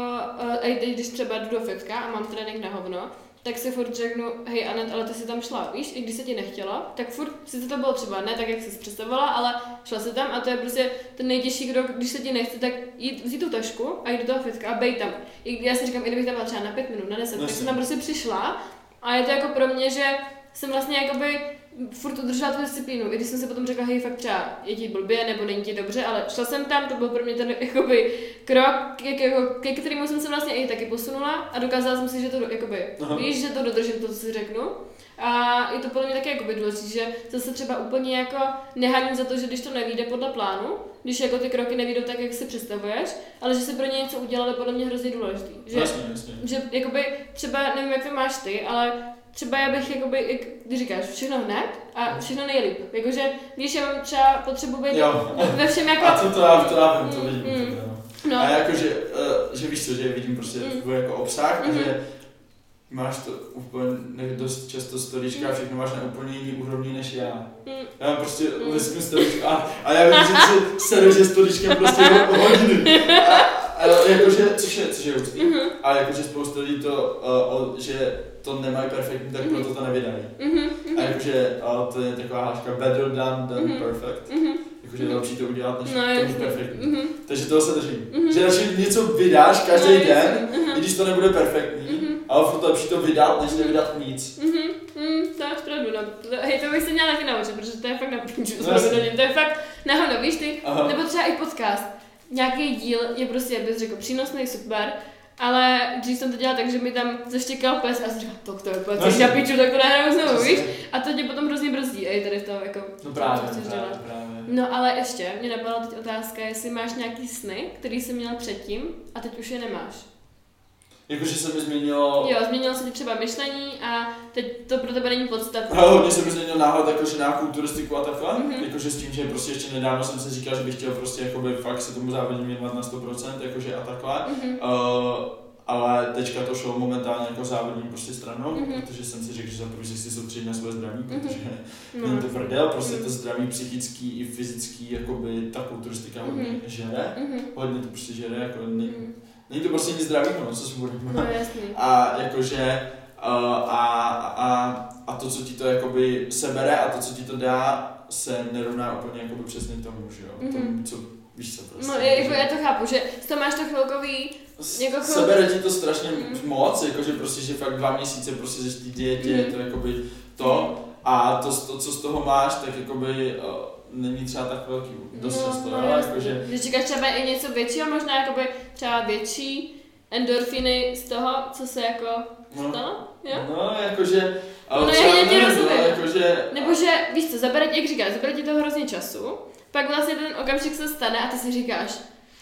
uh, když třeba jdu do fitka a mám trénink na hovno, tak si furt řeknu, hej Anet, ale ty jsi tam šla, víš, i když se ti nechtělo, tak furt, sice to bylo třeba ne tak, jak jsi představovala, ale šla se tam a to je prostě ten nejtěžší krok, když se ti nechce, tak jít, vzít tu tašku a jít do toho fitka a bejt tam. I já si říkám, i kdybych tam byla třeba na pět minut, na deset, tak jsem tam prostě přišla a je to jako pro mě, že jsem vlastně jakoby furt udržela tu disciplínu, i když jsem si potom řekla, hej, fakt třeba je ti blbě nebo není ti dobře, ale šla jsem tam, to byl pro mě ten jakoby krok, jak, jako, ke kterému jsem se vlastně i taky posunula a dokázala jsem si, že to jakoby, víš, že to dodržím, to, co si řeknu. A je to podle mě taky jakoby důležité, že zase třeba úplně jako nehaním za to, že když to nevyjde podle plánu, když jako ty kroky nevyjdou tak, jak si představuješ, ale že si pro ně něco udělali, podle mě hrozně důležitý. Že, jasně, jasně. že jakoby třeba, nevím, jak to máš ty, ale třeba já bych, jakoby, jak, když říkáš, všechno hned a všechno nejlíp. Jakože, když já mám třeba potřebu být ve všem jako... A to to já, to já vím, to vidím. Mm, to, no. No. A jakože, uh, že víš co, že vidím prostě mm. tvůj jako obsah Mm. a že máš to úplně dost často storička, všechno máš na úplně jiný úrovni než já. Mm. Já mám prostě mm. lesknu storička a, a já vím, že si seru, že storičkem prostě hodiny. A, a jakože, což je, což je úctý. Mm. A jakože spousta lidí to, uh, o, že to nemají perfektní, tak proto to nevydají. Mm. A jakože, a to je taková hláška better than, than mm. perfect. Mm. Jakože je lepší to udělat, než no, to mít perfektní. Mm-hmm. Takže toho se držím. Mm-hmm. Že radši něco vydáš každý no, den, mm-hmm. i když to nebude perfektní, mm-hmm. ale furt lepší to vydat, než nevydat nic. Mm-hmm. Mm, to je pravdu, no. Hej, to bych se měla taky naučit, protože to je fakt na půjču, no, to je fakt nahono, víš ty, aha. Nebo třeba i podcast. Nějaký díl je prostě, abys řekl, přínosný, super, ale když jsem to dělala tak, že mi tam zaštěkal pes a jsem říkala, to, to je úplně no, na piču, tak to nahraju znovu, víš? A to tě potom hrozně brzdí, ej, tady v tom, jako, no právě, co chceš právě, dělat. právě. No ale ještě, mě napadla teď otázka, jestli máš nějaký sny, který jsi měl předtím a teď už je nemáš. Jakože se mi změnilo... Jo, změnilo se ti třeba myšlení a teď to pro tebe není podstatné. Ale hodně se mi změnil náhled jakože na kulturistiku a takhle, mm-hmm. jakože s tím, že prostě ještě nedávno jsem si říkal, že bych chtěl prostě jakoby fakt se tomu závodně věnovat na sto procent, jakože a takhle. Mm-hmm. Uh, ale teďka to šlo momentálně jako závodní prostě stranou, mm-hmm. protože jsem si řekl, že za první si soustředit na své zdraví, mm-hmm. protože no. Není to prdel, prostě mm-hmm. to zdraví psychický i fyzický, jakoby ta kulturistika hodně mm-hmm. žere, mm-hmm. hodně to prostě žere, jako ne, mm-hmm. Není to prostě nic zdravého, no, co si budeme. No, jasný. A jakože uh, a, a, a to, co ti to jakoby sebere a to, co ti to dá, se nerovná úplně jakoby přesně tomu, že jo? Mm-hmm. Tomu, co, víš co prostě. No, jako já to chápu, že to máš to chvilkový, jako chvilkový... Sebere ti to strašně mm-hmm. moc, jakože prostě, že fakt dva měsíce prostě jsi v té dietě, mm-hmm. to jakoby to a to, to, co z toho máš, tak jakoby uh, není třeba tak velký, dost no, často, no, ale jakože... Když říkáš třeba i něco většího, možná jakoby třeba větší endorfiny z toho, co se jako no, stalo, jo? No, jakože... No, já ti rozumím. Jakože... Nebo že, víš co, zabere, jak říkáš, zabere ti to hrozně času, pak vlastně ten okamžik se stane a ty si říkáš,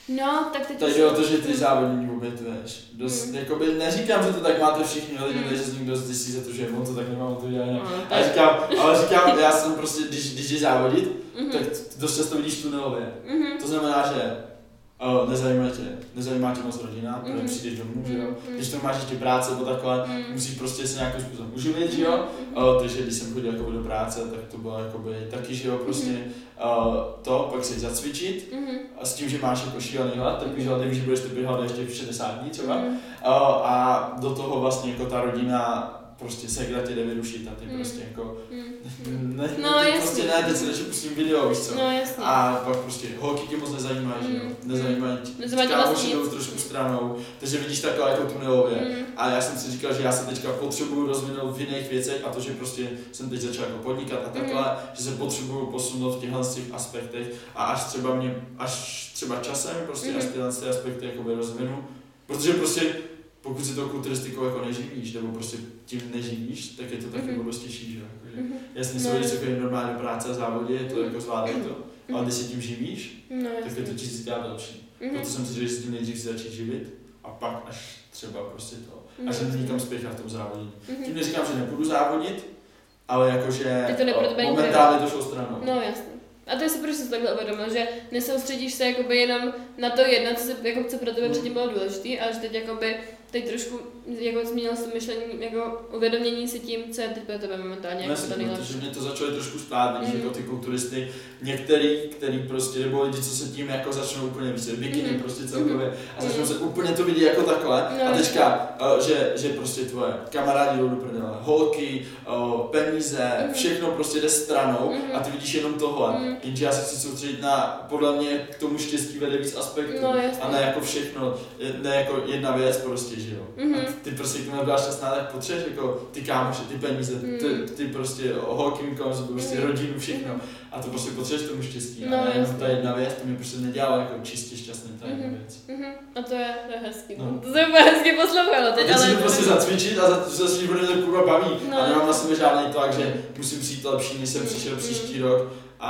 No, tak teď... Tak jde o to, že ty závodní obětuješ. Dost, mm. jakoby, neříkám, že to tak máte všichni, ale mm. že z někdo zděsí za to, že on to tak nemá, on to dělá. No, ale, říkám, ale říkám, já jsem prostě, když, když jdeš závodit, mm-hmm. tak dost často vidíš tunelově. Mm-hmm. To znamená, že uh, nezajímá tě, nezajímá tě moc rodina, mm-hmm. protože přijdeš domů, že jo. Mm-hmm. Když to máš ještě práce nebo takhle, mm-hmm. musíš prostě se nějakým způsobem uživit, že jo. Mm-hmm. Uh, takže když jsem chodil jakoby do práce, tak to bylo jakoby taky, že jo, prostě mm-hmm. uh, to, pak si zacvičit mm-hmm. a s tím, že máš jako šílený hlad, tak víš, že budeš ty hlad ještě v šedesát dní třeba. Mm-hmm. Uh, a do toho vlastně jako ta rodina prostě sekla tě jde vyrušit a ty mm. prostě jako mm. ne, no, ty prostě ne, teď si ještě pustím video, víš co. No, jasně. A pak prostě holky tě moc nezajímají, mm. že jo, nezajímají tě, kámoši jdou trošku stranou, takže vidíš takhle jako tunelově. Mm. A já jsem si říkal, že já se teďka potřebuju rozvinout v jiných věcech a to, že prostě jsem teď začal jako podnikat a takhle, mm. že se potřebuju posunout v těchhle těch aspektech a až třeba mě, až třeba časem prostě mm. až tyhle ty aspekty jakoby rozvinu, protože prostě pokud si to kulturistikou jako neživíš, nebo prostě tím neživíš, tak je to taky mm-hmm. dost těžší, že? Jakože, mm-hmm. Jasně, no, jsou lidi, normálně práce a závodě, to jako zvládají to, mm-hmm. ale když si tím živíš, no, tak je to tisíckrát lepší. Mm-hmm. Proto jsem si řekl, že si tím nejdřív si začít živit a pak až třeba prostě to, až mm-hmm. někam spěchá v tom závodě. Mm-hmm. Tím neříkám, že nepůjdu závodit, ale jakože momentálně to šlo stranou. No jasně. A to je super, že jsi to takhle uvědomil, že nesoustředíš se jakoby jenom na to jedno, co, se, jako, co pro tebe předtím bylo důležité, ale že teď jakoby, teď trošku jako změnil to myšlení, jako uvědomění si tím, co je teď pro tebe momentálně jako to nejlepší. Protože mě to začalo trošku spát, když mm. jako ty kulturisty, některý, který prostě, nebo lidi, co se tím jako začnou úplně více, bikiny mm. prostě celkově, a začnou mm. se úplně to vidět jako takhle, no, a teďka, uh, že, že prostě tvoje kamarádi jdou do prdele, holky, uh, peníze, mm. všechno prostě jde stranou mm. a ty vidíš jenom tohle, mm. jenže já se chci soustředit na, podle mě k tomu štěstí vede víc aspektů, no, a ne jako všechno, ne jako jedna věc prostě, že jo. Mm-hmm. A ty, ty prostě k tomu byla šťastná, tak potřebuješ jako ty kámoše, ty peníze, mm. ty, ty prostě holky mimo, prostě mm. rodinu, všechno. A to prostě potřebuješ tomu štěstí. No, a ne ta jedna věc, to mě prostě nedělalo jako čistě šťastný, ta jedna mm-hmm. věc. Mm-hmm. A to je, to je hezký. No. To se úplně hezky poslouchalo teď, teď ale... si to prostě zacvičit a za, za si bude to kurva baví. No. A nemám na sebe žádný tlak, že musím přijít lepší, než jsem přišel příští rok.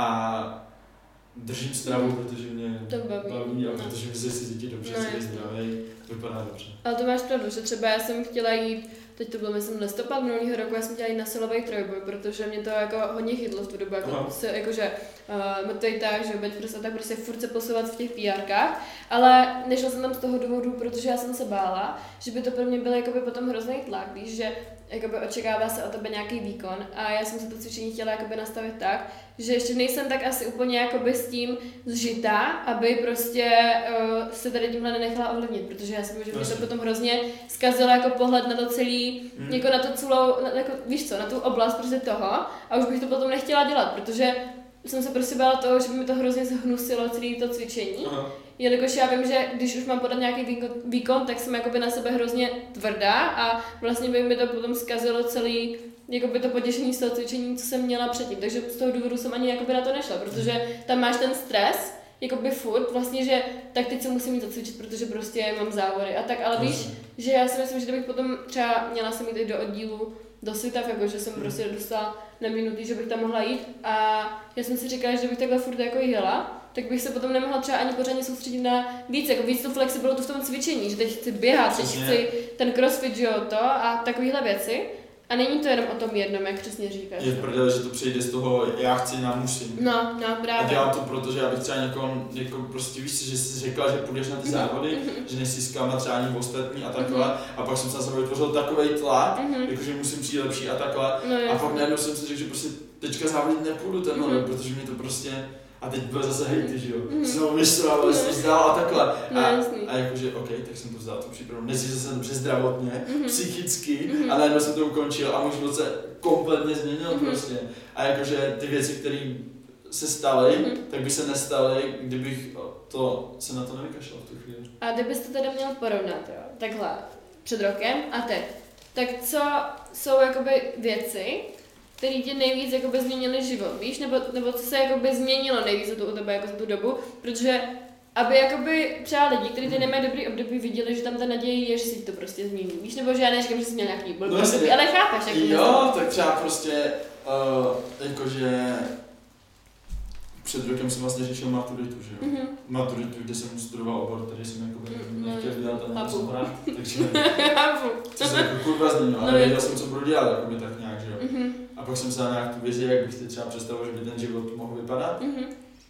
A držím stravu, protože mě to baví, baví a no. protože mi se si cítí dobře, no, si zdravý, vypadá dobře. Ale to máš pravdu, že třeba já jsem chtěla jít, teď to bylo myslím listopad minulého roku, já jsem chtěla jít na silový trojboj, protože mě to jako hodně chytlo v tu dobu, jako se, jakože uh, mrtvej tak, že být prostě tak prostě furt se posouvat v těch pé érkách, ale nešla jsem tam z toho důvodu, protože já jsem se bála, že by to pro mě byl jakoby potom hrozný tlak, víš, že jakoby očekává se od tebe nějaký výkon a já jsem se to cvičení chtěla jakoby nastavit tak, že ještě nejsem tak asi úplně jakoby s tím zžitá, aby prostě uh, se tady tímhle nenechala ovlivnit, protože já si myslím, že mě to potom hrozně zkazilo jako pohled na to celý, mm. jako na to celou, na, jako, víš co, na tu oblast prostě toho a už bych to potom nechtěla dělat, protože jsem se prostě bála toho, že by mi to hrozně zhnusilo celé to cvičení. Aha. Jelikož já vím, že když už mám podat nějaký výkon, výkon, tak jsem jakoby na sebe hrozně tvrdá a vlastně by mi to potom zkazilo celý jakoby to potěšení z toho cvičení, co jsem měla předtím. Takže z toho důvodu jsem ani jakoby na to nešla, protože tam máš ten stres, jakoby furt, vlastně, že tak teď se musím jít zacvičit, protože prostě mám závody a tak, ale víš, že já si myslím, že kdybych potom třeba měla se jít do oddílu do Svitav, jako že jsem prostě dostala na minuty, že bych tam mohla jít a já jsem si říkala, že kdybych takhle furt jako jela, tak bych se potom nemohla třeba ani pořádně soustředit na víc, jako víc tu flexibilitu v tom cvičení, že teď chci běhat, teď chci ten crossfit, že jo, to a takovéhle věci. A není to jenom o tom jednom, jak přesně říkáš. Je v prdele, že to přijde z toho já chci na musím. No, no, právě. A dělám to proto, že já bych třeba někoho, jako prostě víš si, že jsi řekla, že půjdeš na ty závody, mm-hmm. že nejsi zklamá třeba ani ostatní a takhle. Mm-hmm. A pak jsem se na sebe vytvořil takovej tlak, mm-hmm. jakože musím přijít lepší a takhle. No, a pak najednou jsem si řekl, že prostě teďka závodit nepůjdu tenhle, mm-hmm. protože mi to prostě... A teď byl zase hejty, že jo, mm. jsem vyšel, ale jsem vzdál a takhle. A, a jakože, OK, tak jsem to vzdal, tu přípravu. Necítil jsem dobře zdravotně, mm. psychicky mm. a najednou jsem to ukončil a můj život se kompletně změnil mm. prostě. A jakože ty věci, které se staly, mm. tak by se nestaly, kdybych to, se na to nevykašlal v tu chvíli. A kdybyste teda měl porovnat, jo, takhle, před rokem a teď, tak co jsou jakoby věci, který tě nejvíc jakoby změnili život, víš? Nebo, nebo co se jakoby změnilo nejvíc za tu, u tebe jako za tu dobu, protože aby jakoby třeba lidi, kteří ty nemají dobrý období, viděli, že tam ta naděje je, že si to prostě změní, víš? Nebo že já neříkám, že jsi měl nějaký blbý no, období, ale chápeš, jak jo, tak třeba prostě, uh, jakože před rokem jsem vlastně řešil maturitu, že jo. Mm-hmm. Maturitu, kde jsem studoval obor, který jsem jako Mm, nechtěl no, dělat, ale nechtěl jsem hrát, takže Chápu. to jsem jako kurva změnil, ale No, věděl jsem, co budu dělat, jako by tak nějak, že jo. Mm-hmm. A pak jsem se dal nějak tu vizi, jak bych si třeba představil, že by ten život mohl vypadat. Mm-hmm.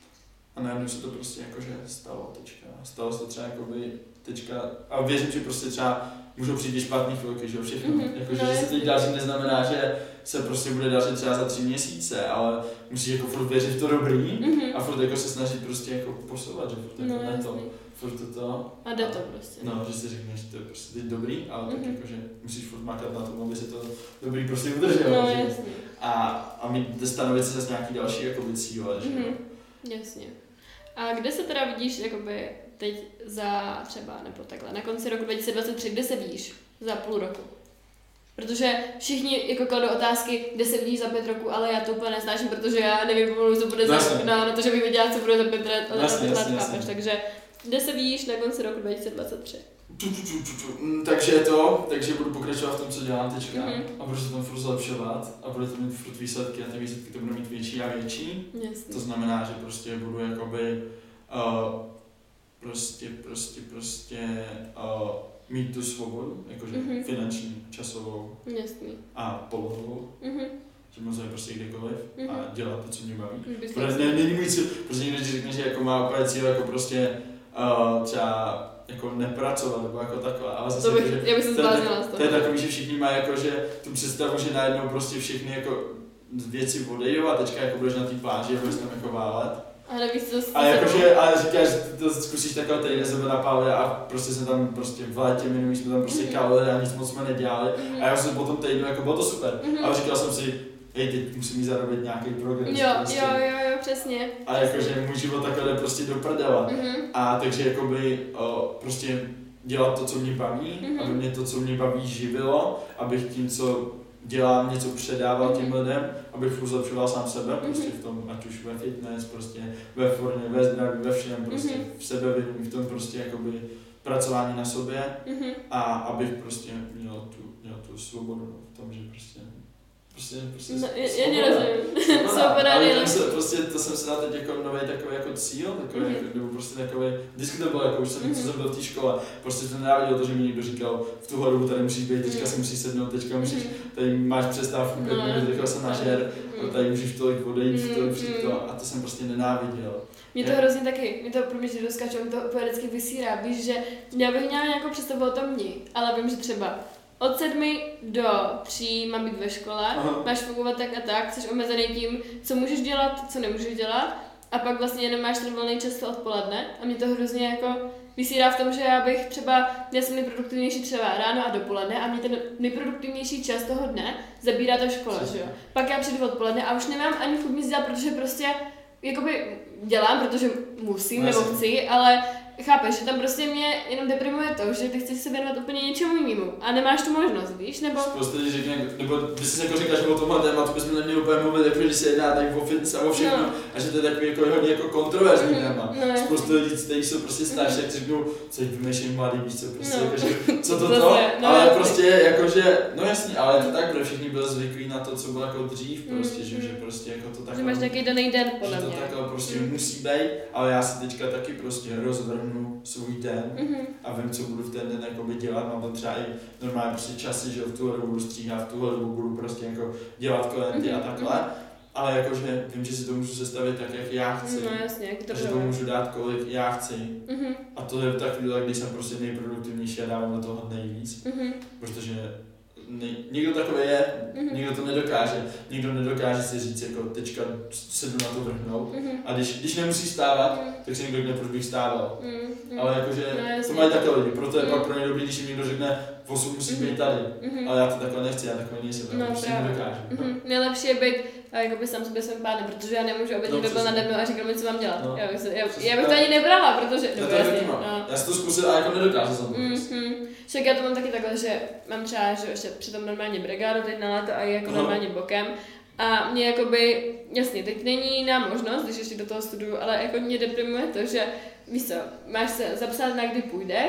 A najednou se to prostě jakože stalo, tečka. Stalo se to třeba jakoby tečka. A věřím, že prostě třeba můžou přijít i špatný chvilky, že jo, všechno. Mm-hmm. Jakože, No, že se jasně. teď daří, neznamená, že se prostě bude dařit třeba za tři měsíce, ale musíš jako furt věřit v to dobrý Mm-hmm. a furt jako se snažit prostě jako posouvat, že furt No, jako ne to, jasně. furt to to. A jde to prostě. No, že si řekneš, že to je prostě teď dobrý, ale tak Mhm. jakože musíš furt makat na tom, aby si to dobrý prostě udrželo. No, že? jasně. A, a mít stanovit si zase nějaký další jako cíle, že jo. Mhm. Jasně. A kde se teda vidíš jakoby teď za třeba, nebo takhle, na konci roku dva tisíce dvacet tři, kde se vidíš za půl roku? Protože všichni jako kladou otázky, kde se vidíš za pět roku, ale já to úplně nesnáším, protože já nevím pomalu, co bude za Jasně. rok, na, na to, že bych věděla, co bude za pět let, ale Jasně, za pět jasně, let, jasně. chápeš, takže kde se vidíš na konci roku dva tisíce dvacet tři? Tu, tu, tu, tu, tu. Mm, Takže je to, takže budu pokračovat v tom, co dělám teďka Mhm. a budu se tam furt zlepšovat a bude to mít furt výsledky a ty výsledky to budou mít větší a větší. Jasně. To znamená, že prostě budu jakoby uh, prostě, prostě, prostě uh, mít tu svobodu, jakože Mhm. finanční, časovou Jasný. a polohovou, Mhm. že můžu jít prostě kdekoliv Mhm. a dělat to, co mě baví. Už bys Protože chtěl- ne, není můj cíl, prostě někdo ti řekne, že jako má úplně cíl jako prostě uh, třeba jako nepracovat nebo jako takhle, ale zase To bych, jako, že já bych se to je, zbláznila z to je toho. takový, že všichni mají jako, že tu představu, že najednou prostě všechny jako věci odejdou a teďka jako budeš na té pláži a budeš tam jako válet. A nevíš, co s A jakože, ale říkáš, že ty to zkusíš takhle týden sebe na pávě a prostě jsme tam prostě v létě minulý jsme tam prostě Mhm. kalili a nic moc jsme nedělali. Mhm. A já jsem po tom týdnu, jako bylo to super, Mhm. ale říkal jsem si, hej, teď musím jít zarobit nějaký progres. Jo, prostě. jo, jo, jo, přesně. A jakože můj život takhle jde prostě do prdela. Mhm. A takže jakoby o, prostě dělat to, co mě baví, Mhm. aby mě to, co mě baví, živilo, abych tím, co dělám, něco předával Mhm. těm lidem, abych furt zlepšoval sám sebe, prostě v tom, ať už ve fitness, prostě ve formě, ve zdraví, ve všem, prostě Mhm. v sebevědomí, v tom prostě jakoby pracování na sobě Mhm. a abych prostě měl tu, měl tu svobodu v tom, že prostě Prostě, prostě No, já, já svoboda. tě rozumím. Svoboda. Svoboda Ale nejlepší. to, se, prostě, to jsem si dal teď jako nový takový jako cíl, takový, Mhm. jako, nebo prostě takový, vždycky to bylo jako, už jsem, Mhm. co jsem byl v té škole, prostě jsem nenáviděl to, že mi někdo říkal, v tuhle dobu tady musíš být, teďka Mhm. si musíš sednout, teďka musíš, Mhm. tady máš přestávku, pět No, minut, teďka jsem na žer, Mhm. tady můžeš tolik odejít, Mhm. tolik přijít Mhm. to, a to jsem prostě nenáviděl. Mě to hrozně taky, mě to pro mě, že doskáču, mě to úplně vždycky vysírá, víš, že já bych měla nějakou představu o tom dní, ale vím, že třeba od sedmi do tří mám být ve škole, Aha. máš fungovat tak a tak, jsi omezený tím, co můžeš dělat, co nemůžeš dělat a pak vlastně jenom máš ten volný čas to odpoledne a mě to hrozně jako vysírá v tom, že já bych třeba, já jsem nejproduktivnější třeba ráno a dopoledne a mě ten nejproduktivnější čas toho dne zabírá ta škola, že jo. Pak já přijdu odpoledne a už nemám ani chuť nic dělat, protože prostě jakoby dělám, protože musím No, nebo jasně. chci, ale chápeš, že tam prostě mě jenom deprimuje to, že ty chceš se věnovat úplně něčemu jinému a nemáš tu možnost, víš, nebo... Prostě když řekne, nebo když jsi jako říkáš, že o tomhle tématu bychom neměli úplně mluvit, jako když se jedná tady o fitness a o všechno, No. a že to je takový jako hodně jako kontroverzní Mhm, téma. no, jasně. Spoustu lidí, kteří jsou prostě starší, tak si řeknou, co jich vymýšlím mladý, víš co, prostě No. jako, že, co to Zase, to, no, ale jasně. prostě jakože, no jasně, ale to tak, protože všichni byli zvyklí na to, co bylo jako dřív, prostě, Mhm. že, že prostě jako to Že takhle, máš nějaký daný den, že podle to mě. takhle prostě Mhm. musí být, ale já si teďka taky prostě rozvrhnu svůj den, Mhm. a vím, co budu v ten den jakoby dělat, mám tam třeba i normálně prostě časy, že v tuhle dobu budu stříhat, v tuhle dobu budu prostě jako dělat klienty a Mhm, takhle, ale jakože vím, že si to můžu sestavit tak, jak já chci, No jasně, jak to že to bylo. můžu dát, kolik já chci Mhm. a to je ta chvíle, kdy jsem prostě nejproduktivnější a dávám do toho nejvíc, Mhm. protože ne, někdo takový je, Mhm. někdo to nedokáže, někdo nedokáže si říct jako teďka se jdu na to vrhnout Mhm. a když, když nemusí stávat, Mhm. tak si někdo řekne, proč bych stával. Mhm. Ale jakože No, jasně. to mají takové lidi, proto je Mm. pak pro ně dobrý, když jim někdo řekne, v osm musíš Mhm. být tady. Mhm. Ale já to takhle nechci, já takhle nejsem, No, já prostě právě. nedokážu. Mhm. Nejlepší je být a jakoby sám sobě svým pánem, protože já nemůžu, aby No, někdo byl přesně. nade mnou a říkal mi, co mám dělat. No. Já, bych se, já, Přesně. já bych to ani nebrala, protože... Já no, to jasně, taky mám. no. Já si to zkusil a jako nedokážu jsem to. Mhm. Však já to mám taky takhle, že mám třeba, že ještě přitom normálně brigádu teď na léto a i jako Aha. normálně bokem. A mě jakoby, jasně, teď není nám možnost, když ještě do toho studuju, ale jako mě deprimuje to, že víš co, máš se zapsat na kdy půjdeš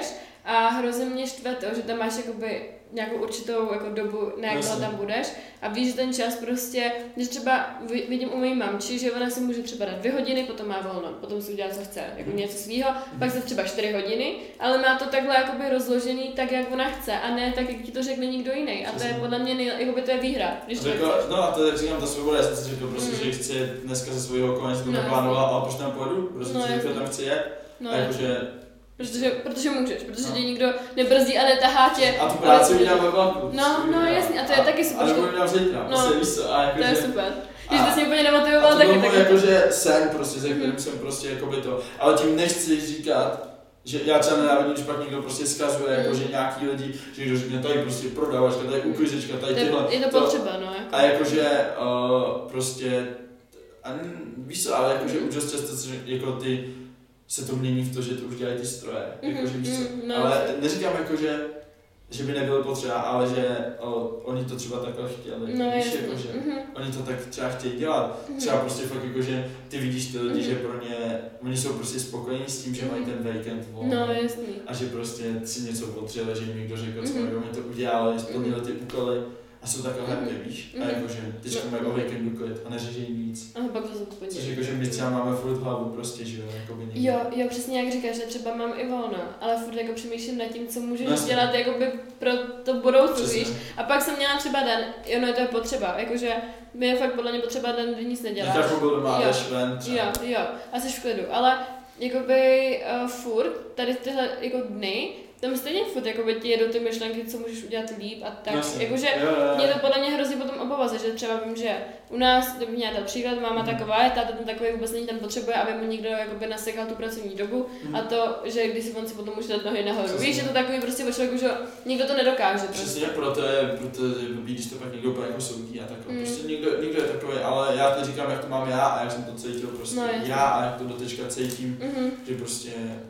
A hrozně mě štve to, že tam máš jakoby nějakou určitou jako dobu, na jak dlouho tam budeš a víš, že ten čas prostě, když třeba vidím u mojí mamči, že ona si může třeba dát dvě hodiny, potom má volno, potom si udělá, co chce, jako něco svýho, pak se třeba čtyři hodiny, ale má to takhle jakoby rozložený tak, jak ona chce a ne tak, jak ti to řekne nikdo jiný. A to je podle mě nej, jakoby to je výhra, když to jako, no a to je, říkám, ta svoboda, já jsem si řekl prostě, mm. že chci dneska ze svého konce to no, naplánoval, ale proč tam pojedu, prostě no, co tam chci jet, no, a jakože Protože, protože můžeš, protože no. tě nikdo nebrzdí a netahá tě. A tu práci udělám ve vlaku. No, no jasně, a to je a, taky super. A nebo udělám zítra, no, prostě víš co, a jako, to je že, super. Když to jsi mě úplně nemotivoval, tak je taky. A to jakože sen prostě, se kterým mm. jsem prostě jakoby to, ale tím nechci říkat, že já třeba nenávidím, když pak někdo prostě zkazuje, mm. jako, že nějaký lidi, že někdo řekne, tady prostě prodavačka, tady uklízečka, tady tyhle. Je to potřeba, no. Jako. A jakože uh, prostě, a víš co, ale jakože mm. už dost často, jako ty, se to mění v to, že to už dělají ty stroje, mm-hmm, jako, že víš co, mm, no, ale neříkám jako, že, že by nebylo potřeba, ale že o, oni to třeba takhle chtěli, no, víš, jako, že mm-hmm. oni to tak třeba chtějí dělat, mm-hmm. třeba prostě fakt jako, že ty vidíš ty lidi, mm-hmm. že pro ně, oni jsou prostě spokojení s tím, že mají ten víkend volný no, a že prostě si něco potřebuje, že jim někdo řekl, co mm-hmm. oni to udělali, splnili ty úkoly. A jsou takové happy, víš? A jakože teďka mají o víkendu klid a neřeší nic. Aha, pak to úplně. Což jakože my třeba máme furt hlavu prostě, že jo, jakoby někdy. Jo, jo, přesně jak říkáš, že třeba mám i volno, ale furt jako přemýšlím nad tím, co můžeš Vlastně. dělat jakoby pro to budoucnu, víš? A pak jsem měla třeba den, jo, no to je potřeba, jakože mi je fakt podle mě potřeba den, kdy nic neděláš. Necháš mobil doma, jdeš ven třeba. Jo, jo, a jsi v klidu, ale jakoby uh, furt tady tyhle jako dny, tam stejně furt jakoby ti jedou ty myšlenky, co můžeš udělat líp a tak. Jasně. Jakože jo, jo, jo. Mě to podle mě hrozí potom opovaze, že třeba vím, že u nás, to by měla dát příklad, máma mm. taková je, táta ten takový vůbec není, ten potřebuje, aby mu někdo jakoby nasekal tu pracovní dobu mm. a to, že když si on si potom může dát nohy nahoru. Přesně. Víš, že to takový prostě o člověku, že nikdo to nedokáže. Přesně, prostě. proto je, proto je blbý, když to pak někdo jako soudí a takhle. Mm. Prostě někdo, někdo je takový, ale já teď říkám, jak to mám já a jak jsem to cítil prostě no, já a jak to dotečka cítím, mm. že prostě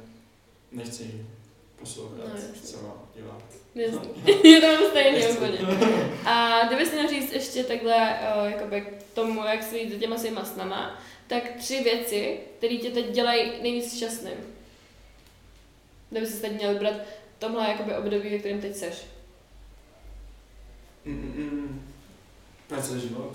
nechci poslouchat, no, co mám dělat. Je to mám stejně úplně. A kdybys měl říct ještě takhle o, jakoby k tomu, jak se jít za těma svýma snama, tak tři věci, které tě teď dělají nejvíc šťastným. Kdybys si teď měl vybrat tomhle jakoby období, ve kterém teď seš. Práce život.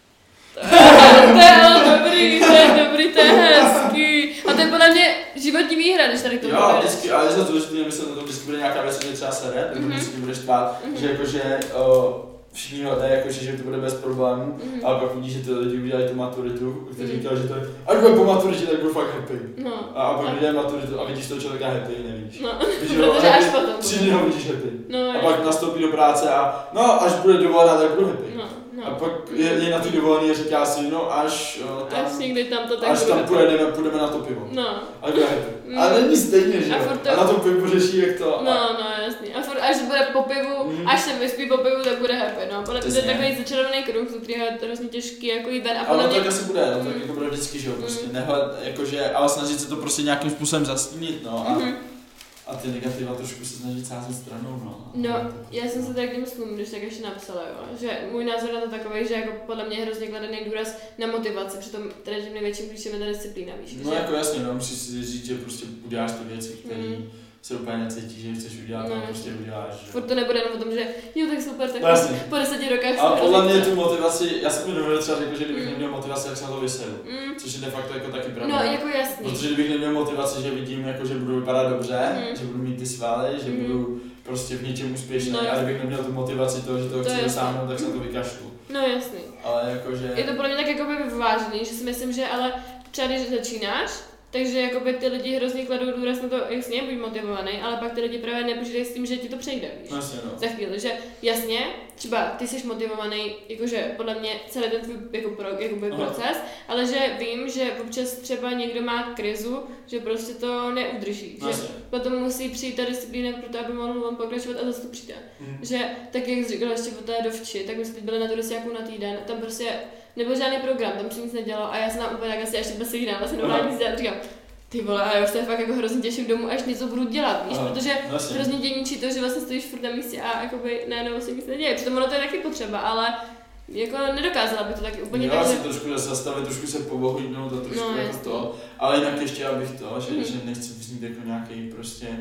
To je dobrý, to je dobrý, to je hezký. A to je podle mě životní výhra, když tady k tomu jo, vždycky, ale je to důležité, nemyslím, že to vždycky bude nějaká věc, že třeba sere, nebo mm-hmm. vždycky budeš tvát, mm-hmm. že jakože o, všichni hledají, jakože, že to bude bez problémů, mm-hmm. ale pak vidíš, že ty lidi udělají tu maturitu, který mm-hmm. říkal, že to je, až bude po maturitě, tak budu fakt happy. No. A pak udělají maturitu a vidíš toho člověka happy, nevíš. No, protože ho, až potom. Tři dny ho vidíš happy. No, a pak nastoupí do práce a no, až bude dovolená, tak budu happy. No. No. A pak je, je na ty dovolený a říká si, no až tam, až někdy tam to tak až tam půjdeme, půjdeme na to pivo. No. A kdo je mm. Ale není stejně, že jo? To... A na tom pivu řeší, jak to... No, no, jasný. A furt, až bude po pivu, mm. až se vyspí po pivu, tak bude happy, no. Podle mě to je takový začarovaný kruh, který je hrozně těžký, jako jít ven. A ale mě... tak asi bude, no, tak jako bude vždycky, že jo, prostě mm. nehled, jakože, ale snažit se to prostě nějakým způsobem zastínit, no. A... Mm-hmm. A ty negativa trošku se snaží sázet stranou, no. No, já jsem se tak myslím, když tak ještě napsala, jo, že můj názor na to takový, že jako podle mě je hrozně kladený důraz na motivaci, přitom teda tím největším klíčem je ta disciplína, víš. No že... jako jasně, no, musíš si říct, že prostě uděláš ty věci, které mm. se úplně necítíš, že chceš udělat, no, a prostě uděláš. Že... Furt to nebude jenom o tom, že jo, tak super, tak no, po deseti rokách. A podle mě tu motivaci, já jsem mi dovedl třeba řekl, že kdybych mm. neměl motivaci, tak se na to vysedu, mm. což je de facto jako taky pravda. No, jako jasný. Protože kdybych neměl motivaci, že vidím, jako, že budu vypadat dobře, mm. že budu mít ty svaly, že mm. budu prostě v něčem úspěšný, no, a kdybych neměl tu motivaci toho, že toho to chci dosáhnout, tak se to vykašlu. No jasný. Ale jakože... Je to podle mě tak jako by vyvážený, že si myslím, že ale třeba když začínáš, takže jakoby ty lidi hrozně kladou důraz na to, jasně, buď motivovaný, ale pak ty lidi právě nepočítají s tím, že ti to přejde, víš? Jasně, no. Za chvíli, že jasně, třeba ty jsi motivovaný, jakože podle mě celý ten tvůj jako pro, jakoby proces, ale že vím, že občas třeba někdo má krizu, že prostě to neudrží, že jasně. potom musí přijít ta disciplína pro to, aby mohl on pokračovat a zase to přijde. Mm. Že tak jak jsi říkala ještě o té dovči, tak my jsme byli na Turisiaku na týden, tam prostě nebyl žádný program, tam se nic nedělo a já jsem tam úplně tak asi ještě bez signál, vlastně normálně nic dělat, říkám, ty vole, a já už se fakt jako hrozně těším domů, až něco budu dělat, víš, aha, protože vlastně. Hrozně tě ničí to, že vlastně stojíš furt na místě a jakoby najednou vlastně nic neděje, přitom ono to je taky potřeba, ale jako nedokázala bych to taky úplně tak, že... si trošku zastavit, trošku se povohlídnout a trošku no, jako to, ale jinak ještě abych to, že, mm. že nechci vznít jako nějaký prostě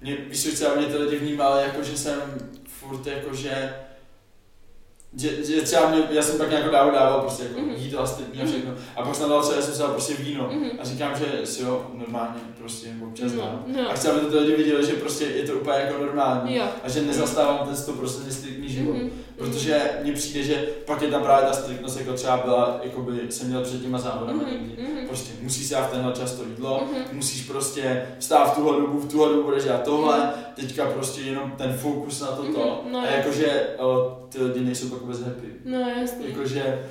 mě, víš co, třeba mě to lidi vnímali, jako že jsem furt jakože, že, že třeba mě, já jsem pak nějak dával, dával prostě jako mm-hmm. jídla, strypní a všechno. A pak jsem dal třeba, jsem dal prostě víno. Mm-hmm. A říkám, že si ho normálně prostě občas dám. No, no. A chci, aby to lidi viděli, že prostě je to úplně jako normální. Jo. A že nezastávám ten sto procent striktní život. Mm-hmm. Protože mně přijde, že pak je tam právě ta striktnost, jako třeba byla, jakoby jsem měl před těma závodama mm-hmm. někdy. Prostě musíš si dát v tenhle čas to jídlo, mm-hmm. musíš prostě vstát v tuhle dobu, v tuhle dobu budeš dělat tohle, mm-hmm. teďka prostě jenom ten fokus na toto. Mm-hmm. No, a jakože ty lidi nejsou pak vůbec happy. No jasně. Jakože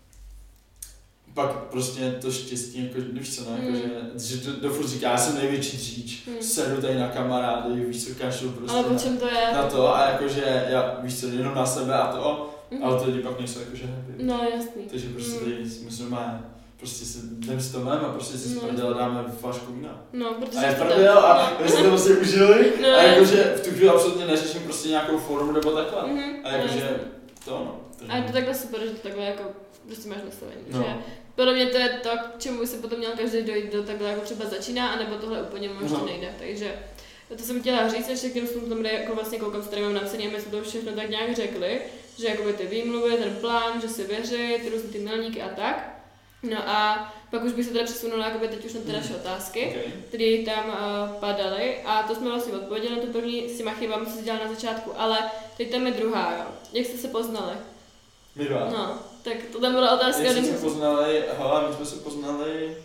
pak prostě to štěstí, jako, víš co, ne, mm. jakože, že do, do furt říká, já jsem největší dříč, mm. sedu tady na kamarády, víš co, kašlu prostě ale na, to je? na to a jakože, já, víš co, jenom na sebe a to, mm. ale ty lidi pak nejsou jakože happy. No jasný. Takže prostě mm. tady musíme má, prostě si jdem s Tomem a prostě si no. sprdele dáme flašku vína. No, protože a je prdel a my si to prostě užili no, a jakože v tu chvíli absolutně neřeším prostě nějakou formu nebo takhle. Mm-hmm. A jakože to no. A je to takhle super, že to takhle jako prostě máš nastavení, no. Že podle mě to je to, k čemu si potom měl každý dojít, do takhle jako třeba začíná, anebo tohle úplně možná no. nejde, takže to jsem chtěla říct, ještě když jsem tam jako vlastně koukám, co tady mám napsaný a my jsme to všechno tak nějak řekli, že jakoby ty výmluvy, ten plán, že si věří, ty různé ty milníky a tak. No a pak už bych se teda přesunula jakoby teď už na ty naše otázky, okay. které tam uh, padaly a to jsme vlastně odpověděli na tu první s těma chybami, co jsi dělala na začátku, ale teď tam je druhá, jo. Jak jste se poznali? My dva? No, tak to tam byla otázka. Jak jsme se poznali, hele, my jsme se poznali...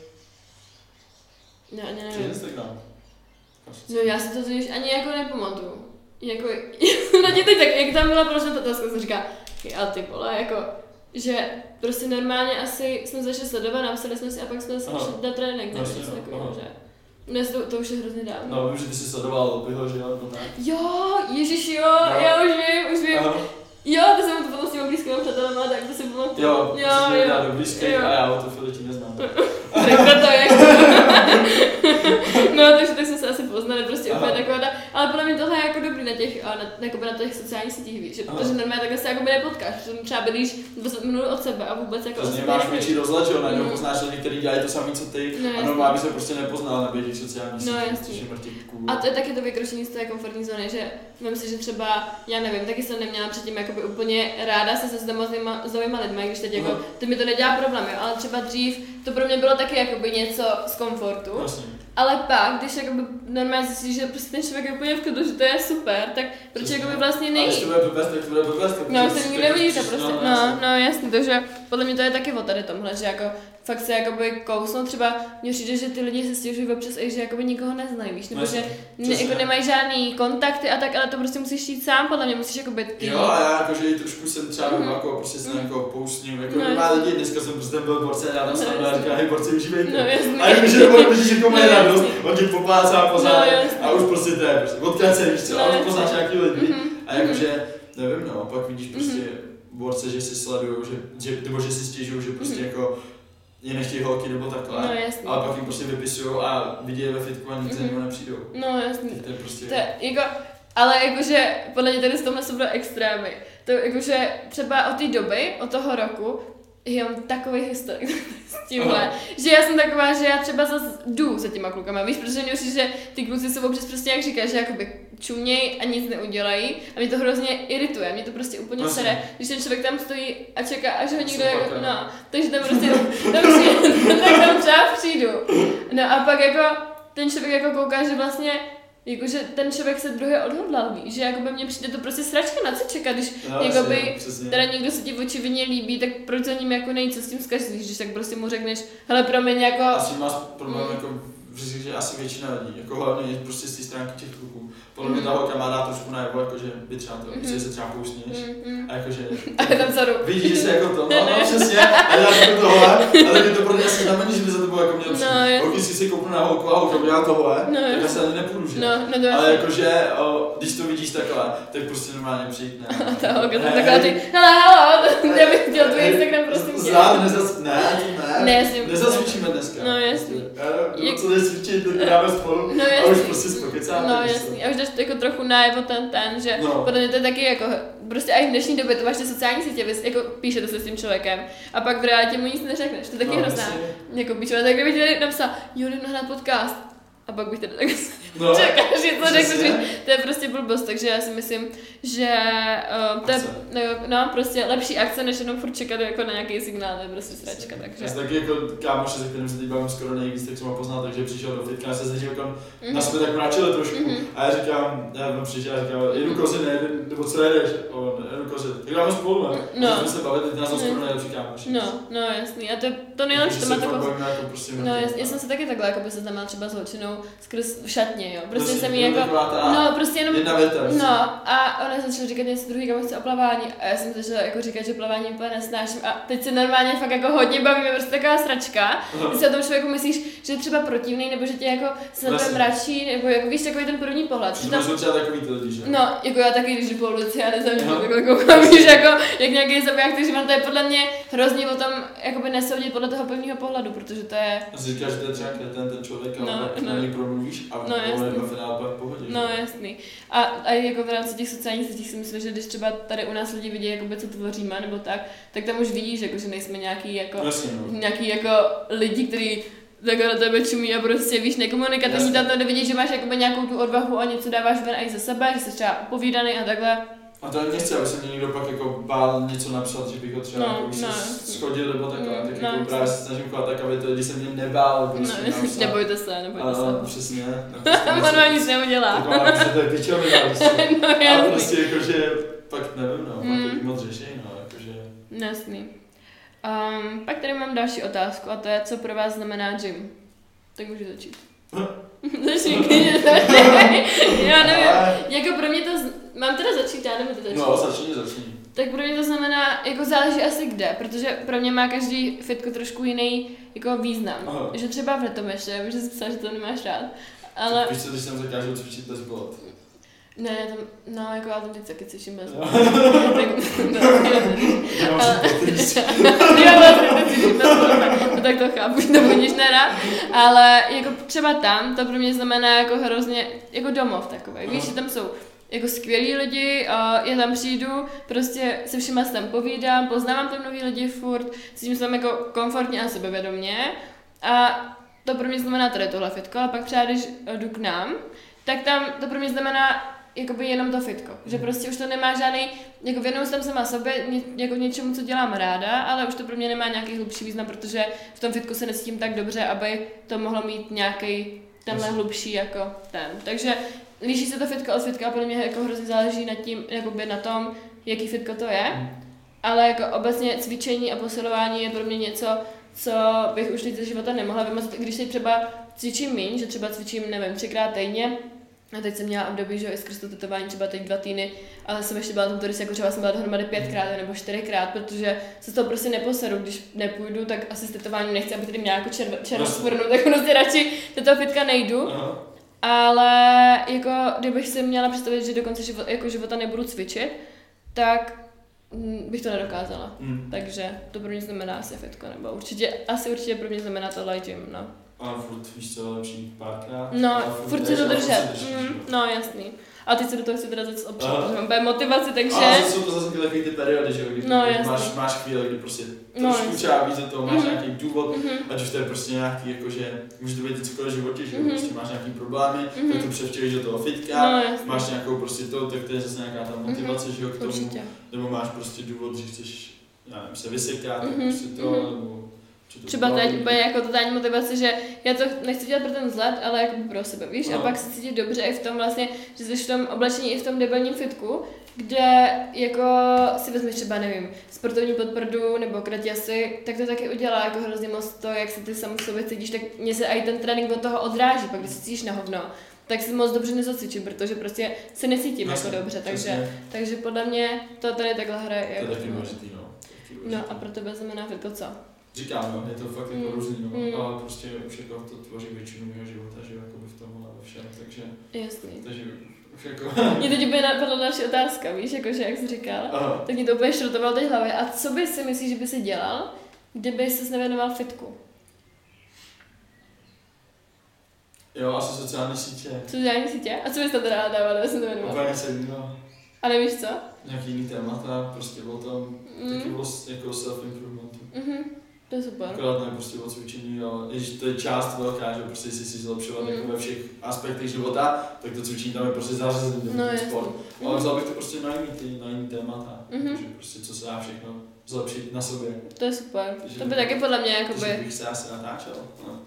Já ani nevím. Přes Instagram. No já si to totiž ani jako nepamatuju. Jako, na tě teď tak, jak tam byla položena ta otázka, jsem říká, a ty vole, jako, že prostě normálně asi jsme začali sledovat, napsali jsme si a pak jsme se šli na trénink, nebo něco takového, že? Dnes to, to už je hrozně dávno. No, vím, že ty jsi sledoval Opyho, že jo? Jo, ježiš jo, no. Já už vím, už vím. Aha. Jo, to jsem to potom s těma blízkými přátelema, tak to si pamatuju. Jo, jo, jo. Do blízkých a já o to Filiči neznám. Proto jak No, takže tak jsme se asi poznali, prostě úplně taková, ale podle mě tohle je jako dobrý na těch, na, na, na těch sociálních sítích, víš, že, protože normálně takhle se jako by nepotkáš, že třeba bydlíš dvacet minut od sebe a vůbec jako... To máš větší rozhled, že jo, najednou mm. poznáš lidi, kteří dělají to samé, co ty, no, a normálně by se prostě nepoznal na těch sociálních no, sítích, a to je taky to vykročení z té komfortní zóny, že myslím si, že třeba, já nevím, taky jsem neměla předtím jakoby úplně ráda se se s novýma lidmi, když teď jako, to mi to nedělá problémy, ale třeba dřív to pro mě bylo taky jakoby něco z komfortu. Vlastně. Ale pak, když jakoby normálně zjistíš, že prostě ten člověk je úplně v klidu, že to je super, tak proč jakoby vlastně nejít? Ale když to bude blbest, tak to bude blbest. No, se nikdy nevidíte prostě, no, no, no jasně, takže podle mě to je taky o tady tomhle, že jako fakt se jakoby kousnou, třeba mně přijde, že ty lidi se stěžují občas i, že jakoby nikoho neznají, víš, nebo že ne, jako nemají žádný kontakty a tak, ale to prostě musíš jít sám, podle mě musíš jakoby ty. Jo, a já jakože trošku jsem třeba mm-hmm. jako prostě se jako poustním, jako no, má lidi, dneska jsem prostě byl borce, já tam jsem a říká, hej borci, užívejte. No, jasný. A jakože nebo můžeš jako mít radost, on tě poplácá pořád no, a už prostě to je, prostě odkud se víš co, no, a už poznáš nějaký lidi mm-hmm. a jakože, nevím no, pak vidíš prostě mm-hmm. borce, že si sledujou, že, že, nebo že si stěžují, že prostě mm-hmm. jako je nechtějí holky nebo takhle, no, ale pak jim prostě vypisujou a vidí je ve fitku a nic za mm-hmm. nepřijdou. No jasný. To je prostě... To je, jako, ale jakože podle mě tady z tomhle jsou bylo extrémy. To jakože třeba od té doby, od toho roku, já mám takový historik s tímhle, aha. Že já jsem taková, že já třeba zase jdu za těma klukama, víš, protože mě už, že ty kluci jsou občas prostě jak říkáš, že jakoby čuměj a nic neudělají a mě to hrozně irituje, mě to prostě úplně vlastně. Sere, když ten člověk tam stojí a čeká, až ho někdo, jako, no, takže tam prostě, tam přijdu, tak tam třeba přijdu, no a pak jako ten člověk jako kouká, že vlastně jakože ten člověk se druhé odhodlal, víš, že jakoby mně přijde to prostě sračka, na co čekat, když no, jakoby teda někdo se ti očividně líbí, tak proč za ním jako nejít, co s tím zkazíš, když tak prostě mu řekneš, hele promiň jako... Asi máš problém mm. jako, že asi většina lidí, jako hlavně prostě z té stránky těch kluků. Podle mě ta holka má dát trošku najevo, jakože by třeba to, mm-hmm. že se třeba pousníš mm-hmm. a jakože... A je tam zaru. Vidíš, že se jako to, no, no přesně, a děláš jako tohle, ale mě to pro mě asi znamení, že by za to bylo jako měl přijít. No, holky si si koupnu na holku a holka dělá tohle, no, tak já se ani nepůjdu, že? No, no, ale jakože, o, když to vidíš takhle, tak prostě normálně přijít, ne? A ta holka tam taková ty, hele, halo, já bych chtěl tvůj Instagram, prosím tě. Znám, nezas, ne, ne, ne, nezasvičíme dneska. No jasný. Co necvičit, tak dáme spolu a už prostě spokecáme. No jasný, a už dáš jako trochu najevo ten ten, že no. Podle mě to je taky jako, prostě i v dnešní době to máš ty sociální sítě, vy jako píšete se s tím člověkem a pak v realitě mu nic neřekneš, to je taky no, hrozná. Jako píšete, tak kdybych tady napsal, jo, jdem nahrát podcast a pak bych tady tak No, čekáš, že to řeknu, to je prostě blbost, takže já si myslím, že uh, to je, no, no, prostě lepší akce, než jenom furt čekat jako na nějaký signál, to je prostě sračka, takže. Já jsem taky jako kámoš, se kterým se teď bavím skoro nejvíc, tak jsem ho poznal, takže přišel do fitka, já se zdědil jako mm-hmm. na sebe tak mračili trošku mm-hmm. a já říkám, já jsem přišel a říkal, jedu kozy, ne, nebo co jedeš? On, jedu kozy, tak dáme spolu, ne? No. A jsme se bavili, teď nás mm. skoro nejlepší kámoš. No, no jasný, a to, to nejlepší, to má takovou, jako prostě no jasný, já jsem se taky takhle jako by se tam třeba s holčinou skrz v šatně, jo, prostě jsem jí jako, no prostě jenom, jedna věta, no a ona začala říkat něco druhý, kam chce o plavání a já jsem začala jako říkat, že plavání úplně nesnáším a teď se normálně fakt jako hodně bavíme, prostě taková sračka, když si o tom člověku myslíš, že je třeba protivný, nebo že tě jako se na mračí, nebo jako víš, takový ten první pohled. Že tam třeba takový ty lidi, že? No, jako já taky, když jdu po ulici a nezaměřím, tak koukám, víš, jako jak nějaký zabiják, takže mám to je podle mě hrozně o tom, jakoby nesoudit podle toho prvního pohledu, protože to je... A si říkáš, že to je třeba ten, ten člověk, ale no, tak no. na něj promluvíš a no, v finále v pohodě. No jasný. A, a jako v rámci těch sociálních sítích si myslím, že když třeba tady u nás lidi vidí, jakoby, co tvoříme nebo tak, tak tam už vidíš, jako, že nejsme nějaký jako, jasný, no. nějaký jako lidi, kteří takhle na tebe čumí a prostě víš nekomunikativní, tam to vidíš, že máš jakoby nějakou tu odvahu a něco dáváš ven i ze sebe, že jsi třeba upovídaný a takhle. A to nechci, aby se mě někdo pak jako bál něco napsat, že bych ho třeba no, jako už no, schodil nebo takhle, no, tak no, jako právě se snažím chovat tak, aby to lidi se mě nebál. Prostě no, napsat. Nebojte se, nebojte a, se. Přesně. On vám nic neudělá. Tak mám, že to je pičovina, prostě. No jasný. Ale prostě jakože, pak nevím, no, mm. pak moc řešej, no, jakože. Jasný. Um, pak tady mám další otázku a to je, co pro vás znamená gym. Tak můžu začít. Začni, klidně začni. Já nevím, jako pro mě to, z... mám teda začít, já nevím, to začít. No, začni, začni. Tak pro mě to znamená, jako záleží asi kde, protože pro mě má každý fitko trošku jiný jako význam. Aha. Že třeba v Letomeše, vím, že jsi psal, že to nemáš rád, ale... Víš co, když jsem zakážu cvičit bez bod? Ne, tam, no, jako já tam teď taky cvičím bez bod. No tak to chápu, že to budíš nerad, ale jako třeba tam, to pro mě znamená jako hrozně, jako domov takový, víš, že tam jsou jako skvělí lidi, a já tam přijdu, prostě se všema tam povídám, poznávám tam nový lidi furt, cítím se tam jako komfortně a sebevědomě a to pro mě znamená tady tohle fitko, ale pak třeba když jdu k nám, tak tam to pro mě znamená jakoby jenom to fitko, že prostě už to nemá žádný, jako věnuju se tam sama sobě, ně, jako něčemu, co dělám ráda, ale už to pro mě nemá nějaký hlubší význam, protože v tom fitku se necítím tak dobře, aby to mohlo mít nějaký tenhle hlubší jako ten. Takže líší se to fitko od fitka a podle mě jako hrozně záleží na tím, jakoby na tom, jaký fitko to je, ale jako obecně cvičení a posilování je pro mě něco, co bych už teď ze života nemohla vymazat, když teď třeba cvičím míň, že třeba cvičím, nevím, třikrát týdně. A teď jsem měla období, že i skrz to tetování třeba teď dva týdny, ale jsem ještě byla tam to, jako třeba jsem byla dohromady pětkrát nebo čtyřikrát, protože se z toho prostě neposeru, když nepůjdu, tak asi s tetováním nechci, aby tady měla jako černoskvrnu, tak prostě radši do toho fitka nejdu. Aha. Ale jako kdybych si měla představit, že do konce života, jako života nebudu cvičit, tak bych to nedokázala. Mm. Takže to pro mě znamená asi fitko, nebo určitě, asi určitě pro mě znamená to light gym, no. Ale furt víš co, lepší párkrát. No, furt, furt si to držet. Mm, no, jasný. A teď se do toho chci teda zase opřít, protože mám úplně motivaci, takže... A jsou to zase takové ty periody, že kdy no, máš, máš chvíle, kdy prostě trošku no, třeba víc do toho, máš mm-hmm. nějaký důvod, mm-hmm. ať už to je prostě nějaký, jakože, může to být cokoliv v životě, že mm-hmm. prostě máš nějaký problémy, mm-hmm. tak to převčeríš do toho fitka, no, máš nějakou prostě to, tak to je zase nějaká ta motivace, mm-hmm. že jo, k tomu, určitě. Nebo máš prostě důvod, že chceš, já nevím, se vysekat, mm-hmm. prostě to, mm-hmm. nebo... Třeba teď úplně jako totální motivace, že já to nechci dělat pro ten vzhled, ale jako pro sebe, víš? No. A pak se cítit dobře i v tom vlastně, že jsi v tom oblečení i v tom debilním fitku, kde jako si vezmeš třeba, nevím, sportovní podprdu nebo kraťasy, tak to taky udělá jako hrozně moc to, jak se ty sám v sobě cítíš, tak mě se i ten trénink od toho odráží, pak když se cítíš na hovno, tak si moc dobře nezacvičím, protože prostě se necítím vlastně, jako dobře, takže, takže podle mě to tady takhle hraje. To je taky důležitý, no. No a pro tebe znamená fitko co? Říkám, no, je to fakt mm. jako různý, no, mm. ale prostě už jako to tvoří většinu mého života, že jako by v tomhle ve všem, takže... Jasný. Takže už jako... Mě teď úplně napadla další otázka, víš, jakože jak jsi říkal, Aha. tak mě to úplně šrotovalo teď hlavě. A co bys si myslíš, že by si dělal, kdyby ses nevěnoval fitku? Jo, asi sociální sítě. Sociální sítě? A co bys tam teda dával, kdyby se nevěnoval? Úplně se no. A nevíš co? Nějaký jiný témata, prostě bylo tam mm. taky bylo jako self-improvementu. Mm-hmm. To je super. Akorát ne prostě o cvičení, ale když to je část velká, že prostě si si zlepšovat mm. jako ve všech aspektech života, tak to cvičení tam je prostě zařazený do no, sport. Mm. Ale vzal bych to prostě na jiný, ty, na jiný témata, Mm-hmm. že prostě co se dá všechno zlepšit na sobě. To je super. Takže, to by taky podle mě jakoby... Takže bych se asi natáčel. No.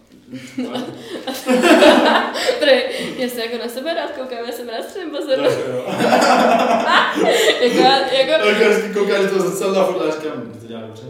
Prý, já se jako na sebe rád koukám, já jsem rád středem pozoru. jako, jako... jako já si koukám, že to zrcadla furt a říkám, to dělá dobře.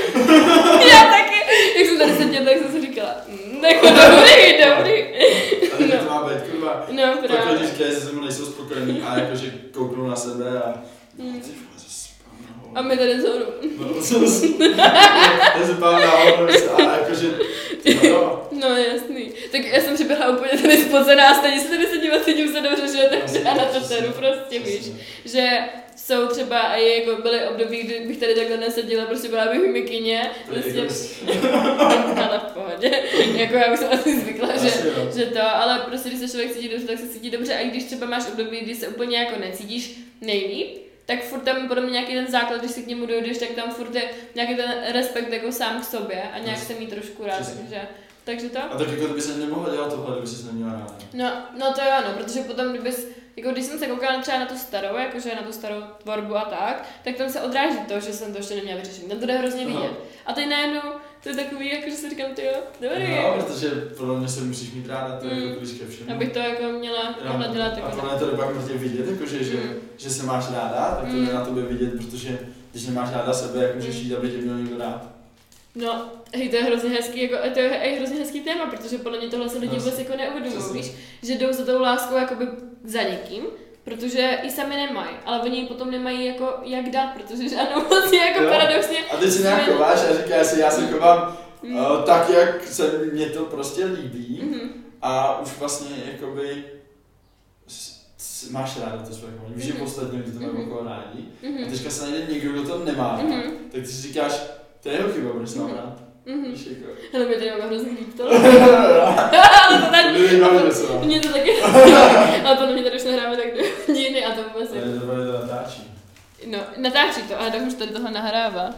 Já taky, jak jsem tady seděla, tak jsem si říkala, mm, jako dobrý, dobrý. Ale no. To má být, kurva. No právě. Takhle když říkají, že se mnou nejsou spokojený a jakože kouknou na sebe a... Mm. Ty vole, zase spám nahoru. A my tady vzhoru. No, zase. Já se pám nahoru a jakože... No, no jasný. Tak já jsem přiběhla úplně tady spocená a stejně se tady sedím a cítím se dobře, že takže já na to sedu prostě víš, že jsou třeba a je jako byly období, kdy bych tady takhle neseděla, prostě byla bych v mikině, prostě ale v pohodě, jako já už jsem asi zvykla, že, že to, ale prostě když se člověk cítí dobře, tak se cítí dobře a i když třeba máš období, kdy se úplně jako necítíš nejlíp, tak furt tam podle mě nějaký ten základ, když si k němu dojdeš, tak tam furt je nějaký ten respekt jako sám k sobě a nějak se mít trošku rád, takže, takže to. A tak jako to by se nemohla dělat tohle, kdyby jsi neměla ráda. No, no to jo, no, protože potom kdybys, jako když jsem se koukala třeba na tu starou, jakože na tu starou tvorbu a tak, tak tam se odráží to, že jsem to ještě neměla vyřešit, tam to jde hrozně vidět. Aha. A teď najednou to je takový, jako že si říkám, ty jo, dobrý. No, protože podle mě se musíš mít ráda, to je mm. jako blízké všemu. Abych to jako měla, mohla dělat jako... A podle mě to jde pak mrtě vidět, jakože, že, mm. že se máš ráda, tak to mm. jde na tobě vidět, protože když nemáš ráda sebe, jak můžeš jít, aby tě měl někdo rád. No, hej, to je hrozně hezký, jako, to je hej, hrozně hezký téma, protože podle mě tohle se lidi vůbec jako neuvědomují, víš, že jdou za tou láskou jakoby za někým, protože i sami nemají, ale oni ji potom nemají jako jak dát, protože žádnou vlastně jako jo. Paradoxně... A ty si nějak chováš a říkáš si, já se chovám mm. uh, tak, jak se mě to prostě líbí mm-hmm. a už vlastně jakoby s, s, máš ráda to svoje chování, víš, že mm-hmm. ostatní lidi to mají mm-hmm. okolo rádi mm-hmm. a teďka se najde někdo, kdo to nemá mm-hmm. tak ty si říkáš, to je jeho chyba, protože mám rád. Mm-hmm. Víš, jako... Hele, my tady máme hrozný líp to. Ale to tady... Mně to taky... Ale podle mě tady už nahráme tak do hodiny a to vůbec... Ale to bude to natáčí. No, natáčí to, ale tak už tady tohle nahrává.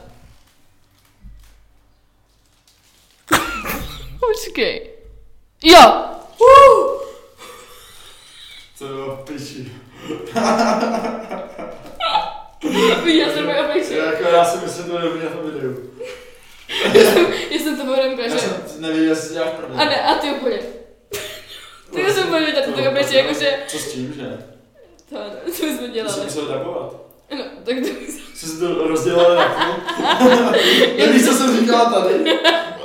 Počkej. Jo! To bylo piči. Viděl jsem moje obličej. Jako já si myslím, že to nebude na tom videu. Já jsem to budem Já jsem nevěděl, jestli si děláš prdel. A ne, a ty úplně. Ty jsem bude vidět to obličej, jakože... Co s tím, že? To ano, co jsme dělali. To jsem musel dabovat. No, tak to jsi si to rozdělali na půl. Nevíš, co jsem říkala tady?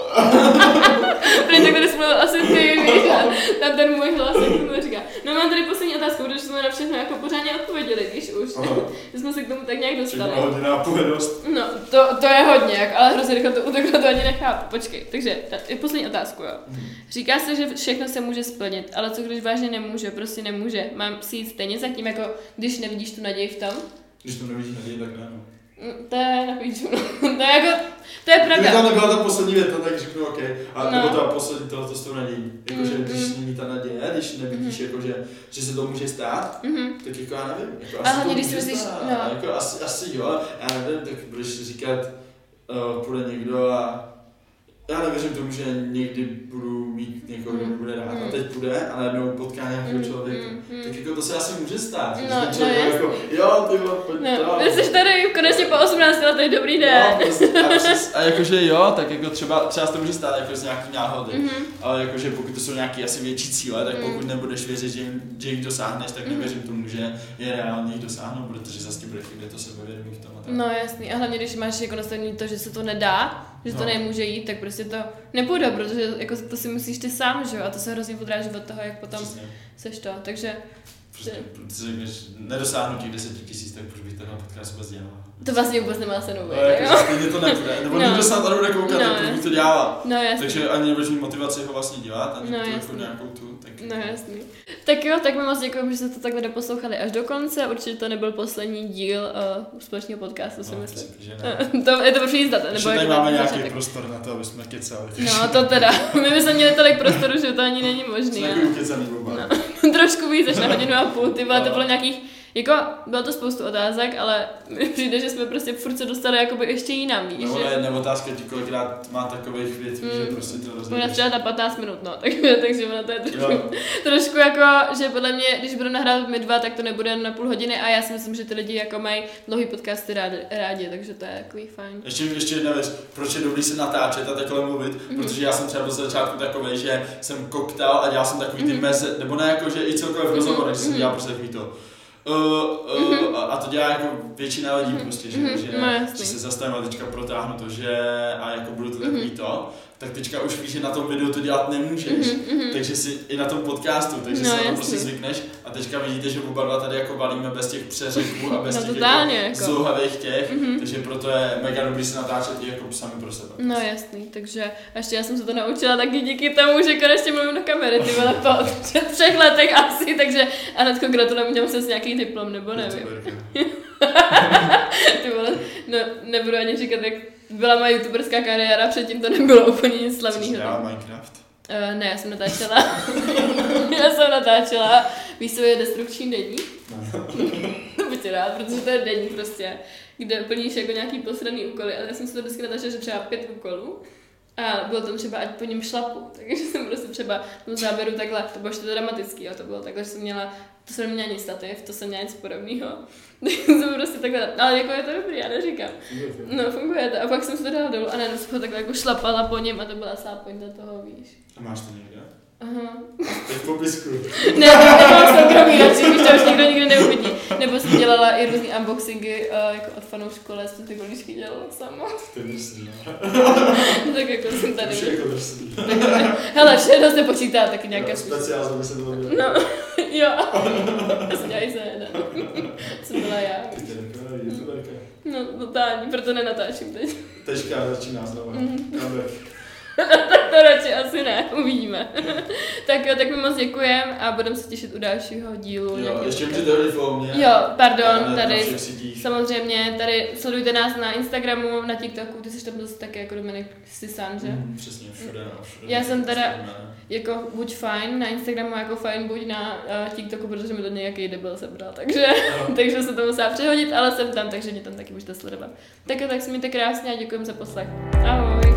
Protože takhle jsi mluvil asi ty, víš, a tam ten můj hlas, jak tomu říká. No mám tady poslední otázku, protože jsme na všechno jako pořádně odpověděli, víš už. Jsme se k tomu tak nějak dostali. Všechno hodina a povědost. No, to, to je hodně, jak, ale hrozně rychle to uteklo, to ani nechápu. Počkej, takže ta, je poslední otázku, jo. Říká se, že všechno se může splnit, ale co když vážně nemůže, prostě nemůže. Mám si jít stejně za tím, jako když nevidíš tu naději v tom? Když to nevidíš naději, tak ne. To je na píču, to je jako, to je pravda. Kdyby tam nebyla ta poslední věta, tak řeknu OK, a no. nebo ta poslední, tohle s tou nadějí. Jakože mm, když mm. není ta naděje, když nevidíš, mm. jakože, že se to může stát, mm. tak jako já nevím. Jako, a hlavně, když si myslíš, no. Jako, asi, asi jo, já nevím, tak budeš říkat, uh, půjde někdo a já nevěřím tomu, že někdy budu mít někoho, kdo mi bude rád mm. a teď půjde a najednou potká nějakého člověka. Mm. Tak jako to se asi může stát. No, no jako, jo, ty pojď no, ty jsi tady konečně po osmnácti letech, dobrý den. No, prostě, a, přes, a jakože jo, tak jako třeba, třeba to může stát jako z nějaký náhody. Mm-hmm. Ale jakože pokud to jsou nějaký asi větší cíle, tak pokud mm. nebudeš věřit, že, že jich dosáhneš, tak nevěřím tomu, že je reálně jich dosáhnout, protože zase ti bude chybět to sebevědomí v tom a tak. No jasný, a hlavně když máš jako nastavený to, že se to nedá, že no. to nemůže jít, tak prostě to nepůjde, protože jako to si musíš ty sám, že jo, a to se hrozně odráží od toho, jak potom Přesně. seš to, takže... Prostě, protože řekneš, nedosáhnu těch deset tisíc, tak proč bych tenhle podcast vůbec dělal? To vlastně vůbec nemá cenu, no, jako, stejně to nepůjde, nebo no. nikdo se na to nebude koukat, no, tak proč bych to dělala? No jasný. Takže ani nebudeš mít motivaci ho vlastně dělat, ani no, to jako nějakou tu, tak... No jasný. Tak jo, tak my moc děkujeme, že jste to takhle doposlouchali až do konce, určitě to nebyl poslední díl uh, společného podcastu, si no, myslím. Ne. to, je to první jízdat, nebo ještě tady máme nějaký začátek. Prostor na to, aby jsme kecali. No to teda, my bychom měli tolik prostoru, že to ani není možný. Jsme kecali oba. No. Trošku víc, až na hodinu a půl, ty vole, to bylo nějakých Jako, bylo to spoustu otázek, ale přijde, že jsme prostě furt se dostali jakoby ještě jinam, víš? No, že... jedna otázka, ti kolikrát má takových větví, mm. že prostě to rozhodíš. Ona třeba na patnáct minut, no, takže, takže ona to je trošku, trošku jako, že podle mě, když budu nahrávat my dva, tak to nebude na půl hodiny a já si myslím, že ty lidi jako mají dlouhý podcasty rádi, rádi, takže to je takový fajn. Ještě, ještě jedna věc, proč je dobrý se natáčet a takhle mluvit, mm-hmm. protože já jsem třeba do začátku takovej, že jsem koktal a dělal jsem takový ty mm-hmm. meze, nebo ne jako, že i celkově v rozhovorech, mm-hmm. že jsem dělal prostě takový to. Uh, uh, mm-hmm. a to dělá jako většina lidí mm-hmm. prostě, že, mm-hmm. že, no, že se zastavím a teďka protáhnu to, že a jako budu to takový mm-hmm. to, tak teďka už víš, že na tom videu to dělat nemůžeš, mm-hmm. takže si i na tom podcastu, takže no, se na to prostě zvykneš a teďka vidíte, že oba dva tady jako balíme bez těch přeřeků a bez no, těch jako, jako. zouhavých těch, mm-hmm. takže proto je mega dobrý se natáčet i jako sami pro sebe. No jasný, takže ještě já jsem se to naučila taky díky tomu, že konečně mluvím do kamery, ty vole, po třech letech asi, takže a hnedko gratulujem, měl jsem nějaký diplom, nebo nevím. Ty vole, no nebudu ani říkat, jak byla moje youtuberská kariéra, předtím to nebylo úplně nic slavného. Což dělala Minecraft? Uh, ne, já jsem natáčela, já jsem natáčela, víš, co je destrukční deník? To buď rád, protože to je deník prostě, kde plníš jako nějaký posledný úkoly, ale já jsem si to vždycky natáčela, že třeba pět úkolů. A bylo tam třeba, ať po něm šlapu, takže jsem prostě třeba v tom záběru takhle, to bylo ještě dramatický, a to bylo takhle, že jsem měla, to jsem neměla nic stativ, to jsem měla nic podobného. jsem prostě takhle, ale jako je to dobrý, já neříkám. No, funguje to. A pak jsem se to dala dolů a najednou jsem ho takhle jako šlapala po něm a to byla celá pointa toho, víš. A máš to někde? Aha. Teď v popisku. Ne, to nemám soukromí radši, když to už nikdo nikdy neuvidí. Nebo jsem dělala i různý unboxingy uh, jako od fanoušků, ale jsem ty kolíčky dělala sama. To je drsný, no. Tak jako jsem tady. Už je jako drsný. Hele, všechno se počítá taky nějaká no, speciál jsem se to dělala. No, jo. Já jsem dělala i za jeden. Jsem byla já. Ty jsi taková youtuberka. No, totální, proto nenatáčím teď. Teďka začíná znova. Mm-hmm. Tak to radši asi ne, uvidíme. tak jo, tak mi moc děkujem a budeme se těšit u dalšího dílu. Jo, ještě můžete hodit follow mě. Jo, pardon, tady samozřejmě, tady sledujte nás na Instagramu, na TikToku, ty jsi tam zase taky jako Dominik Sisan, že? Mm, přesně, všude, no, všude. Já jsem teda jako buď fajn na Instagramu, jako fajn buď na uh, TikToku, protože mi to nějaký debil sebral, takže, takže se to musela přehodit, ale jsem tam, takže mě tam taky můžete sledovat. Tak jo, tak se mějte krásně a děkujem za poslech. Ahoj.